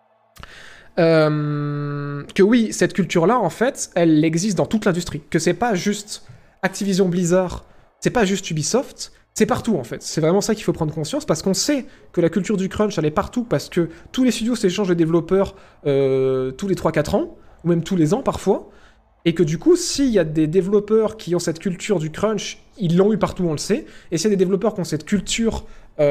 Euh, que oui, cette culture-là, en fait, elle existe dans toute l'industrie. Que c'est pas juste Activision Blizzard, c'est pas juste Ubisoft, c'est partout, en fait. C'est vraiment ça qu'il faut prendre conscience, parce qu'on sait que la culture du crunch, elle est partout, parce que tous les studios s'échangent de développeurs euh, tous les trois quatre ans, ou même tous les ans, parfois. Et que du coup, s'il y a des développeurs qui ont cette culture du crunch, ils l'ont eu partout, on le sait. Et s'il y a des développeurs qui ont cette culture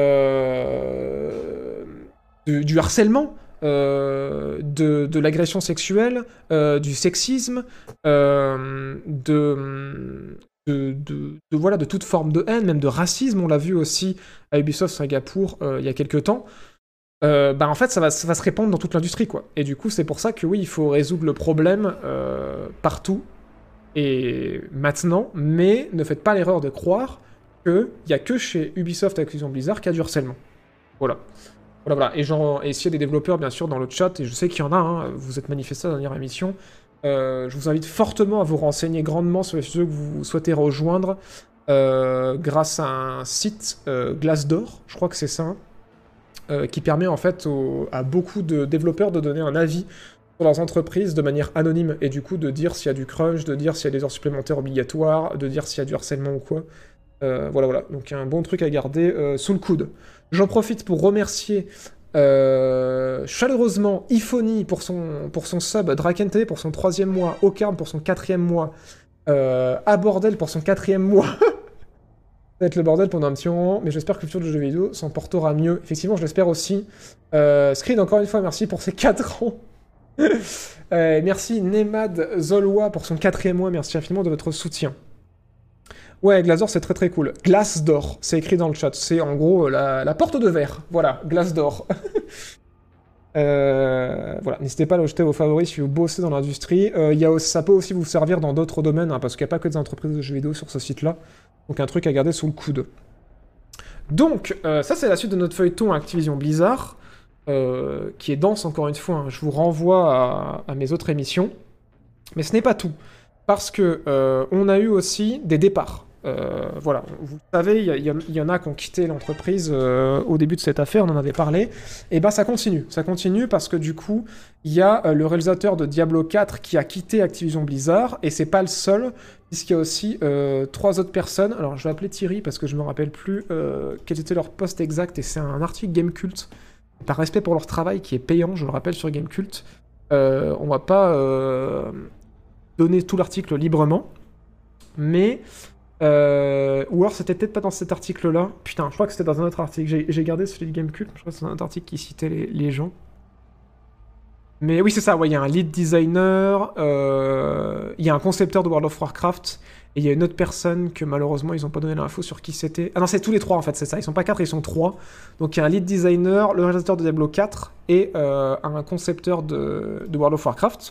euh, du, du harcèlement, euh, de, de l'agression sexuelle, euh, du sexisme, euh, de, de, de, de, voilà, de toute forme de haine, même de racisme, on l'a vu aussi à Ubisoft Singapour euh, il y a quelques temps. Euh, bah en fait ça va, ça va se répandre dans toute l'industrie quoi. Et du coup c'est pour ça que oui il faut résoudre le problème euh, partout et maintenant, mais ne faites pas l'erreur de croire qu'il n'y a que chez Ubisoft et Activision Blizzard qu'il y a du harcèlement. Voilà. Voilà, voilà. Et, genre, et s'il y a des développeurs bien sûr dans le chat, et je sais qu'il y en a, hein, vous êtes manifestés à la dernière émission, euh, je vous invite fortement à vous renseigner grandement sur les studios que vous souhaitez rejoindre euh, grâce à un site euh, Glassdoor, je crois que c'est ça, hein. Euh, qui permet en fait au, à beaucoup de développeurs de donner un avis sur leurs entreprises de manière anonyme, et du coup de dire s'il y a du crunch, de dire s'il y a des heures supplémentaires obligatoires, de dire s'il y a du harcèlement ou quoi. Euh, voilà, voilà. Donc il y a un bon truc à garder euh, sous le coude. J'en profite pour remercier euh, chaleureusement Ifony pour son, pour son sub, Draken T V pour son troisième mois, Ocarn pour son quatrième mois, euh, Abordel pour son quatrième mois. Ça va être le bordel pendant un petit moment, mais j'espère que le futur du jeu vidéo s'en portera mieux. Effectivement, je l'espère aussi. Euh, Screed, encore une fois, merci pour ses quatre ans. euh, merci Nemad Zolwa pour son quatrième mois, merci infiniment de votre soutien. Ouais, Glassdoor, c'est très très cool. Glassdoor, c'est écrit dans le chat. C'est en gros la, la porte de verre. Voilà, Glassdoor. euh, voilà, n'hésitez pas à le jeter vos favoris si vous bossez dans l'industrie. Euh, y a, ça peut aussi vous servir dans d'autres domaines, hein, parce qu'il n'y a pas que des entreprises de jeux vidéo sur ce site-là. Donc un truc à garder sous le coude. Donc, euh, ça c'est la suite de notre feuilleton Activision Blizzard, euh, qui est dense encore une fois, hein. Je vous renvoie à, à mes autres émissions. Mais ce n'est pas tout, parce que euh, on a eu aussi des départs. Euh, voilà, vous savez, il y, y, y en a qui ont quitté l'entreprise euh, au début de cette affaire, on en avait parlé, et ben ça continue, ça continue parce que du coup, il y a euh, le réalisateur de Diablo quatre qui a quitté Activision Blizzard, et c'est pas le seul, puisqu'il y a aussi euh, trois autres personnes, alors je vais appeler Thierry parce que je me rappelle plus euh, quel était leur poste exact, et c'est un article Gamecult, par respect pour leur travail qui est payant, je le rappelle sur Gamecult, euh, on va pas euh, donner tout l'article librement, mais... Euh, ou alors c'était peut-être pas dans cet article-là. Putain, je crois que c'était dans un autre article. J'ai gardé celui de Gamecult, je crois que c'est un autre article qui citait les, les gens. Mais oui, c'est ça, ouais, il y a un lead designer, euh, il y a un concepteur de World of Warcraft, et il y a une autre personne que malheureusement ils ont pas donné l'info sur qui c'était. Ah non, c'est tous les trois en fait, c'est ça, ils sont pas quatre, ils sont trois. Donc il y a un lead designer, le réalisateur de Diablo quatre, et euh, un concepteur de, de World of Warcraft.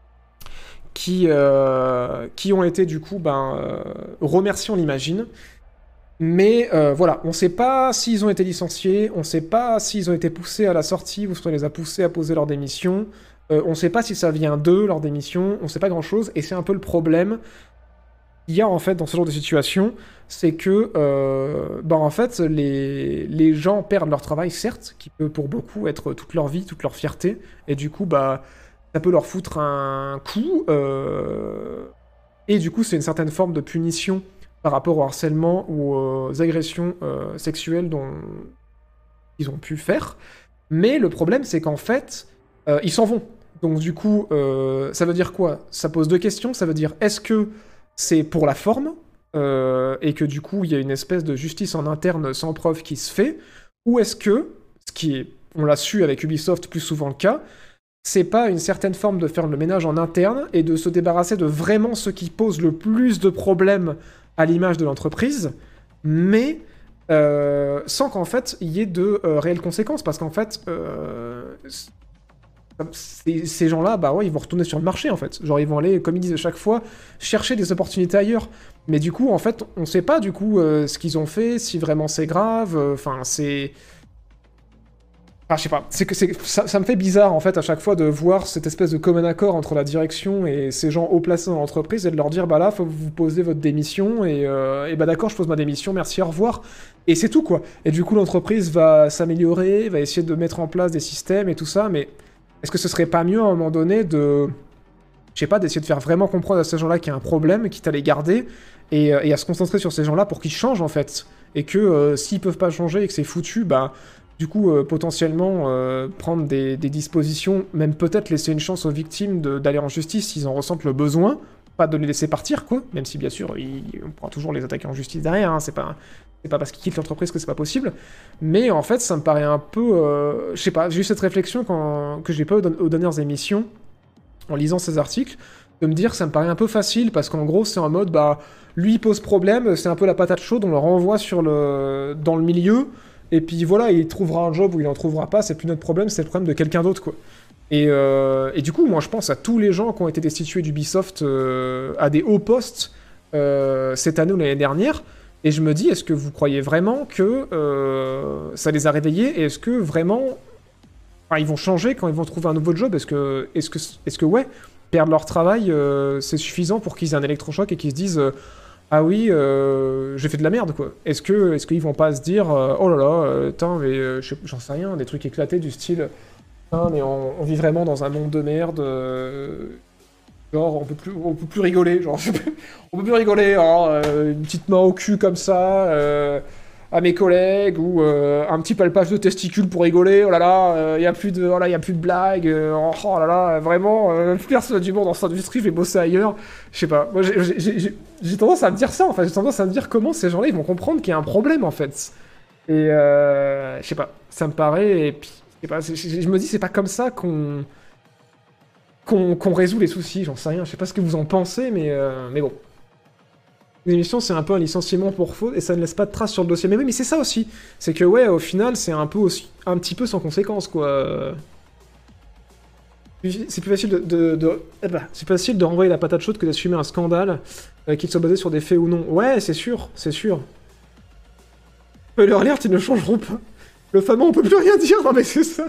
Qui, euh, qui ont été du coup ben, euh, remerciés, on l'imagine. Mais euh, voilà, on sait pas s'ils ont été licenciés, on sait pas s'ils ont été poussés à la sortie ou si on les a poussés à poser leur démission, euh, on sait pas si ça vient d'eux, leur démission, on sait pas grand-chose, et c'est un peu le problème qu'il y a en fait dans ce genre de situation, c'est que euh, ben, en fait les, les gens perdent leur travail, certes, qui peut pour beaucoup être toute leur vie, toute leur fierté, et du coup bah ça peut leur foutre un coup, euh... et du coup c'est une certaine forme de punition par rapport au harcèlement ou aux agressions euh, sexuelles dont ils ont pu faire. Mais le problème c'est qu'en fait, euh, ils s'en vont. Donc du coup, euh, ça veut dire quoi? Ça pose deux questions, ça veut dire est-ce que c'est pour la forme, euh, et que du coup il y a une espèce de justice en interne sans preuve qui se fait, ou est-ce que, ce qui est, on l'a su avec Ubisoft plus souvent le cas, c'est pas une certaine forme de faire le ménage en interne et de se débarrasser de vraiment ce qui pose le plus de problèmes à l'image de l'entreprise, mais euh, sans qu'en fait il y ait de euh, réelles conséquences, parce qu'en fait euh, ces gens-là, bah ouais, ils vont retourner sur le marché en fait, genre ils vont aller, comme ils disent à chaque fois, chercher des opportunités ailleurs, mais du coup en fait on sait pas du coup euh, ce qu'ils ont fait, si vraiment c'est grave, enfin euh, c'est... Enfin, je sais pas, c'est que c'est, ça, ça me fait bizarre en fait à chaque fois de voir cette espèce de commun accord entre la direction et ces gens haut placés dans l'entreprise et de leur dire bah là faut que vous posez votre démission et, euh, et bah d'accord je pose ma démission, merci, au revoir. Et c'est tout quoi. Et du coup l'entreprise va s'améliorer, va essayer de mettre en place des systèmes et tout ça, mais est-ce que ce serait pas mieux à un moment donné de... Je sais pas, d'essayer de faire vraiment comprendre à ces gens-là qu'il y a un problème, quitte à les garder, et, et à se concentrer sur ces gens-là pour qu'ils changent en fait. Et que euh, s'ils peuvent pas changer et que c'est foutu, bah... Du coup, euh, potentiellement, euh, prendre des, des dispositions, même peut-être laisser une chance aux victimes de, d'aller en justice s'ils en ressentent le besoin, pas de les laisser partir, quoi, même si, bien sûr, il, on pourra toujours les attaquer en justice derrière, hein, c'est pas, c'est pas parce qu'ils quittent l'entreprise que c'est pas possible, mais en fait, ça me paraît un peu... Euh, je sais pas, j'ai eu cette réflexion quand, que j'ai pas eu aux, aux dernières émissions, en lisant ces articles, de me dire que ça me paraît un peu facile, parce qu'en gros, c'est en mode, bah, lui, il pose problème, c'est un peu la patate chaude, on le renvoie sur le, dans le milieu... Et puis voilà, il trouvera un job ou il en trouvera pas, c'est plus notre problème, c'est le problème de quelqu'un d'autre, quoi. Et, euh, et du coup, moi je pense à tous les gens qui ont été destitués d'Ubisoft euh, à des hauts postes euh, cette année ou l'année dernière, et je me dis, est-ce que vous croyez vraiment que euh, ça les a réveillés, et est-ce que vraiment... Enfin, ils vont changer quand ils vont trouver un nouveau job, est-ce que, est-ce que, est-ce que ouais, perdre leur travail, euh, c'est suffisant pour qu'ils aient un électrochoc et qu'ils se disent... Euh, ah oui, euh, j'ai fait de la merde, quoi. Est-ce que, est-ce qu'ils vont pas se dire, euh, oh là là, euh, tain, mais euh, j'en sais rien, des trucs éclatés du style, ah, mais on, on vit vraiment dans un monde de merde, euh, genre on peut plus, on peut plus rigoler, genre on peut plus rigoler, hein, euh, une petite main au cul comme ça, euh, à mes collègues, ou euh, un petit palpage de testicules pour rigoler, oh là là, il euh, y a plus de, oh là, y a plus de blagues, euh, oh là là, vraiment, euh, plus personne du monde dans cette industrie, je vais bosser ailleurs, je sais pas, moi j'ai, j'ai, j'ai, j'ai tendance à me dire ça, en fait, j'ai tendance à me dire comment ces gens-là, ils vont comprendre qu'il y a un problème, en fait, et euh, je sais pas, ça me paraît, et puis, je sais pas, je, je me dis, c'est pas comme ça qu'on, qu'on, qu'on résout les soucis, j'en sais rien, je sais pas ce que vous en pensez, mais, euh, mais bon. L'émission, c'est un peu un licenciement pour faute et ça ne laisse pas de traces sur le dossier. Mais oui, mais c'est ça aussi. C'est que, ouais, au final, c'est un peu aussi, un petit peu sans conséquence, quoi. C'est plus facile de... de, de... Eh ben, c'est plus facile de renvoyer la patate chaude que d'assumer un scandale, euh, qu'il soit basé sur des faits ou non. Ouais, c'est sûr, c'est sûr. Spoiler alert, ils ne changeront pas. Le fameux, on peut plus rien dire, non mais c'est ça.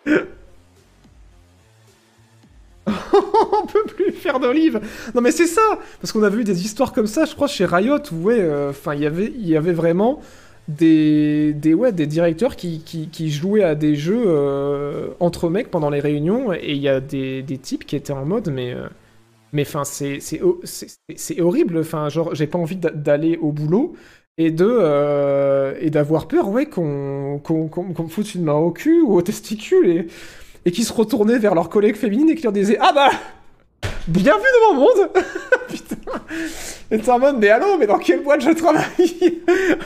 On peut plus faire d'olive. Non mais c'est ça. Parce qu'on avait eu des histoires comme ça, je crois, chez Riot, où ouais, enfin, euh, y avait, il y avait vraiment des, des, ouais, des directeurs qui, qui, qui jouaient à des jeux euh, entre mecs pendant les réunions, et il y a des, des types qui étaient en mode, mais, euh, mais enfin, c'est, c'est, c'est, c'est horrible. Enfin, genre, j'ai pas envie d'aller au boulot et de euh, et d'avoir peur, ouais, qu'on, qu'on, qu'on, qu'on me foute une main au cul ou au testicule et et qui se retournaient vers leurs collègues féminines et qui leur disaient « Ah bah, bienvenue dans mon monde !» Putain. Et t'es en mode « Mais allô, mais dans quelle boîte je travaille ?»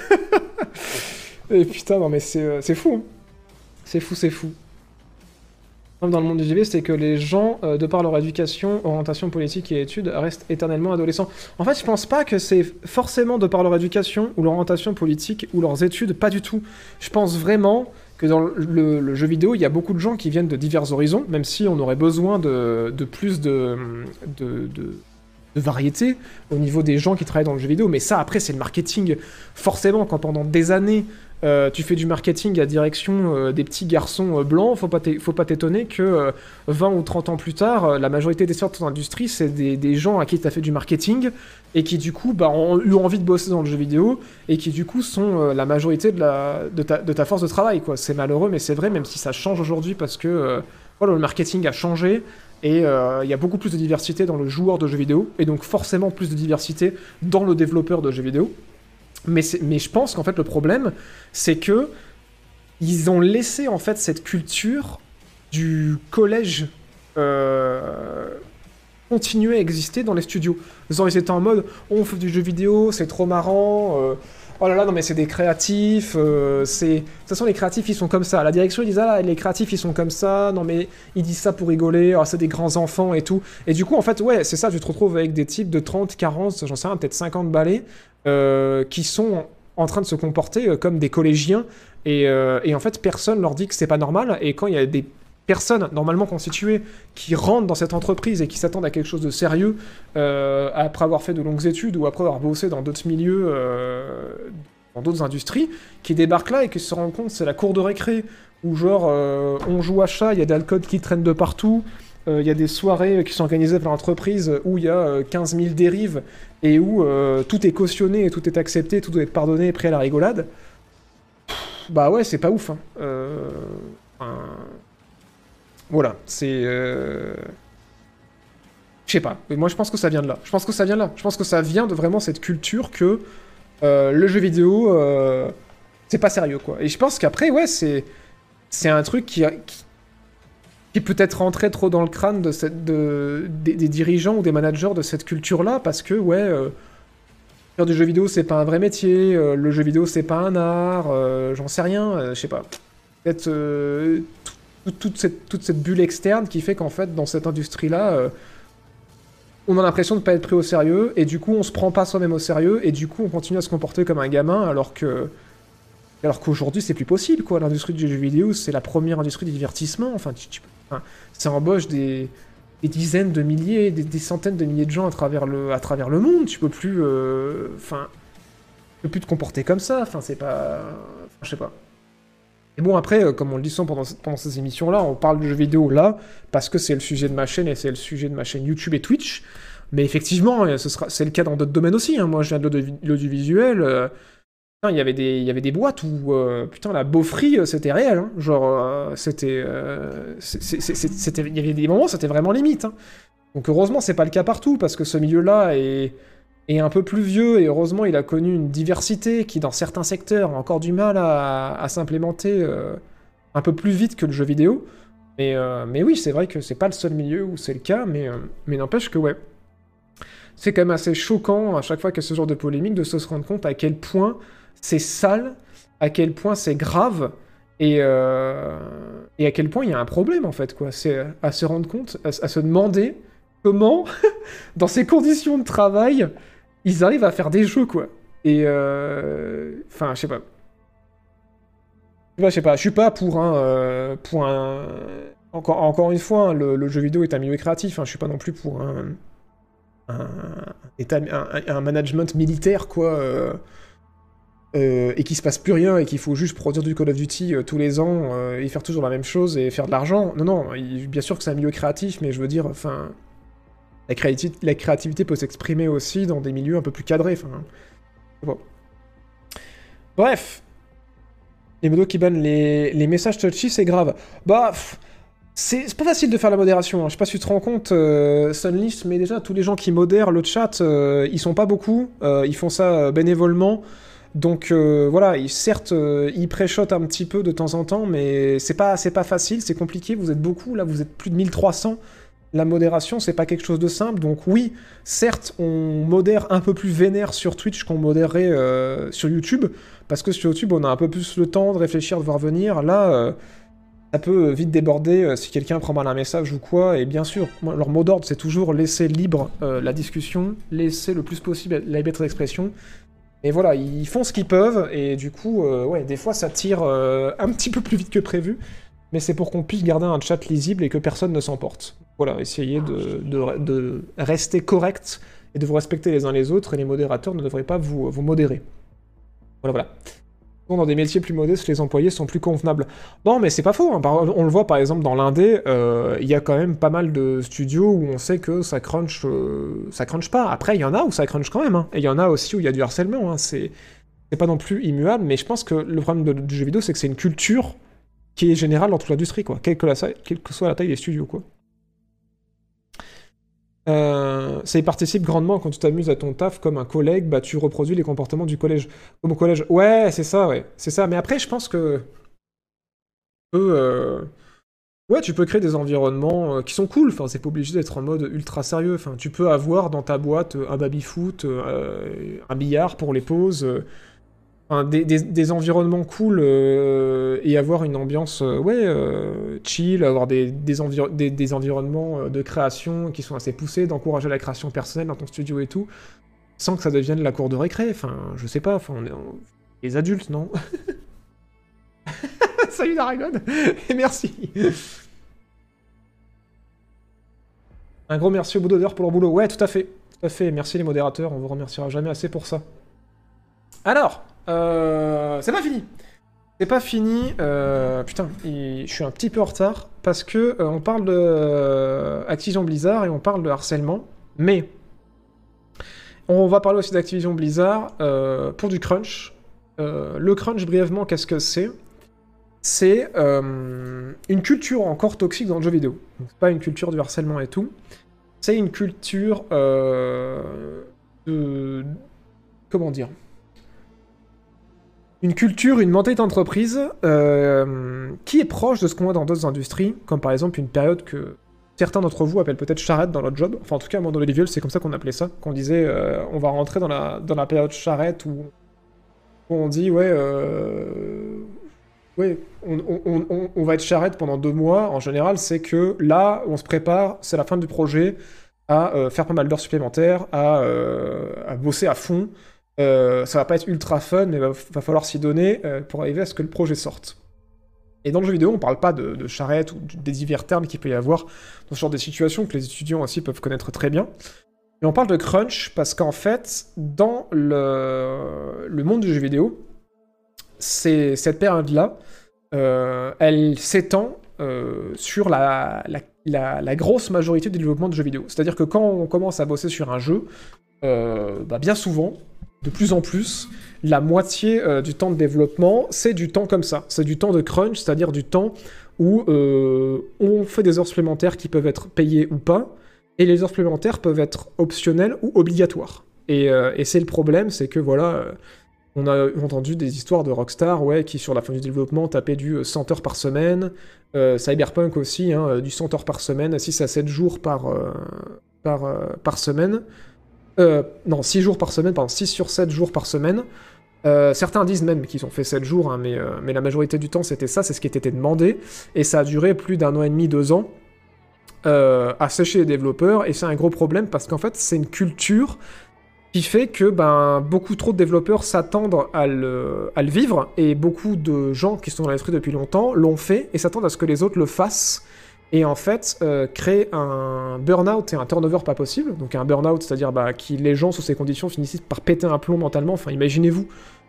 Et putain, non mais c'est, euh, c'est fou. Hein. C'est fou, c'est fou. Dans le monde du J V, c'est que les gens, euh, de par leur éducation, orientation politique et études, restent éternellement adolescents. En fait, je pense pas que c'est forcément de par leur éducation, ou leur orientation politique, ou leurs études, pas du tout. Je pense vraiment... que dans le, le jeu vidéo, il y a beaucoup de gens qui viennent de divers horizons, même si on aurait besoin de, de plus de, de, de, de variété au niveau des gens qui travaillent dans le jeu vidéo. Mais ça, après, c'est le marketing. Forcément, quand pendant des années, euh, tu fais du marketing à direction euh, des petits garçons euh, blancs, faut pas faut pas t'étonner que euh, vingt ou trente ans plus tard, euh, la majorité des sortes de ton industrie, c'est des, des gens à qui tu as fait du marketing et qui du coup bah, ont eu envie de bosser dans le jeu vidéo et qui du coup sont euh, la majorité de, la, de, ta, de ta force de travail, quoi. C'est malheureux, mais c'est vrai, même si ça change aujourd'hui parce que euh, voilà, le marketing a changé et il euh, y a beaucoup plus de diversité dans le joueur de jeux vidéo et donc forcément plus de diversité dans le développeur de jeux vidéo. Mais, mais je pense qu'en fait le problème, c'est que ils ont laissé en fait cette culture du collège euh, continuer à exister dans les studios. Genre ils étaient en mode oh, on fait du jeu vidéo, c'est trop marrant, euh, oh là là non mais c'est des créatifs, euh, c'est... de toute façon les créatifs ils sont comme ça, la direction ils disent ah là les créatifs ils sont comme ça, non mais ils disent ça pour rigoler, oh, c'est des grands enfants et tout. Et du coup en fait ouais c'est ça, tu te retrouves avec des types de trente, quarante, j'en sais rien, peut-être cinquante balais, Euh, qui sont en train de se comporter euh, comme des collégiens et, euh, et en fait personne leur dit que c'est pas normal et quand il y a des personnes normalement constituées qui rentrent dans cette entreprise et qui s'attendent à quelque chose de sérieux euh, après avoir fait de longues études ou après avoir bossé dans d'autres milieux euh, dans d'autres industries, qui débarquent là et qui se rendent compte que c'est la cour de récré, où genre, euh, on joue à chat, il y a de l'alcool qui traîne de partout, il euh, y a des soirées qui sont organisées par l'entreprise où il y a euh, quinze mille dérives, et où euh, tout est cautionné, tout est accepté, tout doit être pardonné et pris à la rigolade. Pff, bah ouais, c'est pas ouf, hein. Euh... Enfin... Voilà, c'est... Euh... Je sais pas, mais moi je pense que ça vient de là. Je pense que ça vient de là. Je pense que ça vient de vraiment cette culture que euh, le jeu vidéo, euh, c'est pas sérieux, quoi. Et je pense qu'après, ouais, c'est... C'est un truc qui, a, qui, qui peut être rentré trop dans le crâne de cette, de, des, des dirigeants ou des managers de cette culture-là, parce que, ouais, euh, faire du jeu vidéo, c'est pas un vrai métier, euh, le jeu vidéo, c'est pas un art, euh, j'en sais rien, euh, je sais pas. Peut-être euh, tout, toute, cette, toute cette bulle externe qui fait qu'en fait, dans cette industrie-là, euh, on a l'impression de pas être pris au sérieux, et du coup, on se prend pas soi-même au sérieux, et du coup, on continue à se comporter comme un gamin, alors que... Alors qu'aujourd'hui, c'est plus possible, quoi. L'industrie du jeu vidéo, c'est la première industrie du divertissement. Enfin, tu, tu, enfin ça embauche des, des dizaines de milliers, des, des centaines de milliers de gens à travers le, à travers le monde. Tu peux plus... Euh, enfin... tu peux plus te comporter comme ça. Enfin, c'est pas... Enfin, je sais pas. Et bon, après, euh, comme on le dit souvent pendant, pendant ces émissions-là, on parle de jeux vidéo là, parce que c'est le sujet de ma chaîne, et c'est le sujet de ma chaîne YouTube et Twitch. Mais effectivement, ce sera, c'est le cas dans d'autres domaines aussi, hein. Moi, je viens de l'audiovisuel... Euh, Il y avait des, il y avait des boîtes où, euh, putain, la beaufrie, c'était réel, hein. Genre, euh, c'était... Euh, c'était... Il y avait des moments, c'était vraiment limite, hein. Donc heureusement, c'est pas le cas partout, parce que ce milieu-là est, est un peu plus vieux, et heureusement, il a connu une diversité qui, dans certains secteurs, a encore du mal à, à s'implémenter euh, un peu plus vite que le jeu vidéo. Mais, euh, mais oui, c'est vrai que c'est pas le seul milieu où c'est le cas, mais, euh, mais n'empêche que, ouais. C'est quand même assez choquant, à chaque fois qu'il y a ce genre de polémique, de se rendre compte à quel point... c'est sale, à quel point c'est grave, et, euh, et à quel point il y a un problème, en fait, quoi. C'est à se rendre compte, à, à se demander comment, dans ces conditions de travail, ils arrivent à faire des jeux, quoi. Et, euh... enfin, je sais pas. Je sais pas, je suis pas pour un... Euh, pour un... Encore, encore une fois, hein, le, le jeu vidéo est un milieu créatif, hein, je suis pas non plus pour un... un, état, un, un management militaire, quoi... Euh... Euh, et qu'il se passe plus rien et qu'il faut juste produire du Call of Duty euh, tous les ans euh, et faire toujours la même chose et faire de l'argent. Non, non, il, bien sûr que c'est un milieu créatif, mais je veux dire, enfin... La, créati la créativité peut s'exprimer aussi dans des milieux un peu plus cadrés, enfin... Bon. Bref. Les modos qui bannent les, les messages touchy, c'est grave. Bah... C'est pas facile de faire la modération, hein. Je sais pas si tu te rends compte, euh, Sunlist, mais déjà, tous les gens qui modèrent le chat, euh, ils sont pas beaucoup, euh, ils font ça euh, bénévolement. Donc euh, voilà, ils, certes, euh, ils pré-shotent un petit peu de temps en temps, mais c'est pas, c'est pas facile, c'est compliqué, vous êtes beaucoup, là vous êtes plus de mille trois cents. La modération, c'est pas quelque chose de simple, donc oui, certes, on modère un peu plus vénère sur Twitch qu'on modérerait euh, sur YouTube, parce que sur YouTube, on a un peu plus le temps de réfléchir, de voir venir. Là, euh, ça peut vite déborder euh, si quelqu'un prend mal un message ou quoi, et bien sûr, moi, leur mot d'ordre, c'est toujours laisser libre euh, la discussion, laisser le plus possible la liberté d'expression. Et voilà, ils font ce qu'ils peuvent, et du coup, euh, ouais, des fois ça tire euh, un petit peu plus vite que prévu, mais c'est pour qu'on puisse garder un chat lisible et que personne ne s'emporte. Voilà, essayez de, de, de rester correct et de vous respecter les uns les autres, et les modérateurs ne devraient pas vous, vous modérer. Voilà, voilà. Dans des métiers plus modestes, les employés sont plus convenables. Non, mais c'est pas faux, hein. On le voit par exemple dans l'indé, il euh, y a quand même pas mal de studios où on sait que ça crunch, euh, ça crunch pas. Après, il y en a où ça crunch quand même, hein. Et il y en a aussi où il y a du harcèlement, hein. C'est pas non plus immuable, mais je pense que le problème de, du jeu vidéo, c'est que c'est une culture qui est générale dans toute l'industrie, quoi. Quelle que, la, quelle que soit la taille des studios, quoi. Euh, ça y participe grandement quand tu t'amuses à ton taf comme un collègue, bah tu reproduis les comportements du collège. Comme au collège. Ouais, c'est ça, ouais. C'est ça. Mais après, je pense que... Euh, ouais, tu peux créer des environnements euh, qui sont cool. Enfin, c'est pas obligé d'être en mode ultra sérieux. Enfin, tu peux avoir dans ta boîte un baby-foot, euh, un billard pour les pauses... Euh, Enfin, des, des, des environnements cool euh, et avoir une ambiance euh, ouais, euh, chill, avoir des, des, enviro des, des environnements de création qui sont assez poussés, d'encourager la création personnelle dans ton studio et tout, sans que ça devienne la cour de récré. Enfin, je sais pas, enfin, on est on... les adultes, non? Salut Daragon. Et merci. Un gros merci aux boudodeurs pour leur boulot. Ouais, tout à fait. Tout à fait. Merci les modérateurs, on vous remerciera jamais assez pour ça. Alors... Euh... C'est pas fini. C'est pas fini. Euh... Putain, il- je suis un petit peu en retard parce que euh, on parle de euh, Activision Blizzard et on parle de harcèlement, mais on va parler aussi d'Activision Blizzard euh, pour du crunch. Euh, le crunch, brièvement, qu'est-ce que c'est? C'est euh, une culture encore toxique dans le jeu vidéo. Donc, c'est pas une culture du harcèlement et tout. C'est une culture euh, de... Comment dire? Une culture, une mentalité d'entreprise euh, qui est proche de ce qu'on voit dans d'autres industries, comme par exemple une période que certains d'entre vous appellent peut-être charrette dans notre job. Enfin, en tout cas, moi, dans les Visuals, c'est comme ça qu'on appelait ça. Qu'on disait, euh, on va rentrer dans la, dans la période charrette où, où on dit, ouais... Euh, Oui, on, on, on, on va être charrette pendant deux mois. En général, c'est que là, on se prépare, c'est la fin du projet, à euh, faire pas mal d'heures supplémentaires, à, euh, à bosser à fond. Euh, ça va pas être ultra fun, mais va, va falloir s'y donner euh, pour arriver à ce que le projet sorte. Et dans le jeu vidéo, on parle pas de, de charrette ou des divers termes qu'il peut y avoir dans ce genre de situations que les étudiants aussi peuvent connaître très bien. Mais on parle de crunch parce qu'en fait, dans le, le monde du jeu vidéo, c'est cette période-là, euh, elle s'étend euh, sur la, la, la, la grosse majorité du développement de jeux vidéo. C'est-à-dire que quand on commence à bosser sur un jeu, euh, bah bien souvent, de plus en plus, la moitié euh, du temps de développement, c'est du temps comme ça. C'est du temps de crunch, c'est-à-dire du temps où euh, on fait des heures supplémentaires qui peuvent être payées ou pas, et les heures supplémentaires peuvent être optionnelles ou obligatoires. Et, euh, et c'est le problème, c'est que voilà... Euh, on a entendu des histoires de Rockstar, ouais, qui sur la fin du développement tapaient du cent heures par semaine, euh, Cyberpunk aussi, hein, du cent heures par semaine, six à sept jours par, euh, par, euh, par semaine. Euh, non, six jours par semaine, pardon, six sur sept jours par semaine. Euh, certains disent même qu'ils ont fait sept jours, hein, mais, euh, mais la majorité du temps c'était ça, c'est ce qui était demandé, et ça a duré plus d'un an et demi, deux ans, euh, à sécher les développeurs, et c'est un gros problème parce qu'en fait c'est une culture qui fait que ben, beaucoup trop de développeurs s'attendent à le, à le vivre, et beaucoup de gens qui sont dans l'industrie depuis longtemps l'ont fait, et s'attendent à ce que les autres le fassent, et en fait, euh, créer un burn-out et un turnover pas possible. Donc un burn-out, c'est-à-dire bah, que les gens, sous ces conditions, finissent par péter un plomb mentalement. Enfin, imaginez-vous,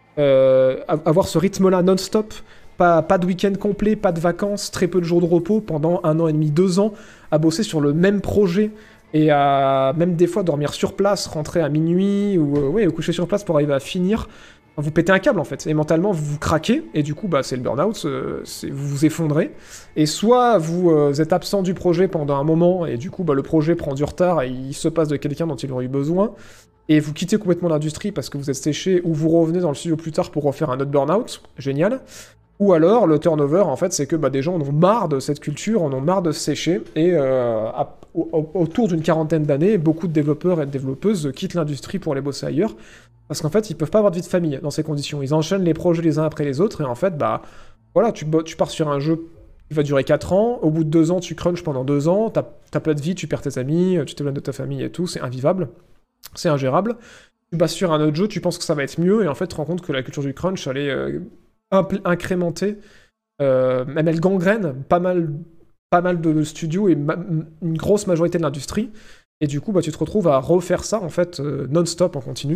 euh, avoir ce rythme-là non-stop, pas, pas de week-end complet, pas de vacances, très peu de jours de repos, pendant un an et demi, deux ans, à bosser sur le même projet, et à même des fois dormir sur place, rentrer à minuit, ou euh, ouais, coucher sur place pour arriver à finir. Vous pétez un câble en fait, et mentalement vous vous craquez, et du coup bah, c'est le burn-out, euh, c'est, vous vous effondrez, et soit vous euh, êtes absent du projet pendant un moment, et du coup bah, le projet prend du retard, et il se passe de quelqu'un dont il aurait eu besoin, et vous quittez complètement l'industrie parce que vous êtes séché, ou vous revenez dans le studio plus tard pour refaire un autre burn-out, génial, ou alors le turnover en fait c'est que bah, des gens en ont marre de cette culture, en ont marre de se sécher, et euh, à, au, autour d'une quarantaine d'années, beaucoup de développeurs et de développeuses quittent l'industrie pour aller bosser ailleurs, parce qu'en fait, ils peuvent pas avoir de vie de famille dans ces conditions. Ils enchaînent les projets les uns après les autres, et en fait, bah, voilà, tu, tu pars sur un jeu qui va durer quatre ans, au bout de deux ans, tu crunches pendant deux ans, t'as, t'as pas de vie, tu perds tes amis, tu t'éloignes de ta famille et tout, c'est invivable, c'est ingérable. Tu passes sur un autre jeu, tu penses que ça va être mieux, et en fait, tu te rends compte que la culture du crunch, elle est euh, impl- incrémentée, euh, même elle gangrène pas mal, pas mal de studios et ma- une grosse majorité de l'industrie, et du coup, bah, tu te retrouves à refaire ça, en fait, euh, non-stop, en continu.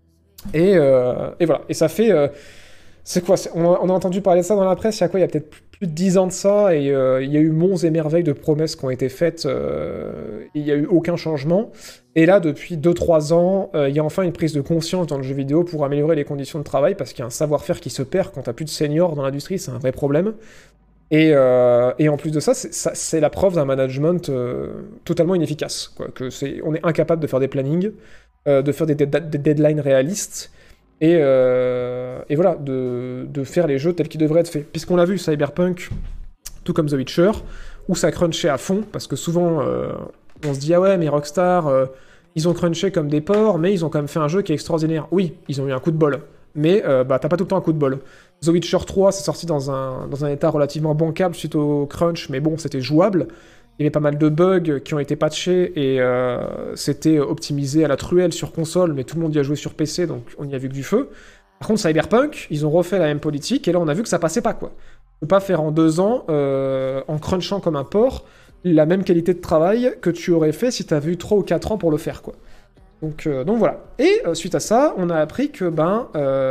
Et, euh, et voilà, et ça fait... Euh, c'est quoi c'est, on, a, on a entendu parler de ça dans la presse, il y a quoi? Il y a peut-être plus de dix ans de ça, et euh, il y a eu monts et merveilles de promesses qui ont été faites, euh, et il n'y a eu aucun changement. Et là, depuis deux trois ans, euh, il y a enfin une prise de conscience dans le jeu vidéo pour améliorer les conditions de travail, parce qu'il y a un savoir-faire qui se perd quand t'as plus de seniors dans l'industrie, c'est un vrai problème. Et, euh, et en plus de ça, c'est, ça, c'est la preuve d'un management euh, totalement inefficace, quoi, que c'est, on est incapable de faire des plannings, Euh, de faire des, de- des deadlines réalistes, et, euh, et voilà, de, de faire les jeux tels qu'ils devraient être faits. Puisqu'on l'a vu, Cyberpunk, tout comme The Witcher, où ça crunchait à fond, parce que souvent, euh, on se dit « Ah ouais, mais Rockstar, euh, ils ont crunché comme des porcs, mais ils ont quand même fait un jeu qui est extraordinaire. » Oui, ils ont eu un coup de bol, mais euh, bah, t'as pas tout le temps un coup de bol. The Witcher trois, c'est sorti dans un, dans un état relativement bancable suite au crunch, mais bon, c'était jouable. Il y avait pas mal de bugs qui ont été patchés, et euh, c'était optimisé à la truelle sur console, mais tout le monde y a joué sur P C, donc on y a vu que du feu. Par contre, Cyberpunk, ils ont refait la même politique, et là on a vu que ça passait pas, quoi. Tu peux pas faire en deux ans, euh, en crunchant comme un porc, la même qualité de travail que tu aurais fait si t'avais eu trois ou quatre ans pour le faire, quoi. Donc, euh, donc voilà. Et euh, suite à ça, on a appris que, ben,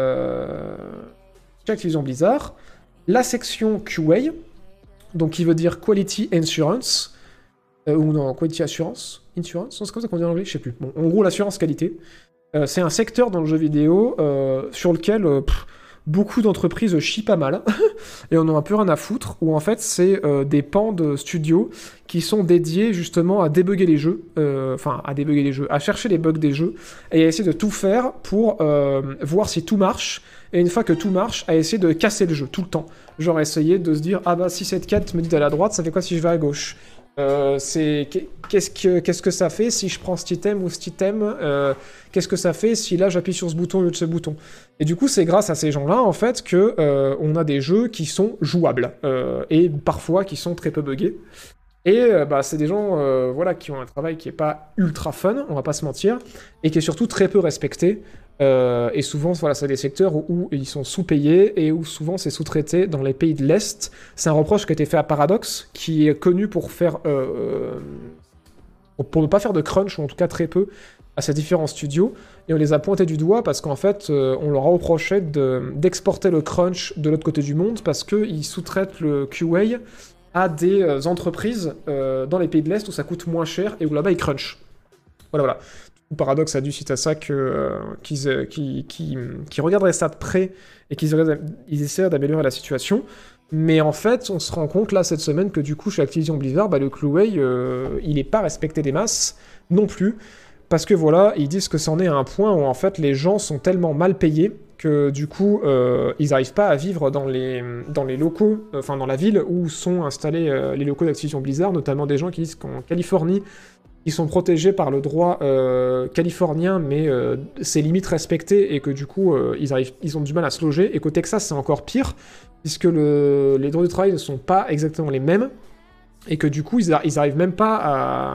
euh, chez Activision Blizzard, la section Q A, donc qui veut dire Quality Insurance, euh, ou non, Quality Assurance, Insurance, c'est comme ça qu'on dit en anglais, je sais plus. Bon, en gros, l'assurance qualité, euh, c'est un secteur dans le jeu vidéo euh, sur lequel euh, pff, beaucoup d'entreprises chient pas mal, et on en a un peu rien à foutre, où en fait, c'est euh, des pans de studios qui sont dédiés justement à débugger les jeux, euh, enfin, à débugger les jeux, à chercher les bugs des jeux, et à essayer de tout faire pour euh, voir si tout marche, et une fois que tout marche, à essayer de casser le jeu, tout le temps. Genre essayer de se dire, ah bah si cette quête me dit d'aller à droite, ça fait quoi si je vais à gauche ? Euh, c'est qu'est-ce que qu'est-ce que ça fait si je prends cet item ou cet item, euh, qu'est-ce que ça fait si là j'appuie sur ce bouton au lieu de ce bouton. Et du coup c'est grâce à ces gens-là en fait que euh, on a des jeux qui sont jouables euh, et parfois qui sont très peu buggés. Et euh, bah c'est des gens euh, voilà qui ont un travail qui est pas ultra fun, on va pas se mentir, et qui est surtout très peu respecté. Euh, et souvent, voilà, c'est des secteurs où, où ils sont sous-payés et où souvent c'est sous-traité dans les pays de l'Est. C'est un reproche qui a été fait à Paradox, qui est connu pour faire, euh, pour ne pas faire de crunch, ou en tout cas très peu, à ces différents studios. Et on les a pointés du doigt parce qu'en fait, euh, on leur a reproché de, d'exporter le crunch de l'autre côté du monde parce qu'ils sous-traitent le Q A à des euh, entreprises euh, dans les pays de l'Est où ça coûte moins cher et où là-bas ils crunchent. Voilà, voilà. Paradox a dû suite à ça que, euh, qu'ils, euh, qu'ils, qu'ils, qu'ils regarderaient ça de près et qu'ils ils essaieraient d'améliorer la situation. Mais en fait, on se rend compte là cette semaine que du coup chez Activision Blizzard, bah, le Q A, euh, il n'est pas respecté des masses non plus. Parce que voilà, ils disent que c'en est à un point où en fait les gens sont tellement mal payés que du coup euh, ils n'arrivent pas à vivre dans les, dans les locaux, enfin euh, dans la ville où sont installés euh, les locaux d'Activision Blizzard, notamment des gens qui disent qu'en Californie, ils sont protégés par le droit euh, californien, mais euh, c'est limite respecté et que du coup, euh, ils, arrivent, ils ont du mal à se loger. Et qu'au Texas, c'est encore pire, puisque le, les droits du travail ne sont pas exactement les mêmes, et que du coup, ils, a, ils arrivent même pas à,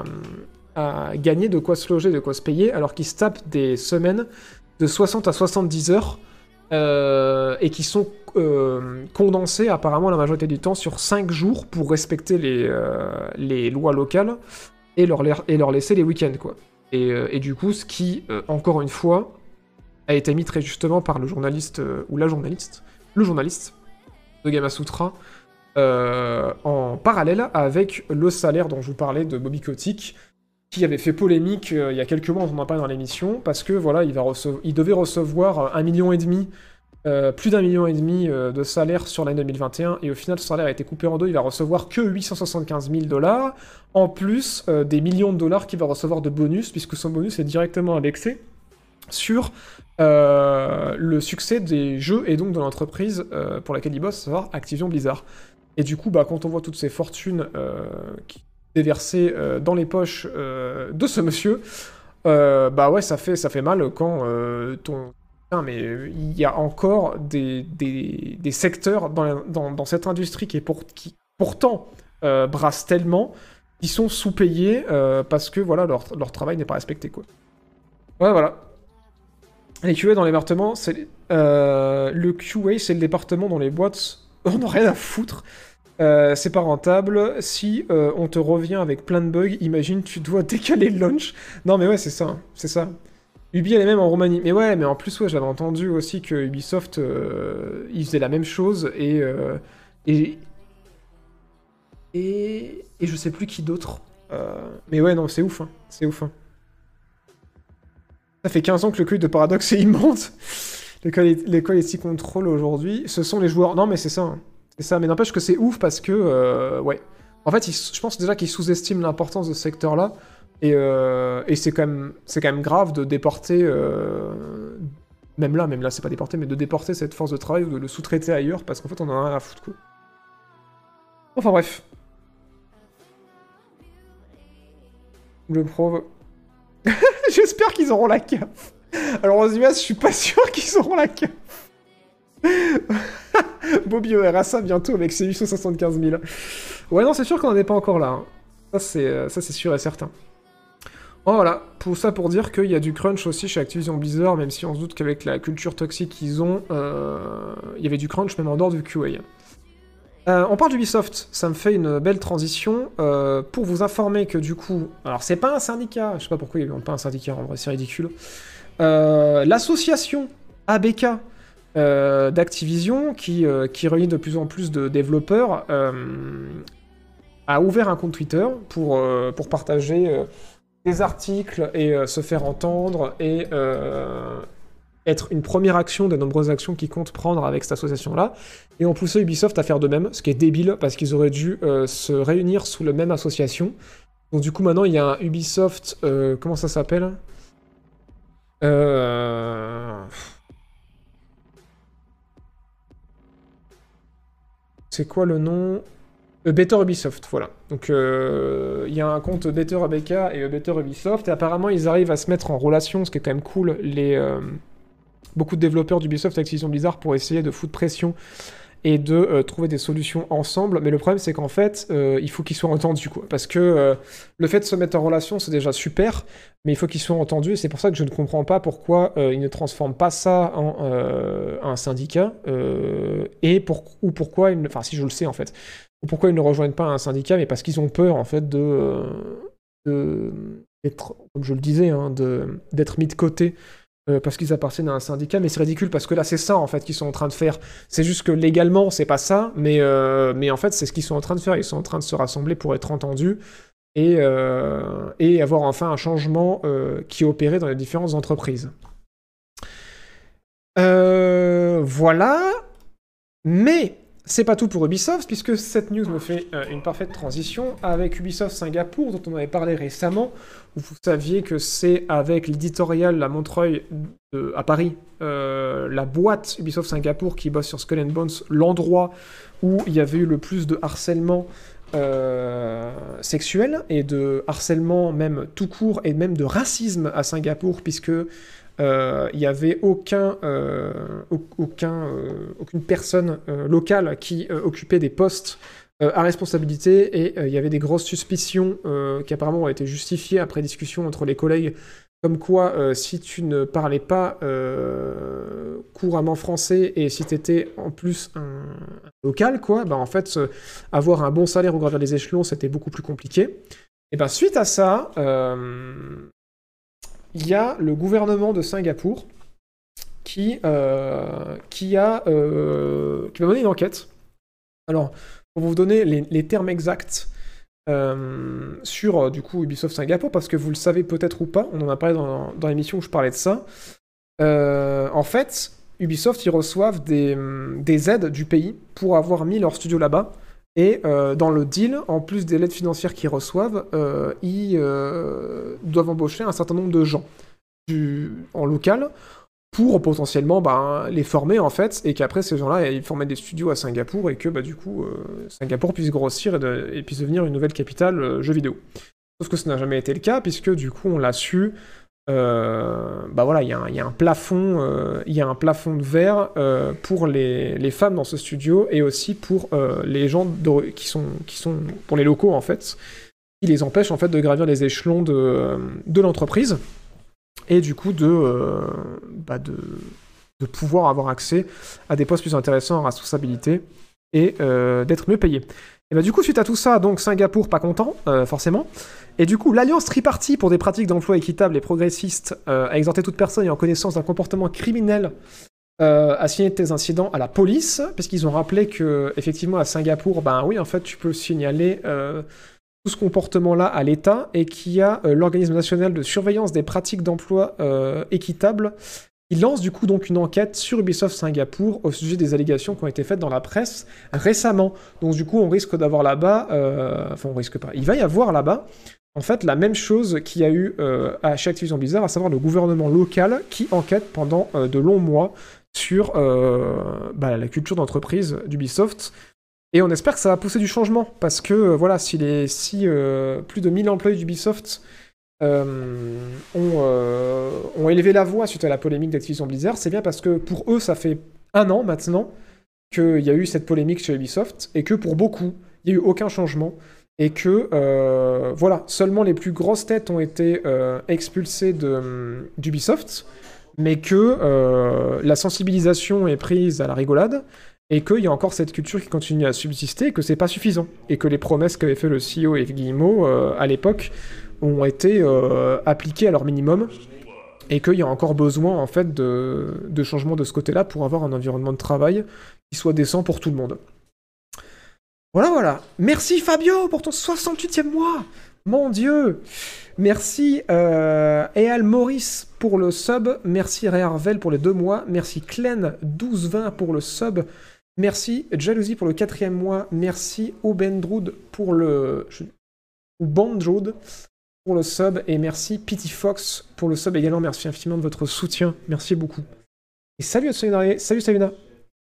à gagner de quoi se loger, de quoi se payer, alors qu'ils se tapent des semaines de soixante à soixante-dix heures, euh, et qui sont euh, condensées apparemment la majorité du temps sur cinq jours pour respecter les, euh, les lois locales, et leur, et leur laisser les week-ends, quoi. Et, euh, et du coup, ce qui, euh, encore une fois, a été mis très justement par le journaliste, euh, ou la journaliste, le journaliste de Gamasutra, euh, en parallèle avec le salaire dont je vous parlais de Bobby Kotick, qui avait fait polémique euh, il y a quelques mois, on en a parlé dans l'émission, parce que voilà, il, va recevoir, il devait recevoir un million et demi, euh, plus d'un million et demi euh, de salaire sur l'année deux mille vingt et un, et au final, ce salaire a été coupé en deux, il va recevoir que huit cent soixante-quinze mille dollars, en plus euh, des millions de dollars qu'il va recevoir de bonus, puisque son bonus est directement indexé sur euh, le succès des jeux et donc de l'entreprise euh, pour laquelle il bosse, à savoir Activision Blizzard. Et du coup, bah, quand on voit toutes ces fortunes euh, qui déversées euh, dans les poches euh, de ce monsieur, euh, bah ouais, ça fait, ça fait mal quand euh, ton... Putain, mais il y a encore des, des, des secteurs dans, la, dans, dans cette industrie qui, est pour, qui pourtant euh, brassent tellement, qui sont sous-payés euh, parce que voilà, leur, leur travail n'est pas respecté, quoi. Ouais, voilà. Les Q A dans les départements, c'est euh, le Q A, c'est le département dont les boîtes en ont rien à foutre. Euh, c'est pas rentable. Si euh, on te revient avec plein de bugs, imagine tu dois décaler le launch. Non mais ouais, c'est ça, c'est ça. Ubi elle est même en Roumanie. Mais ouais, mais en plus ouais, j'avais entendu aussi que Ubisoft euh, ils faisaient la même chose et euh, et et et je sais plus qui d'autre. Euh, mais ouais, non, c'est ouf, hein. C'est ouf. Hein. Ça fait quinze ans que le Q A de Paradox est immense. Les quality control aujourd'hui, ce sont les joueurs. Non, mais c'est ça. Hein. C'est ça. Mais n'empêche que c'est ouf parce que, euh, ouais. En fait, ils, je pense déjà qu'ils sous-estiment l'importance de ce secteur-là. Et, euh, et c'est quand même, c'est quand même grave de déporter. Euh, même là, même là, c'est pas déporter, mais de déporter cette force de travail ou de le sous-traiter ailleurs parce qu'en fait, on en a rien à foutre, quoi. Enfin, bref. Le prove. J'espère qu'ils auront la cape. Alors, Ozimas, je suis pas sûr qu'ils auront la cape. Bobby au R A S A bientôt avec ses huit cent soixante-quinze mille. Ouais, non, c'est sûr qu'on en est pas encore là. Hein. Ça, c'est, ça, c'est sûr et certain. Oh, voilà, pour ça pour dire qu'il y a du crunch aussi chez Activision Blizzard, même si on se doute qu'avec la culture toxique qu'ils ont, euh, il y avait du crunch même en dehors du Q A. Euh, on parle d'Ubisoft, ça me fait une belle transition euh, pour vous informer que du coup, alors c'est pas un syndicat, je sais pas pourquoi ils n'ont pas un syndicat, en vrai c'est ridicule, euh, l'association A B K euh, d'Activision, qui, euh, qui réunit de plus en plus de développeurs, euh, a ouvert un compte Twitter pour, euh, pour partager euh, des articles et euh, se faire entendre et euh, être une première action des nombreuses actions qu'ils comptent prendre avec cette association-là, et ont poussé Ubisoft à faire de même, ce qui est débile, parce qu'ils auraient dû euh, se réunir sous la même association. Donc du coup, maintenant, il y a un Ubisoft... Euh, comment ça s'appelle euh... C'est quoi le nom euh, Better Ubisoft, voilà. Donc, euh, il y a un compte Better A B K et Better Ubisoft, et apparemment, ils arrivent à se mettre en relation, ce qui est quand même cool, les... Euh... beaucoup de développeurs d'Ubisoft, Activision Blizzard, pour essayer de foutre pression et de euh, trouver des solutions ensemble. Mais le problème, c'est qu'en fait, euh, il faut qu'ils soient entendus, quoi. Parce que euh, le fait de se mettre en relation, c'est déjà super, mais il faut qu'ils soient entendus. Et c'est pour ça que je ne comprends pas pourquoi euh, ils ne transforment pas ça en euh, un syndicat, euh, et pour, ou pourquoi ils ne... Enfin, si je le sais, en fait. Ou pourquoi ils ne rejoignent pas un syndicat, mais parce qu'ils ont peur, en fait, de... Euh, de d'être, comme je le disais, hein, de, d'être mis de côté Euh, parce qu'ils appartiennent à un syndicat, mais c'est ridicule parce que là c'est ça en fait qu'ils sont en train de faire. C'est juste que légalement c'est pas ça, mais, euh, mais en fait c'est ce qu'ils sont en train de faire. Ils sont en train de se rassembler pour être entendus et, euh, et avoir enfin un changement euh, qui est opéré dans les différentes entreprises. Euh, voilà, mais c'est pas tout pour Ubisoft, puisque cette news me fait euh, une parfaite transition avec Ubisoft Singapour, dont on avait parlé récemment, où vous saviez que c'est avec l'éditorial La Montreuil de, à Paris, euh, la boîte Ubisoft Singapour qui bosse sur Skull and Bones, l'endroit où il y avait eu le plus de harcèlement euh, sexuel, et de harcèlement même tout court, et même de racisme à Singapour, puisque il euh, n'y avait aucun, euh, aucun, euh, aucune personne euh, locale qui euh, occupait des postes euh, à responsabilité, et il euh, y avait des grosses suspicions euh, qui apparemment ont été justifiées après discussion entre les collègues, comme quoi euh, si tu ne parlais pas euh, couramment français et si tu étais en plus un, un local, quoi, bah en fait euh, avoir un bon salaire ou gravir les échelons c'était beaucoup plus compliqué. Et ben suite à ça, euh, il y a le gouvernement de Singapour qui, euh, qui a euh, qui va mener une enquête. Alors, pour vous donner les, les termes exacts euh, sur euh, du coup Ubisoft Singapour, parce que vous le savez peut-être ou pas, on en a parlé dans, dans l'émission où je parlais de ça. Euh, en fait, Ubisoft, ils reçoivent des, des aides du pays pour avoir mis leur studio là-bas. Et euh, dans le deal, en plus des aides financières qu'ils reçoivent, euh, ils euh, doivent embaucher un certain nombre de gens du, en local pour potentiellement bah, les former en fait, et qu'après ces gens-là ils forment des studios à Singapour et que bah, du coup euh, Singapour puisse grossir et, de, et puisse devenir une nouvelle capitale euh, jeux vidéo. Sauf que ça n'a jamais été le cas, puisque du coup on l'a su. Euh, bah voilà, il y, y a un plafond, euh, il y a un plafond de verre euh, pour les, les femmes dans ce studio, et aussi pour euh, les gens de, qui sont qui sont pour les locaux en fait, qui les empêchent en fait de gravir les échelons de de l'entreprise, et du coup de euh, bah de de pouvoir avoir accès à des postes plus intéressants en responsabilité et euh, d'être mieux payés. Et bah du coup, suite à tout ça, donc Singapour pas content, euh, forcément. Et du coup, l'Alliance tripartie pour des pratiques d'emploi équitables et progressistes euh, a exhorté toute personne ayant connaissance d'un comportement criminel euh, à signaler de tels incidents à la police, puisqu'ils ont rappelé que, effectivement, à Singapour, ben oui, en fait, tu peux signaler euh, tout ce comportement-là à l'État, et qu'il y a euh, l'Organisme national de surveillance des pratiques d'emploi euh, équitables. Il lance du coup donc une enquête sur Ubisoft Singapour au sujet des allégations qui ont été faites dans la presse récemment. Donc du coup on risque d'avoir là-bas, euh... enfin on risque pas, il va y avoir là-bas en fait la même chose qu'il y a eu euh, à chez Activision Blizzard, à savoir le gouvernement local qui enquête pendant euh, de longs mois sur euh, bah, la culture d'entreprise d'Ubisoft. Et on espère que ça va pousser du changement, parce que euh, voilà, si, les, si euh, plus de mille employés d'Ubisoft Euh, ont, euh, ont élevé la voix suite à la polémique d'Activision Blizzard, c'est bien parce que pour eux, ça fait un an maintenant qu'il y a eu cette polémique chez Ubisoft, et que pour beaucoup, il n'y a eu aucun changement, et que, euh, voilà, seulement les plus grosses têtes ont été euh, expulsées de, d'Ubisoft, mais que euh, la sensibilisation est prise à la rigolade, et qu'il y a encore cette culture qui continue à subsister, et que c'est pas suffisant, et que les promesses qu'avait fait le C E O Yves Guillemot euh, à l'époque ont été euh, appliquées à leur minimum, et qu'il y a encore besoin en fait de, de changements de ce côté-là pour avoir un environnement de travail qui soit décent pour tout le monde. Voilà, voilà. Merci Fabio pour ton soixante-huitième mois. Mon Dieu. Merci euh, Eal Maurice pour le sub. Merci Réarvel pour les deux mois. Merci Clen douze vingt pour le sub. Merci Jalousie pour le quatrième mois. Merci Obendroud pour le... Je... ou Bandroud pour le sub. Et merci Pity Fox pour le sub également. Merci infiniment de votre soutien. Merci beaucoup. Et salut à Solidarié. Salut Saluna.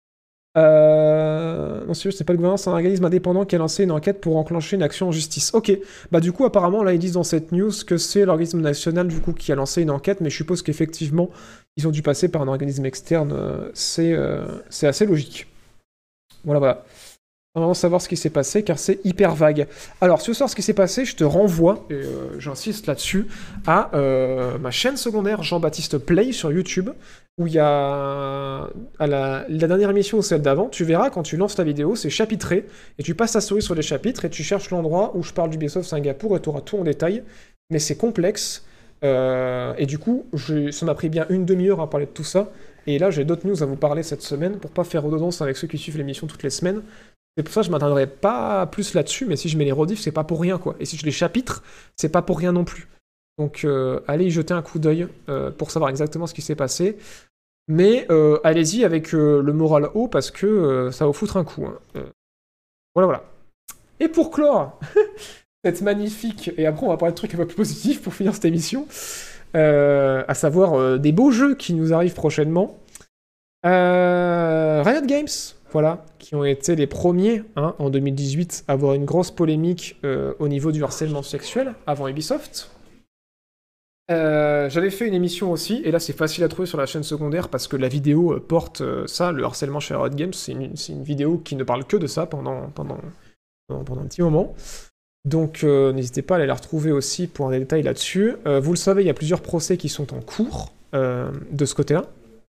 Euh... Non, c'est pas le gouvernement, c'est un organisme indépendant qui a lancé une enquête pour enclencher une action en justice. Ok, bah du coup, apparemment, là, ils disent dans cette news que c'est l'organisme national, du coup, qui a lancé une enquête, mais je suppose qu'effectivement, ils ont dû passer par un organisme externe. Euh, c'est euh, c'est assez logique. Voilà, voilà. On va vraiment savoir ce qui s'est passé, car c'est hyper vague. Alors, si tu veux savoir ce qui s'est passé, je te renvoie, et euh, j'insiste là-dessus, à euh, ma chaîne secondaire Jean-Baptiste Play sur YouTube, où il y a à la, la dernière émission ou celle d'avant, tu verras quand tu lances ta vidéo, c'est chapitré, et tu passes ta souris sur les chapitres, et tu cherches l'endroit où je parle d'Ubisoft Singapour, et tu auras tout en détail, mais c'est complexe, euh, et du coup, je, ça m'a pris bien une demi-heure à parler de tout ça, et là j'ai d'autres news à vous parler cette semaine, pour pas faire redondance avec ceux qui suivent l'émission toutes les semaines. C'est pour ça que je m'atteindrai pas plus là-dessus, mais si je mets les rediffs, c'est pas pour rien, quoi. Et si je les chapitre, c'est pas pour rien non plus. Donc euh, allez y jeter un coup d'œil euh, pour savoir exactement ce qui s'est passé. Mais euh, allez-y avec euh, le moral haut, parce que euh, ça va vous foutre un coup. Hein. Euh, voilà, voilà. Et pour clore cette magnifique... Et après, on va parler de trucs un peu plus positifs pour finir cette émission. Euh, à savoir euh, des beaux jeux qui nous arrivent prochainement. Euh, Riot Games, voilà, qui ont été les premiers hein, en deux mille dix-huit à avoir une grosse polémique euh, au niveau du harcèlement sexuel avant Ubisoft. Euh, j'avais fait une émission aussi, et là c'est facile à trouver sur la chaîne secondaire parce que la vidéo euh, porte euh, ça, le harcèlement chez Riot Games, c'est une, c'est une vidéo qui ne parle que de ça pendant, pendant, pendant, pendant un petit moment. Donc euh, n'hésitez pas à aller la retrouver aussi pour un détail là-dessus. Euh, vous le savez, il y a plusieurs procès qui sont en cours euh, de ce côté-là.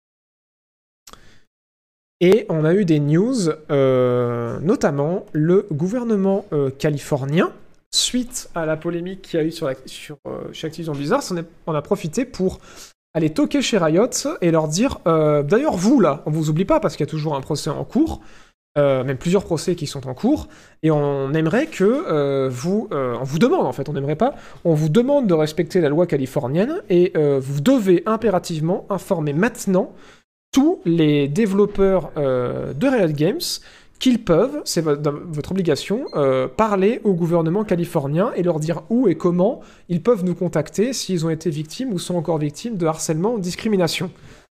Et on a eu des news, euh, notamment le gouvernement euh, californien, suite à la polémique qu'il y a eu sur, la, sur euh, chez Activision Blizzard, on, est, on a profité pour aller toquer chez Riot et leur dire euh, d'ailleurs vous là, on vous oublie pas parce qu'il y a toujours un procès en cours, euh, même plusieurs procès qui sont en cours, et on aimerait que euh, vous, euh, on vous demande en fait, on n'aimerait pas, on vous demande de respecter la loi californienne et euh, vous devez impérativement informer maintenant tous les développeurs euh, de Riot Games qu'ils peuvent, c'est votre, votre obligation, euh, parler au gouvernement californien et leur dire où et comment ils peuvent nous contacter s'ils ont été victimes ou sont encore victimes de harcèlement ou de discrimination.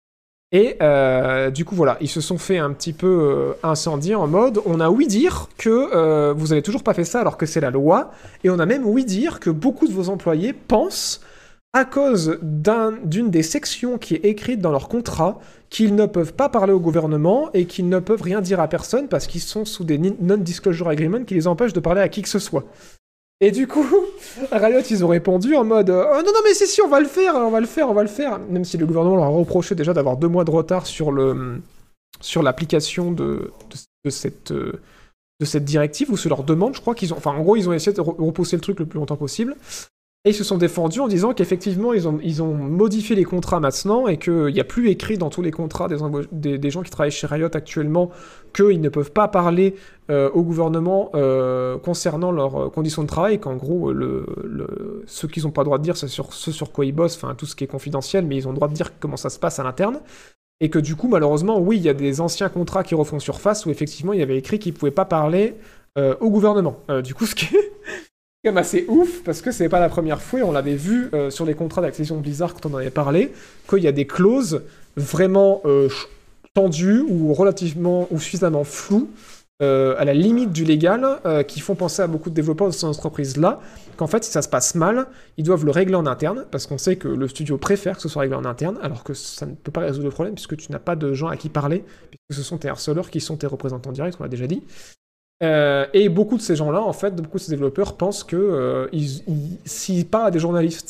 Et euh, du coup, voilà, ils se sont fait un petit peu euh, incendier en mode on a ouï dire que euh, vous avez toujours pas fait ça alors que c'est la loi, et on a même ouï dire que beaucoup de vos employés pensent, à cause d'un, d'une des sections qui est écrite dans leur contrat, qu'ils ne peuvent pas parler au gouvernement et qu'ils ne peuvent rien dire à personne parce qu'ils sont sous des non-disclosure agreements qui les empêchent de parler à qui que ce soit. Et du coup, Riot, ils ont répondu en mode euh, « Oh non, non, mais si, si, on va le faire, on va le faire, on va le faire !» Même si le gouvernement leur a reproché déjà d'avoir deux mois de retard sur, le, sur l'application de, de, de, cette, de cette directive, ou sur leur demande, je crois qu'ils ont... Enfin, en gros, ils ont essayé de repousser le truc le plus longtemps possible. Et ils se sont défendus en disant qu'effectivement, ils ont, ils ont modifié les contrats maintenant et qu'il n'y a plus écrit dans tous les contrats des, des, des gens qui travaillent chez Riot actuellement qu'ils ne peuvent pas parler euh, au gouvernement euh, concernant leurs conditions de travail, qu'en gros, le, le, ce qu'ils n'ont pas le droit de dire, c'est sur ce sur quoi ils bossent, enfin tout ce qui est confidentiel, mais ils ont le droit de dire comment ça se passe à l'interne. Et que du coup, malheureusement, oui, il y a des anciens contrats qui refont surface où effectivement, il y avait écrit qu'ils ne pouvaient pas parler euh, au gouvernement. Euh, du coup, ce qui est... même assez ouf, parce que c'est pas la première fois, et on l'avait vu euh, sur les contrats d'Activision Blizzard quand on en avait parlé, qu'il y a des clauses vraiment euh, tendues ou relativement ou suffisamment floues, euh, à la limite du légal, euh, qui font penser à beaucoup de développeurs de ces entreprises-là, qu'en fait, si ça se passe mal, ils doivent le régler en interne, parce qu'on sait que le studio préfère que ce soit réglé en interne, alors que ça ne peut pas résoudre le problème, puisque tu n'as pas de gens à qui parler, puisque ce sont tes harceleurs qui sont tes représentants directs, on l'a déjà dit. Euh, et beaucoup de ces gens-là, en fait, beaucoup de ces développeurs pensent que euh, ils, ils, s'ils parlent à des journalistes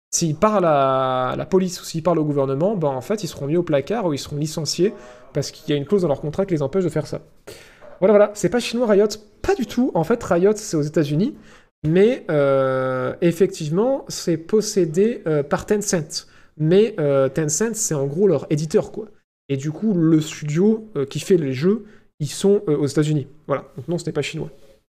s'ils parlent à la police ou s'ils parlent au gouvernement, ben en fait, ils seront mis au placard ou ils seront licenciés parce qu'il y a une clause dans leur contrat qui les empêche de faire ça. Voilà, voilà. C'est pas chinois, Riot. Pas du tout. En fait, Riot, c'est aux États-Unis. Mais euh, effectivement, c'est possédé euh, par Tencent. Mais euh, Tencent, c'est en gros leur éditeur, quoi. Et du coup, le studio euh, qui fait les jeux, ils sont euh, aux États-Unis. Voilà. Donc non, ce n'est pas chinois.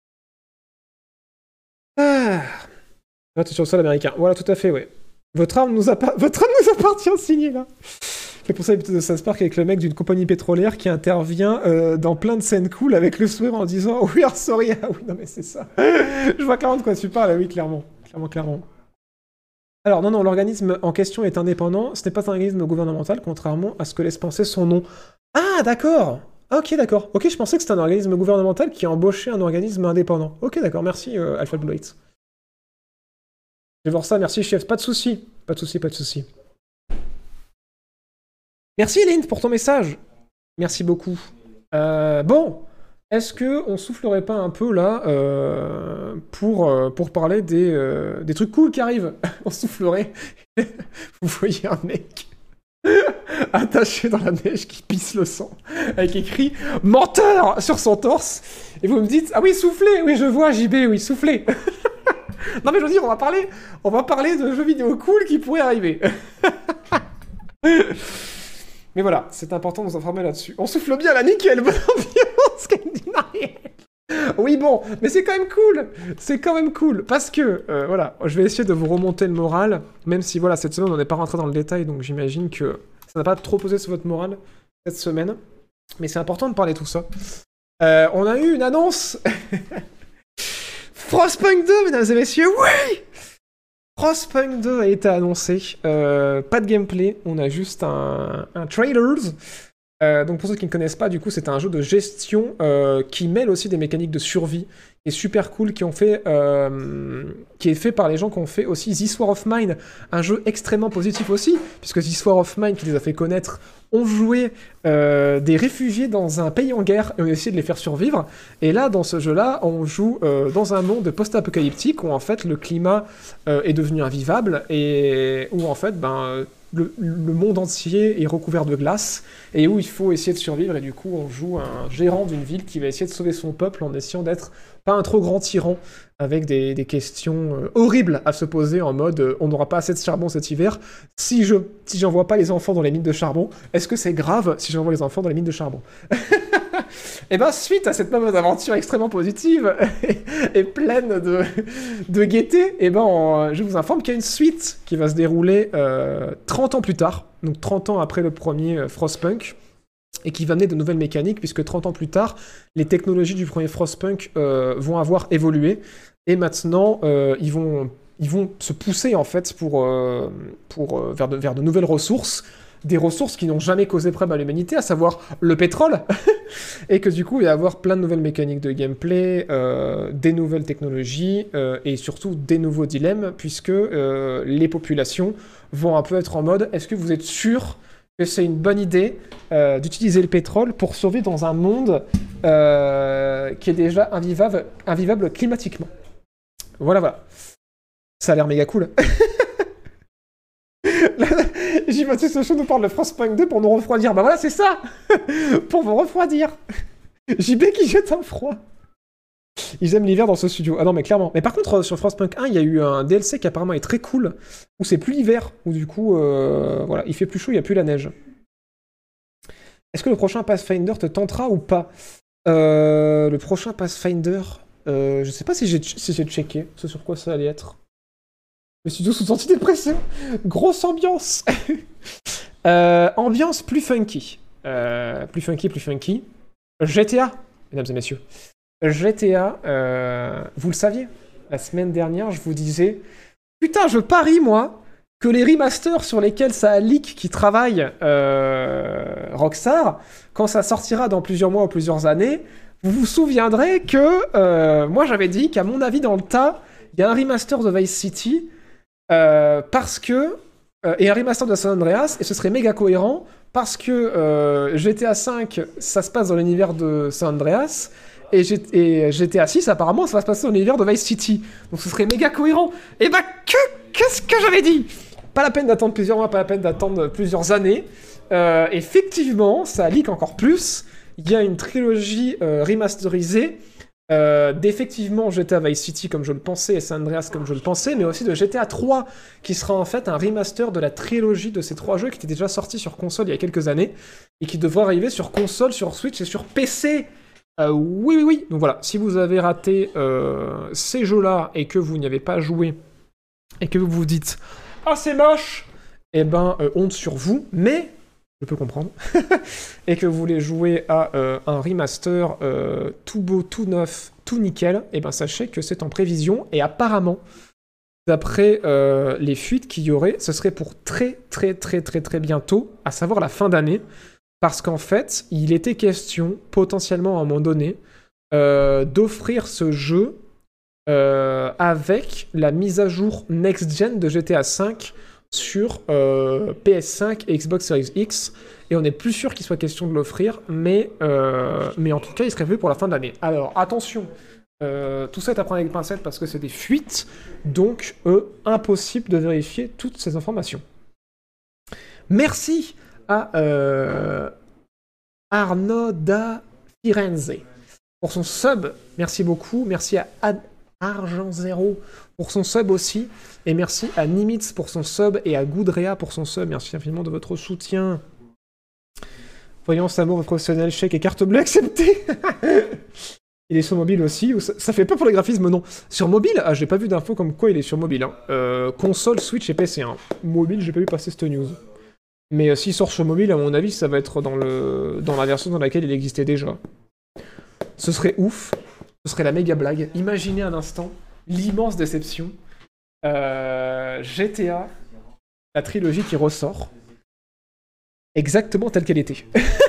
Ah. Ah, t'es sur le sol américain. Voilà, tout à fait, ouais. Votre arme nous, appa- Votre arme nous appartient, signé, là. C'est pour ça l'épisode de South Park avec le mec d'une compagnie pétrolière qui intervient euh, dans plein de scènes cool avec le sourire en disant « We are sorry ». Ah oui, non mais c'est ça. Je vois clairement de quoi tu parles, oui, clairement. Clairement, clairement. Alors, non, non, l'organisme en question est indépendant. Ce n'est pas un organisme gouvernemental, contrairement à ce que laisse penser son nom. Ah, d'accord. Ok, d'accord. Ok, je pensais que c'était un organisme gouvernemental qui a embauché un organisme indépendant. Ok, d'accord, merci, euh, Alpha Blue Eight. Je vais voir ça, merci, chef. Pas de souci. Pas de souci, pas de souci. Merci, Lynn, pour ton message. Merci beaucoup. Euh, bon, est-ce que on soufflerait pas un peu, là, euh, pour, euh, pour parler des, euh, des trucs cool qui arrivent? On soufflerait. Vous voyez un mec attaché dans la neige qui pisse le sang, avec écrit « Menteur !» sur son torse. Et vous me dites « Ah oui, soufflez !» Oui, je vois, J B, oui, soufflez. Non mais je veux dire, on va parler, on va parler de jeux vidéo cool qui pourraient arriver. Mais voilà, c'est important de nous informer là-dessus. On souffle bien la nickel, bonne ambiance, Scandinavie. Oui bon, mais c'est quand même cool. C'est quand même cool, parce que, euh, voilà, je vais essayer de vous remonter le moral, même si, voilà, cette semaine, on n'est pas rentré dans le détail, donc j'imagine que ça n'a pas trop posé sur votre moral, cette semaine. Mais c'est important de parler de tout ça. Euh, on a eu une annonce. Frostpunk deux, mesdames et messieurs, oui! Frostpunk deux a été annoncé. Euh, pas de gameplay, on a juste un, un trailer. Euh, donc pour ceux qui ne connaissent pas, du coup, c'est un jeu de gestion euh, qui mêle aussi des mécaniques de survie. Qui est super cool, qui, ont fait, euh, qui est fait par les gens qui ont fait aussi This War of Mine, un jeu extrêmement positif aussi, puisque This War of Mine, qui les a fait connaître, ont joué euh, des réfugiés dans un pays en guerre et ont essayé de les faire survivre. Et là, dans ce jeu-là, on joue euh, dans un monde post-apocalyptique où en fait le climat euh, est devenu invivable et où en fait ben, le, le monde entier est recouvert de glace et où il faut essayer de survivre. Et du coup, on joue un gérant d'une ville qui va essayer de sauver son peuple en essayant d'être pas un trop grand tyran avec des, des questions euh, horribles à se poser en mode euh, on n'aura pas assez de charbon cet hiver. Si je si j'envoie pas les enfants dans les mines de charbon, est-ce que c'est grave si j'envoie les enfants dans les mines de charbon? Et ben suite à cette fameuse aventure extrêmement positive et, et pleine de, de gaieté, et ben on, je vous informe qu'il y a une suite qui va se dérouler euh, trente ans plus tard, donc trente ans après le premier euh, Frostpunk, et qui va amener de nouvelles mécaniques, puisque trente ans plus tard, les technologies du premier Frostpunk euh, vont avoir évolué, et maintenant, euh, ils, vont, ils vont se pousser, en fait, pour, euh, pour, euh, vers, de, vers de nouvelles ressources, des ressources qui n'ont jamais causé problème à l'humanité, à savoir le pétrole, et que du coup, il va y avoir plein de nouvelles mécaniques de gameplay, euh, des nouvelles technologies, euh, et surtout des nouveaux dilemmes, puisque euh, les populations vont un peu être en mode, est-ce que vous êtes sûr que c'est une bonne idée euh, d'utiliser le pétrole pour survivre dans un monde euh, qui est déjà invivable, invivable climatiquement. Voilà, voilà. Ça a l'air méga cool. J-Mathieu Sochaux nous parle de Frostpunk deux pour nous refroidir. Bah voilà, c'est ça. Pour vous refroidir. J B qui jette un froid. Ils aiment l'hiver dans ce studio. Ah non, mais clairement. Mais par contre, sur Frostpunk un, il y a eu un D L C qui apparemment est très cool, où c'est plus l'hiver, où du coup, euh, voilà, il fait plus chaud, il n'y a plus la neige. Est-ce que le prochain Pathfinder te tentera ou pas? euh, Le prochain Pathfinder, euh, je sais pas si j'ai si j'ai checké ce sur quoi ça allait être. Le studio sous antidépresseur. Grosse ambiance. euh, Ambiance plus funky. Euh, plus funky, plus funky. G T A, mesdames et messieurs. G T A, euh, vous le saviez, la semaine dernière, je vous disais « Putain, je parie, moi, que les remasters sur lesquels ça a leak qui travaille euh, Rockstar, quand ça sortira dans plusieurs mois ou plusieurs années, vous vous souviendrez que euh, moi, j'avais dit qu'à mon avis, dans le tas, il y a un remaster de Vice City, euh, parce que... Euh, et un remaster de San Andreas, et ce serait méga cohérent, parce que euh, G T A cinq, ça se passe dans l'univers de San Andreas, et, G et G T A six, apparemment, ça va se passer dans l'univers de Vice City. Donc ce serait méga cohérent. Et bah, que qu'est-ce que j'avais dit? Pas la peine d'attendre plusieurs mois, pas la peine d'attendre plusieurs années. Euh, effectivement, ça leak encore plus. Il y a une trilogie euh, remasterisée euh, d'effectivement G T A Vice City comme je le pensais et San Andreas comme je le pensais, mais aussi de G T A trois qui sera en fait un remaster de la trilogie de ces trois jeux qui étaient déjà sortis sur console il y a quelques années et qui devraient arriver sur console, sur Switch et sur P C. Euh, oui, oui, oui. Donc voilà, si vous avez raté euh, ces jeux-là et que vous n'y avez pas joué et que vous vous dites « Ah, c'est moche !» Eh ben, euh, honte sur vous, mais... je peux comprendre, et que vous voulez jouer à euh, un remaster euh, tout beau, tout neuf, tout nickel, et ben sachez que c'est en prévision, et apparemment, d'après euh, les fuites qu'il y aurait, ce serait pour très très très très très bientôt, à savoir la fin d'année, parce qu'en fait, il était question, potentiellement à un moment donné, euh, d'offrir ce jeu euh, avec la mise à jour next-gen de G T A cinq, sur euh, P S cinq et Xbox Series X, et on n'est plus sûr qu'il soit question de l'offrir, mais, euh, mais en tout cas, il serait prévu pour la fin de l'année. Alors, attention, euh, tout ça est à prendre avec des pincettes parce que c'est des fuites, donc euh, impossible de vérifier toutes ces informations. Merci à euh, Arnaud da Firenze pour son sub, merci beaucoup, merci à Ad Argent Zéro pour son sub aussi, et merci à Nimitz pour son sub, et à Goudrea pour son sub, merci infiniment de votre soutien. Voyance, amour, professionnel, chèque et carte bleue acceptée. Il est sur mobile aussi, ça, ça fait pas pour les graphismes, non. Sur mobile, ah, j'ai pas vu d'infos comme quoi il est sur mobile. Hein. Euh, console, Switch et P C. Hein. Mobile, j'ai pas vu passer cette news. Mais euh, s'il sort sur mobile, à mon avis, ça va être dans, le, dans la version dans laquelle il existait déjà. Ce serait ouf. Ce serait la méga blague. Imaginez un instant l'immense déception. Euh, G T A, la trilogie qui ressort, exactement telle qu'elle était.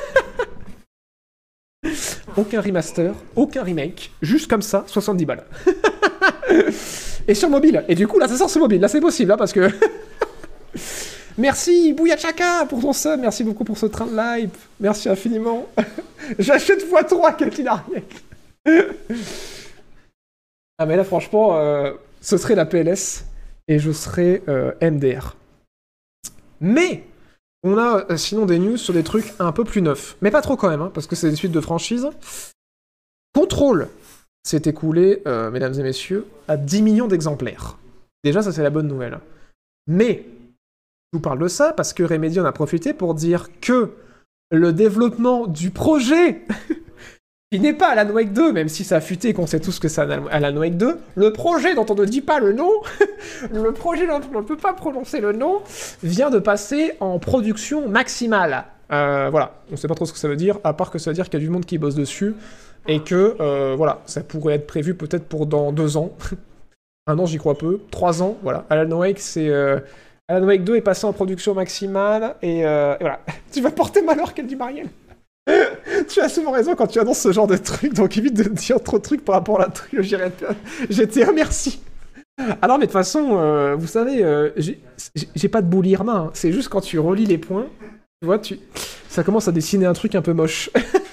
Aucun remaster, aucun remake, juste comme ça, soixante-dix balles. Et sur mobile. Et du coup, là, ça sort sur mobile. Là, c'est possible, hein, parce que... Merci, Bouyachaka, pour ton sub. Merci beaucoup pour ce train de live. Merci infiniment. J'achète fois trois, quel qu'il arrive. Ah mais là franchement, euh, ce serait la P L S et je serais euh, M D R. Mais on a euh, sinon des news sur des trucs un peu plus neufs. Mais pas trop quand même, hein, parce que c'est des suites de franchises. Control s'est écoulé, euh, mesdames et messieurs, à dix millions d'exemplaires. Déjà, ça c'est la bonne nouvelle. Mais je vous parle de ça parce que Remedy en a profité pour dire que le développement du projet... Il n'est pas Alan Wake deux, même si ça a fuité et qu'on sait tous que c'est Alan Wake deux. Le projet dont on ne dit pas le nom, le projet dont on ne peut pas prononcer le nom, vient de passer en production maximale. Euh, voilà, on ne sait pas trop ce que ça veut dire, à part que ça veut dire qu'il y a du monde qui bosse dessus, et que, euh, voilà, ça pourrait être prévu peut-être pour dans deux ans. Un an, j'y crois peu. Trois ans, voilà. Alan Wake, c'est... Euh... Alan Wake deux est passé en production maximale, et, euh... et voilà. Tu vas porter malheur, qu'elle dit Marielle. Tu as souvent raison quand tu annonces ce genre de trucs, donc évite de dire trop de trucs par rapport à la trilogie G T A, merci. Alors, mais de toute façon, euh, vous savez, euh, j'ai pas de boule Irma, hein. C'est juste quand tu relis les points, tu vois, tu... ça commence à dessiner un truc un peu moche.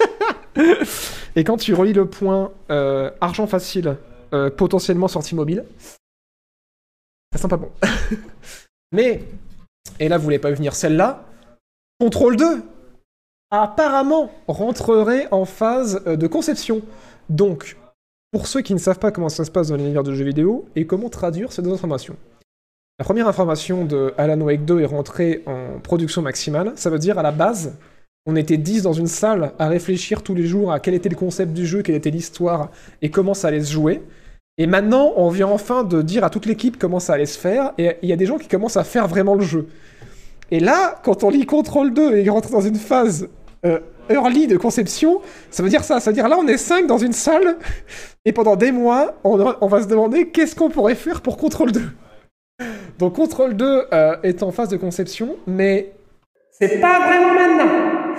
Et quand tu relis le point euh, argent facile, euh, potentiellement sortie mobile, ça sent pas bon. Mais, et là vous voulez pas venir celle-là, Control deux apparemment rentrerait en phase de conception. Donc, pour ceux qui ne savent pas comment ça se passe dans l'univers de jeux vidéo, et comment traduire ces deux informations. La première information de Alan Wake deux est rentrée en production maximale, ça veut dire à la base, on était dix dans une salle à réfléchir tous les jours à quel était le concept du jeu, quelle était l'histoire, et comment ça allait se jouer. Et maintenant, on vient enfin de dire à toute l'équipe comment ça allait se faire, et il y a des gens qui commencent à faire vraiment le jeu. Et là, quand on lit Control deux et il rentre dans une phase euh, early de conception, ça veut dire ça, ça veut dire là on est cinq dans une salle, et pendant des mois, on, on va se demander qu'est-ce qu'on pourrait faire pour Control deux. Donc Control deux euh, est en phase de conception, mais c'est pas vraiment maintenant.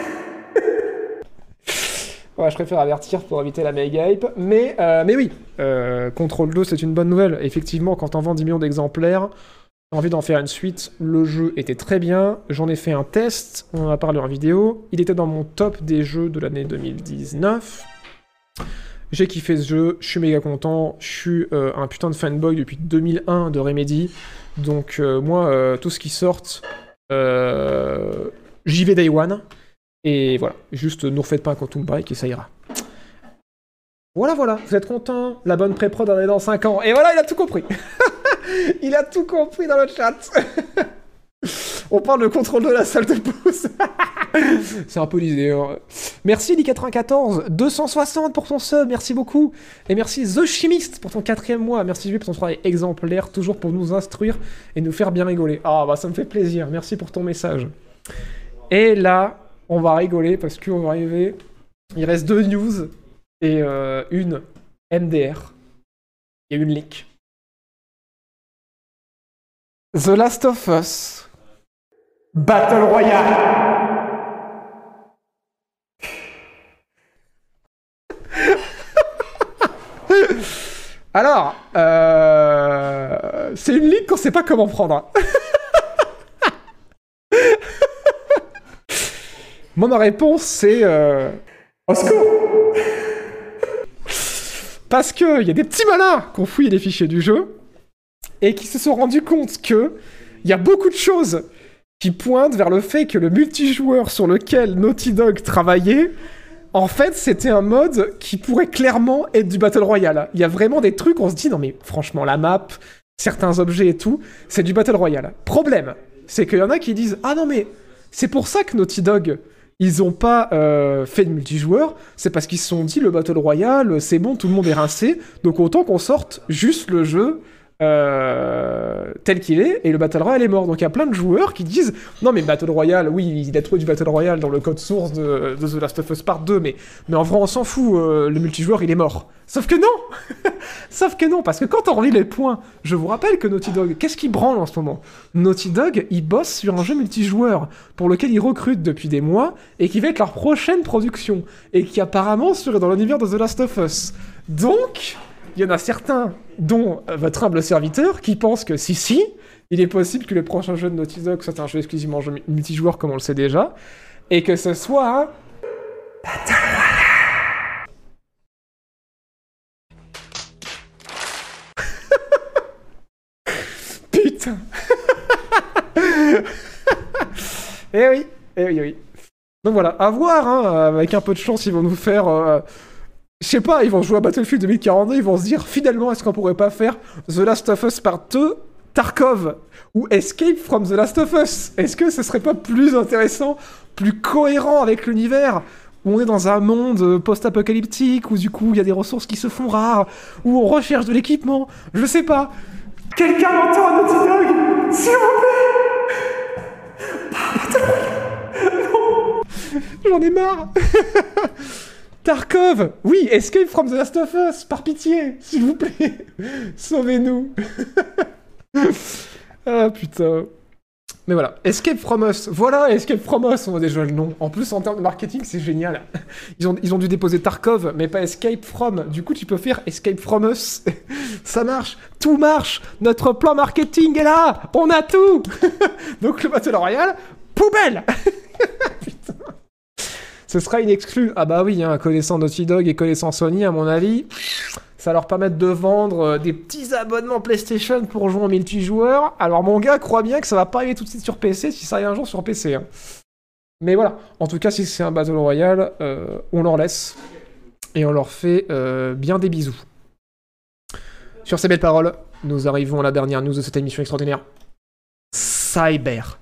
Ouais, je préfère avertir pour éviter la méga hype, mais, euh, mais oui, euh, Control deux c'est une bonne nouvelle. Effectivement, quand on vend dix millions d'exemplaires, j'ai envie d'en faire une suite. Le jeu était très bien, j'en ai fait un test, on en a parlé en vidéo, il était dans mon top des jeux de l'année deux mille dix-neuf. J'ai kiffé ce jeu, je suis méga content, je suis euh, un putain de fanboy depuis deux mille un de Remedy, donc euh, moi, euh, tout ce qui sort, euh, j'y vais day one, et voilà, juste ne refaites pas un Quantum Break et ça ira. Voilà, voilà, vous êtes content? La bonne pré-prod en est dans cinq ans, et voilà, il a tout compris. Il a tout compris dans le chat. On parle de contrôle de la salle de pause. C'est un peu l'idée. Hein. Merci Lee quatre-vingt-quatorze, deux cent soixante pour ton sub, merci beaucoup. Et merci The Chimiste pour ton quatrième mois. Merci J B pour ton travail exemplaire, toujours pour nous instruire et nous faire bien rigoler. Ah bah ça me fait plaisir, merci pour ton message. Et là, on va rigoler parce qu'on va arriver... Il reste deux news et euh, une M D R et une leak. The Last of Us Battle Royale. Alors, euh... c'est une ligue qu'on sait pas comment prendre. Moi, ma réponse, c'est... Euh... Au secours. Parce qu'il y a des petits malins qui ont fouillé les fichiers du jeu et qui se sont rendus compte que il y a beaucoup de choses qui pointent vers le fait que le multijoueur sur lequel Naughty Dog travaillait, en fait, c'était un mode qui pourrait clairement être du Battle Royale. Il y a vraiment des trucs, on se dit, non mais franchement, la map, certains objets et tout, c'est du Battle Royale. Problème, c'est qu'il y en a qui disent, ah non mais, c'est pour ça que Naughty Dog, ils ont pas euh, fait de multijoueur, c'est parce qu'ils se sont dit, le Battle Royale, c'est bon, tout le monde est rincé, donc autant qu'on sorte juste le jeu... Euh, tel qu'il est, et le Battle Royale est mort. Donc il y a plein de joueurs qui disent non mais Battle Royale, oui, il a trouvé du Battle Royale dans le code source de, de The Last of Us Part deux, mais, mais en vrai on s'en fout, euh, le multijoueur il est mort. Sauf que non. Sauf que non, parce que quand on relit les points, je vous rappelle que Naughty Dog, qu'est-ce qui branle en ce moment? Naughty Dog, ils bossent sur un jeu multijoueur pour lequel ils recrutent depuis des mois, et qui va être leur prochaine production, et qui apparemment serait dans l'univers de The Last of Us. Donc... il y en a certains, dont euh, votre humble serviteur, qui pensent que si, si, il est possible que le prochain jeu de Naughty Dog soit un jeu exclusivement jeu multijoueur, comme on le sait déjà, et que ce soit un... Battle Royale. Putain. Eh oui, eh oui, oui. Donc voilà, à voir, hein, avec un peu de chance, ils vont nous faire... Euh, Je sais pas, ils vont jouer à Battlefield deux mille quarante-deux, ils vont se dire, finalement, est-ce qu'on pourrait pas faire The Last of Us Part deux, Tarkov, ou Escape from The Last of Us? Est-ce que ce serait pas plus intéressant, plus cohérent avec l'univers, où on est dans un monde post-apocalyptique, où du coup, il y a des ressources qui se font rares, où on recherche de l'équipement, je sais pas. Quelqu'un m'entend à Naughty Dog, s'il vous plaît. Battle Royale. Non. J'en ai marre. Tarkov! Oui, Escape from the Last of Us! Par pitié, s'il vous plaît! Sauvez-nous! Ah putain. Mais voilà, Escape from Us. Voilà, Escape from Us, on a déjà le nom. En plus, en termes de marketing, c'est génial. Ils ont, ils ont dû déposer Tarkov, mais pas Escape from. Du coup, tu peux faire Escape from Us. Ça marche, tout marche. Notre plan marketing est là. On a tout. Donc le Battle Royale, poubelle. Putain. Ce sera une exclue. Ah bah oui, hein, connaissant Naughty Dog et connaissant Sony, à mon avis, ça leur permet de vendre euh, des petits abonnements PlayStation pour jouer en multijoueur. Alors mon gars, crois bien que ça va pas arriver tout de suite sur P C si ça arrive un jour sur P C. Hein. Mais voilà, en tout cas, si c'est un Battle Royale, euh, on leur laisse. Et on leur fait euh, bien des bisous. Sur ces belles paroles, nous arrivons à la dernière news de cette émission extraordinaire. Cyber.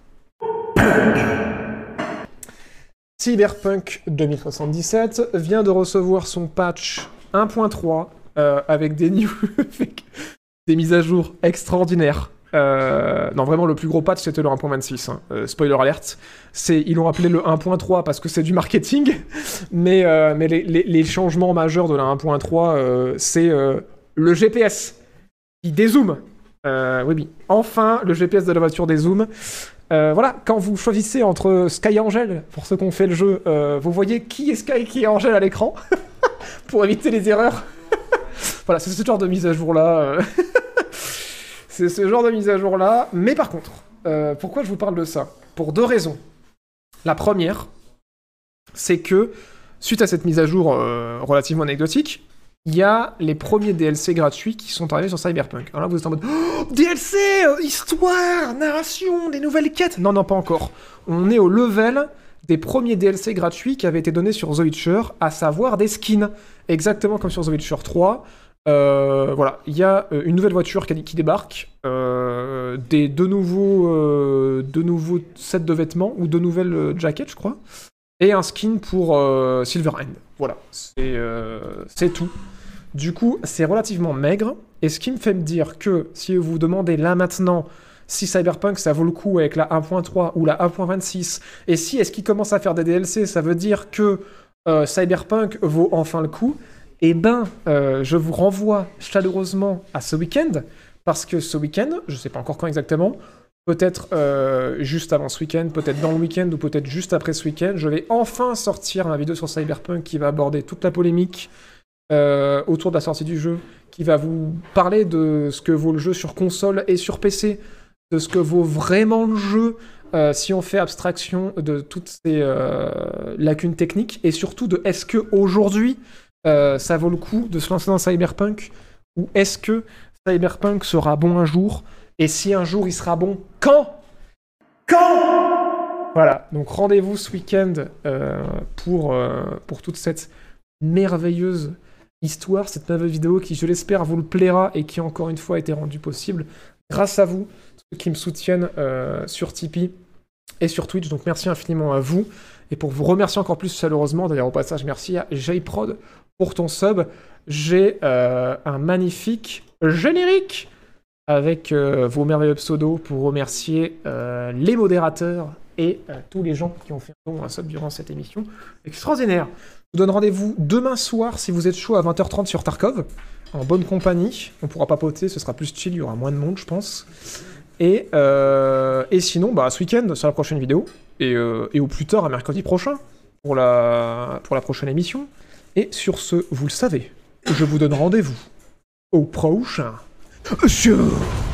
Cyberpunk deux mille soixante-dix-sept vient de recevoir son patch un point trois euh, avec des news, avec des mises à jour extraordinaires. Euh, non, vraiment, le plus gros patch, c'était le un point vingt-six. Hein. Euh, spoiler alert. C'est, ils l'ont appelé le un point trois parce que c'est du marketing, mais, euh, mais les, les, les changements majeurs de la un point trois, euh, c'est euh, le G P S qui dézoome. Euh, oui, oui. Enfin, le G P S de la voiture dézoome. Euh, voilà, quand vous choisissez entre Sky et Angel, pour ceux qui ont fait le jeu, euh, vous voyez qui est Sky et qui est Angel à l'écran, pour éviter les erreurs. Voilà, c'est ce genre de mise à jour-là. Euh... c'est ce genre de mise à jour-là. Mais par contre, euh, pourquoi je vous parle de ça? Pour deux raisons. La première, c'est que, suite à cette mise à jour euh, relativement anecdotique, il y a les premiers D L C gratuits qui sont arrivés sur Cyberpunk. Alors là, vous êtes en mode oh, D L C, euh, histoire, narration, des nouvelles quêtes. Non, non, pas encore. On est au level des premiers D L C gratuits qui avaient été donnés sur The Witcher, à savoir des skins. Exactement comme sur The Witcher trois. Euh, voilà, il y a euh, une nouvelle voiture qui, qui débarque, euh, des deux nouveaux, euh, deux nouveaux sets de vêtements, ou deux nouvelles euh, jackets, je crois, et un skin pour euh, Silverhand. Voilà, c'est, euh, c'est tout. Du coup, c'est relativement maigre, et ce qui me fait me dire que si vous vous demandez là maintenant si Cyberpunk ça vaut le coup avec la un point trois ou la un point vingt-six, et si est-ce qu'il commence à faire des D L C, ça veut dire que euh, Cyberpunk vaut enfin le coup. Eh ben, euh, je vous renvoie chaleureusement à ce week-end, parce que ce week-end, je sais pas encore quand exactement, peut-être euh, juste avant ce week-end, peut-être dans le week-end, ou peut-être juste après ce week-end, je vais enfin sortir ma vidéo sur Cyberpunk qui va aborder toute la polémique euh, autour de la sortie du jeu, qui va vous parler de ce que vaut le jeu sur console et sur P C, de ce que vaut vraiment le jeu, euh, si on fait abstraction de toutes ces euh, lacunes techniques, et surtout de est-ce que aujourd'hui Euh, ça vaut le coup de se lancer dans Cyberpunk, ou est-ce que Cyberpunk sera bon un jour, et si un jour il sera bon, quand Quand Voilà, donc rendez-vous ce week-end euh, pour, euh, pour toute cette merveilleuse histoire, cette merveilleuse vidéo qui, je l'espère, vous le plaira, et qui encore une fois a été rendue possible grâce à vous, ceux qui me soutiennent euh, sur Tipeee et sur Twitch, donc merci infiniment à vous. Et pour vous remercier encore plus chaleureusement, d'ailleurs au passage merci à J-Prod pour ton sub, j'ai euh, un magnifique générique avec euh, vos merveilleux pseudos pour remercier euh, les modérateurs et euh, tous les gens qui ont fait un don un sub durant cette émission extraordinaire. Je vous donne rendez-vous demain soir si vous êtes chaud à vingt heures trente sur Tarkov, en bonne compagnie. On pourra papoter, ce sera plus chill, il y aura moins de monde je pense. Et, euh, et sinon, bah, ce week-end, sur la prochaine vidéo, et, euh, et au plus tard, à mercredi prochain, pour la, pour la prochaine émission. Et sur ce, vous le savez, je vous donne rendez-vous au prochain show.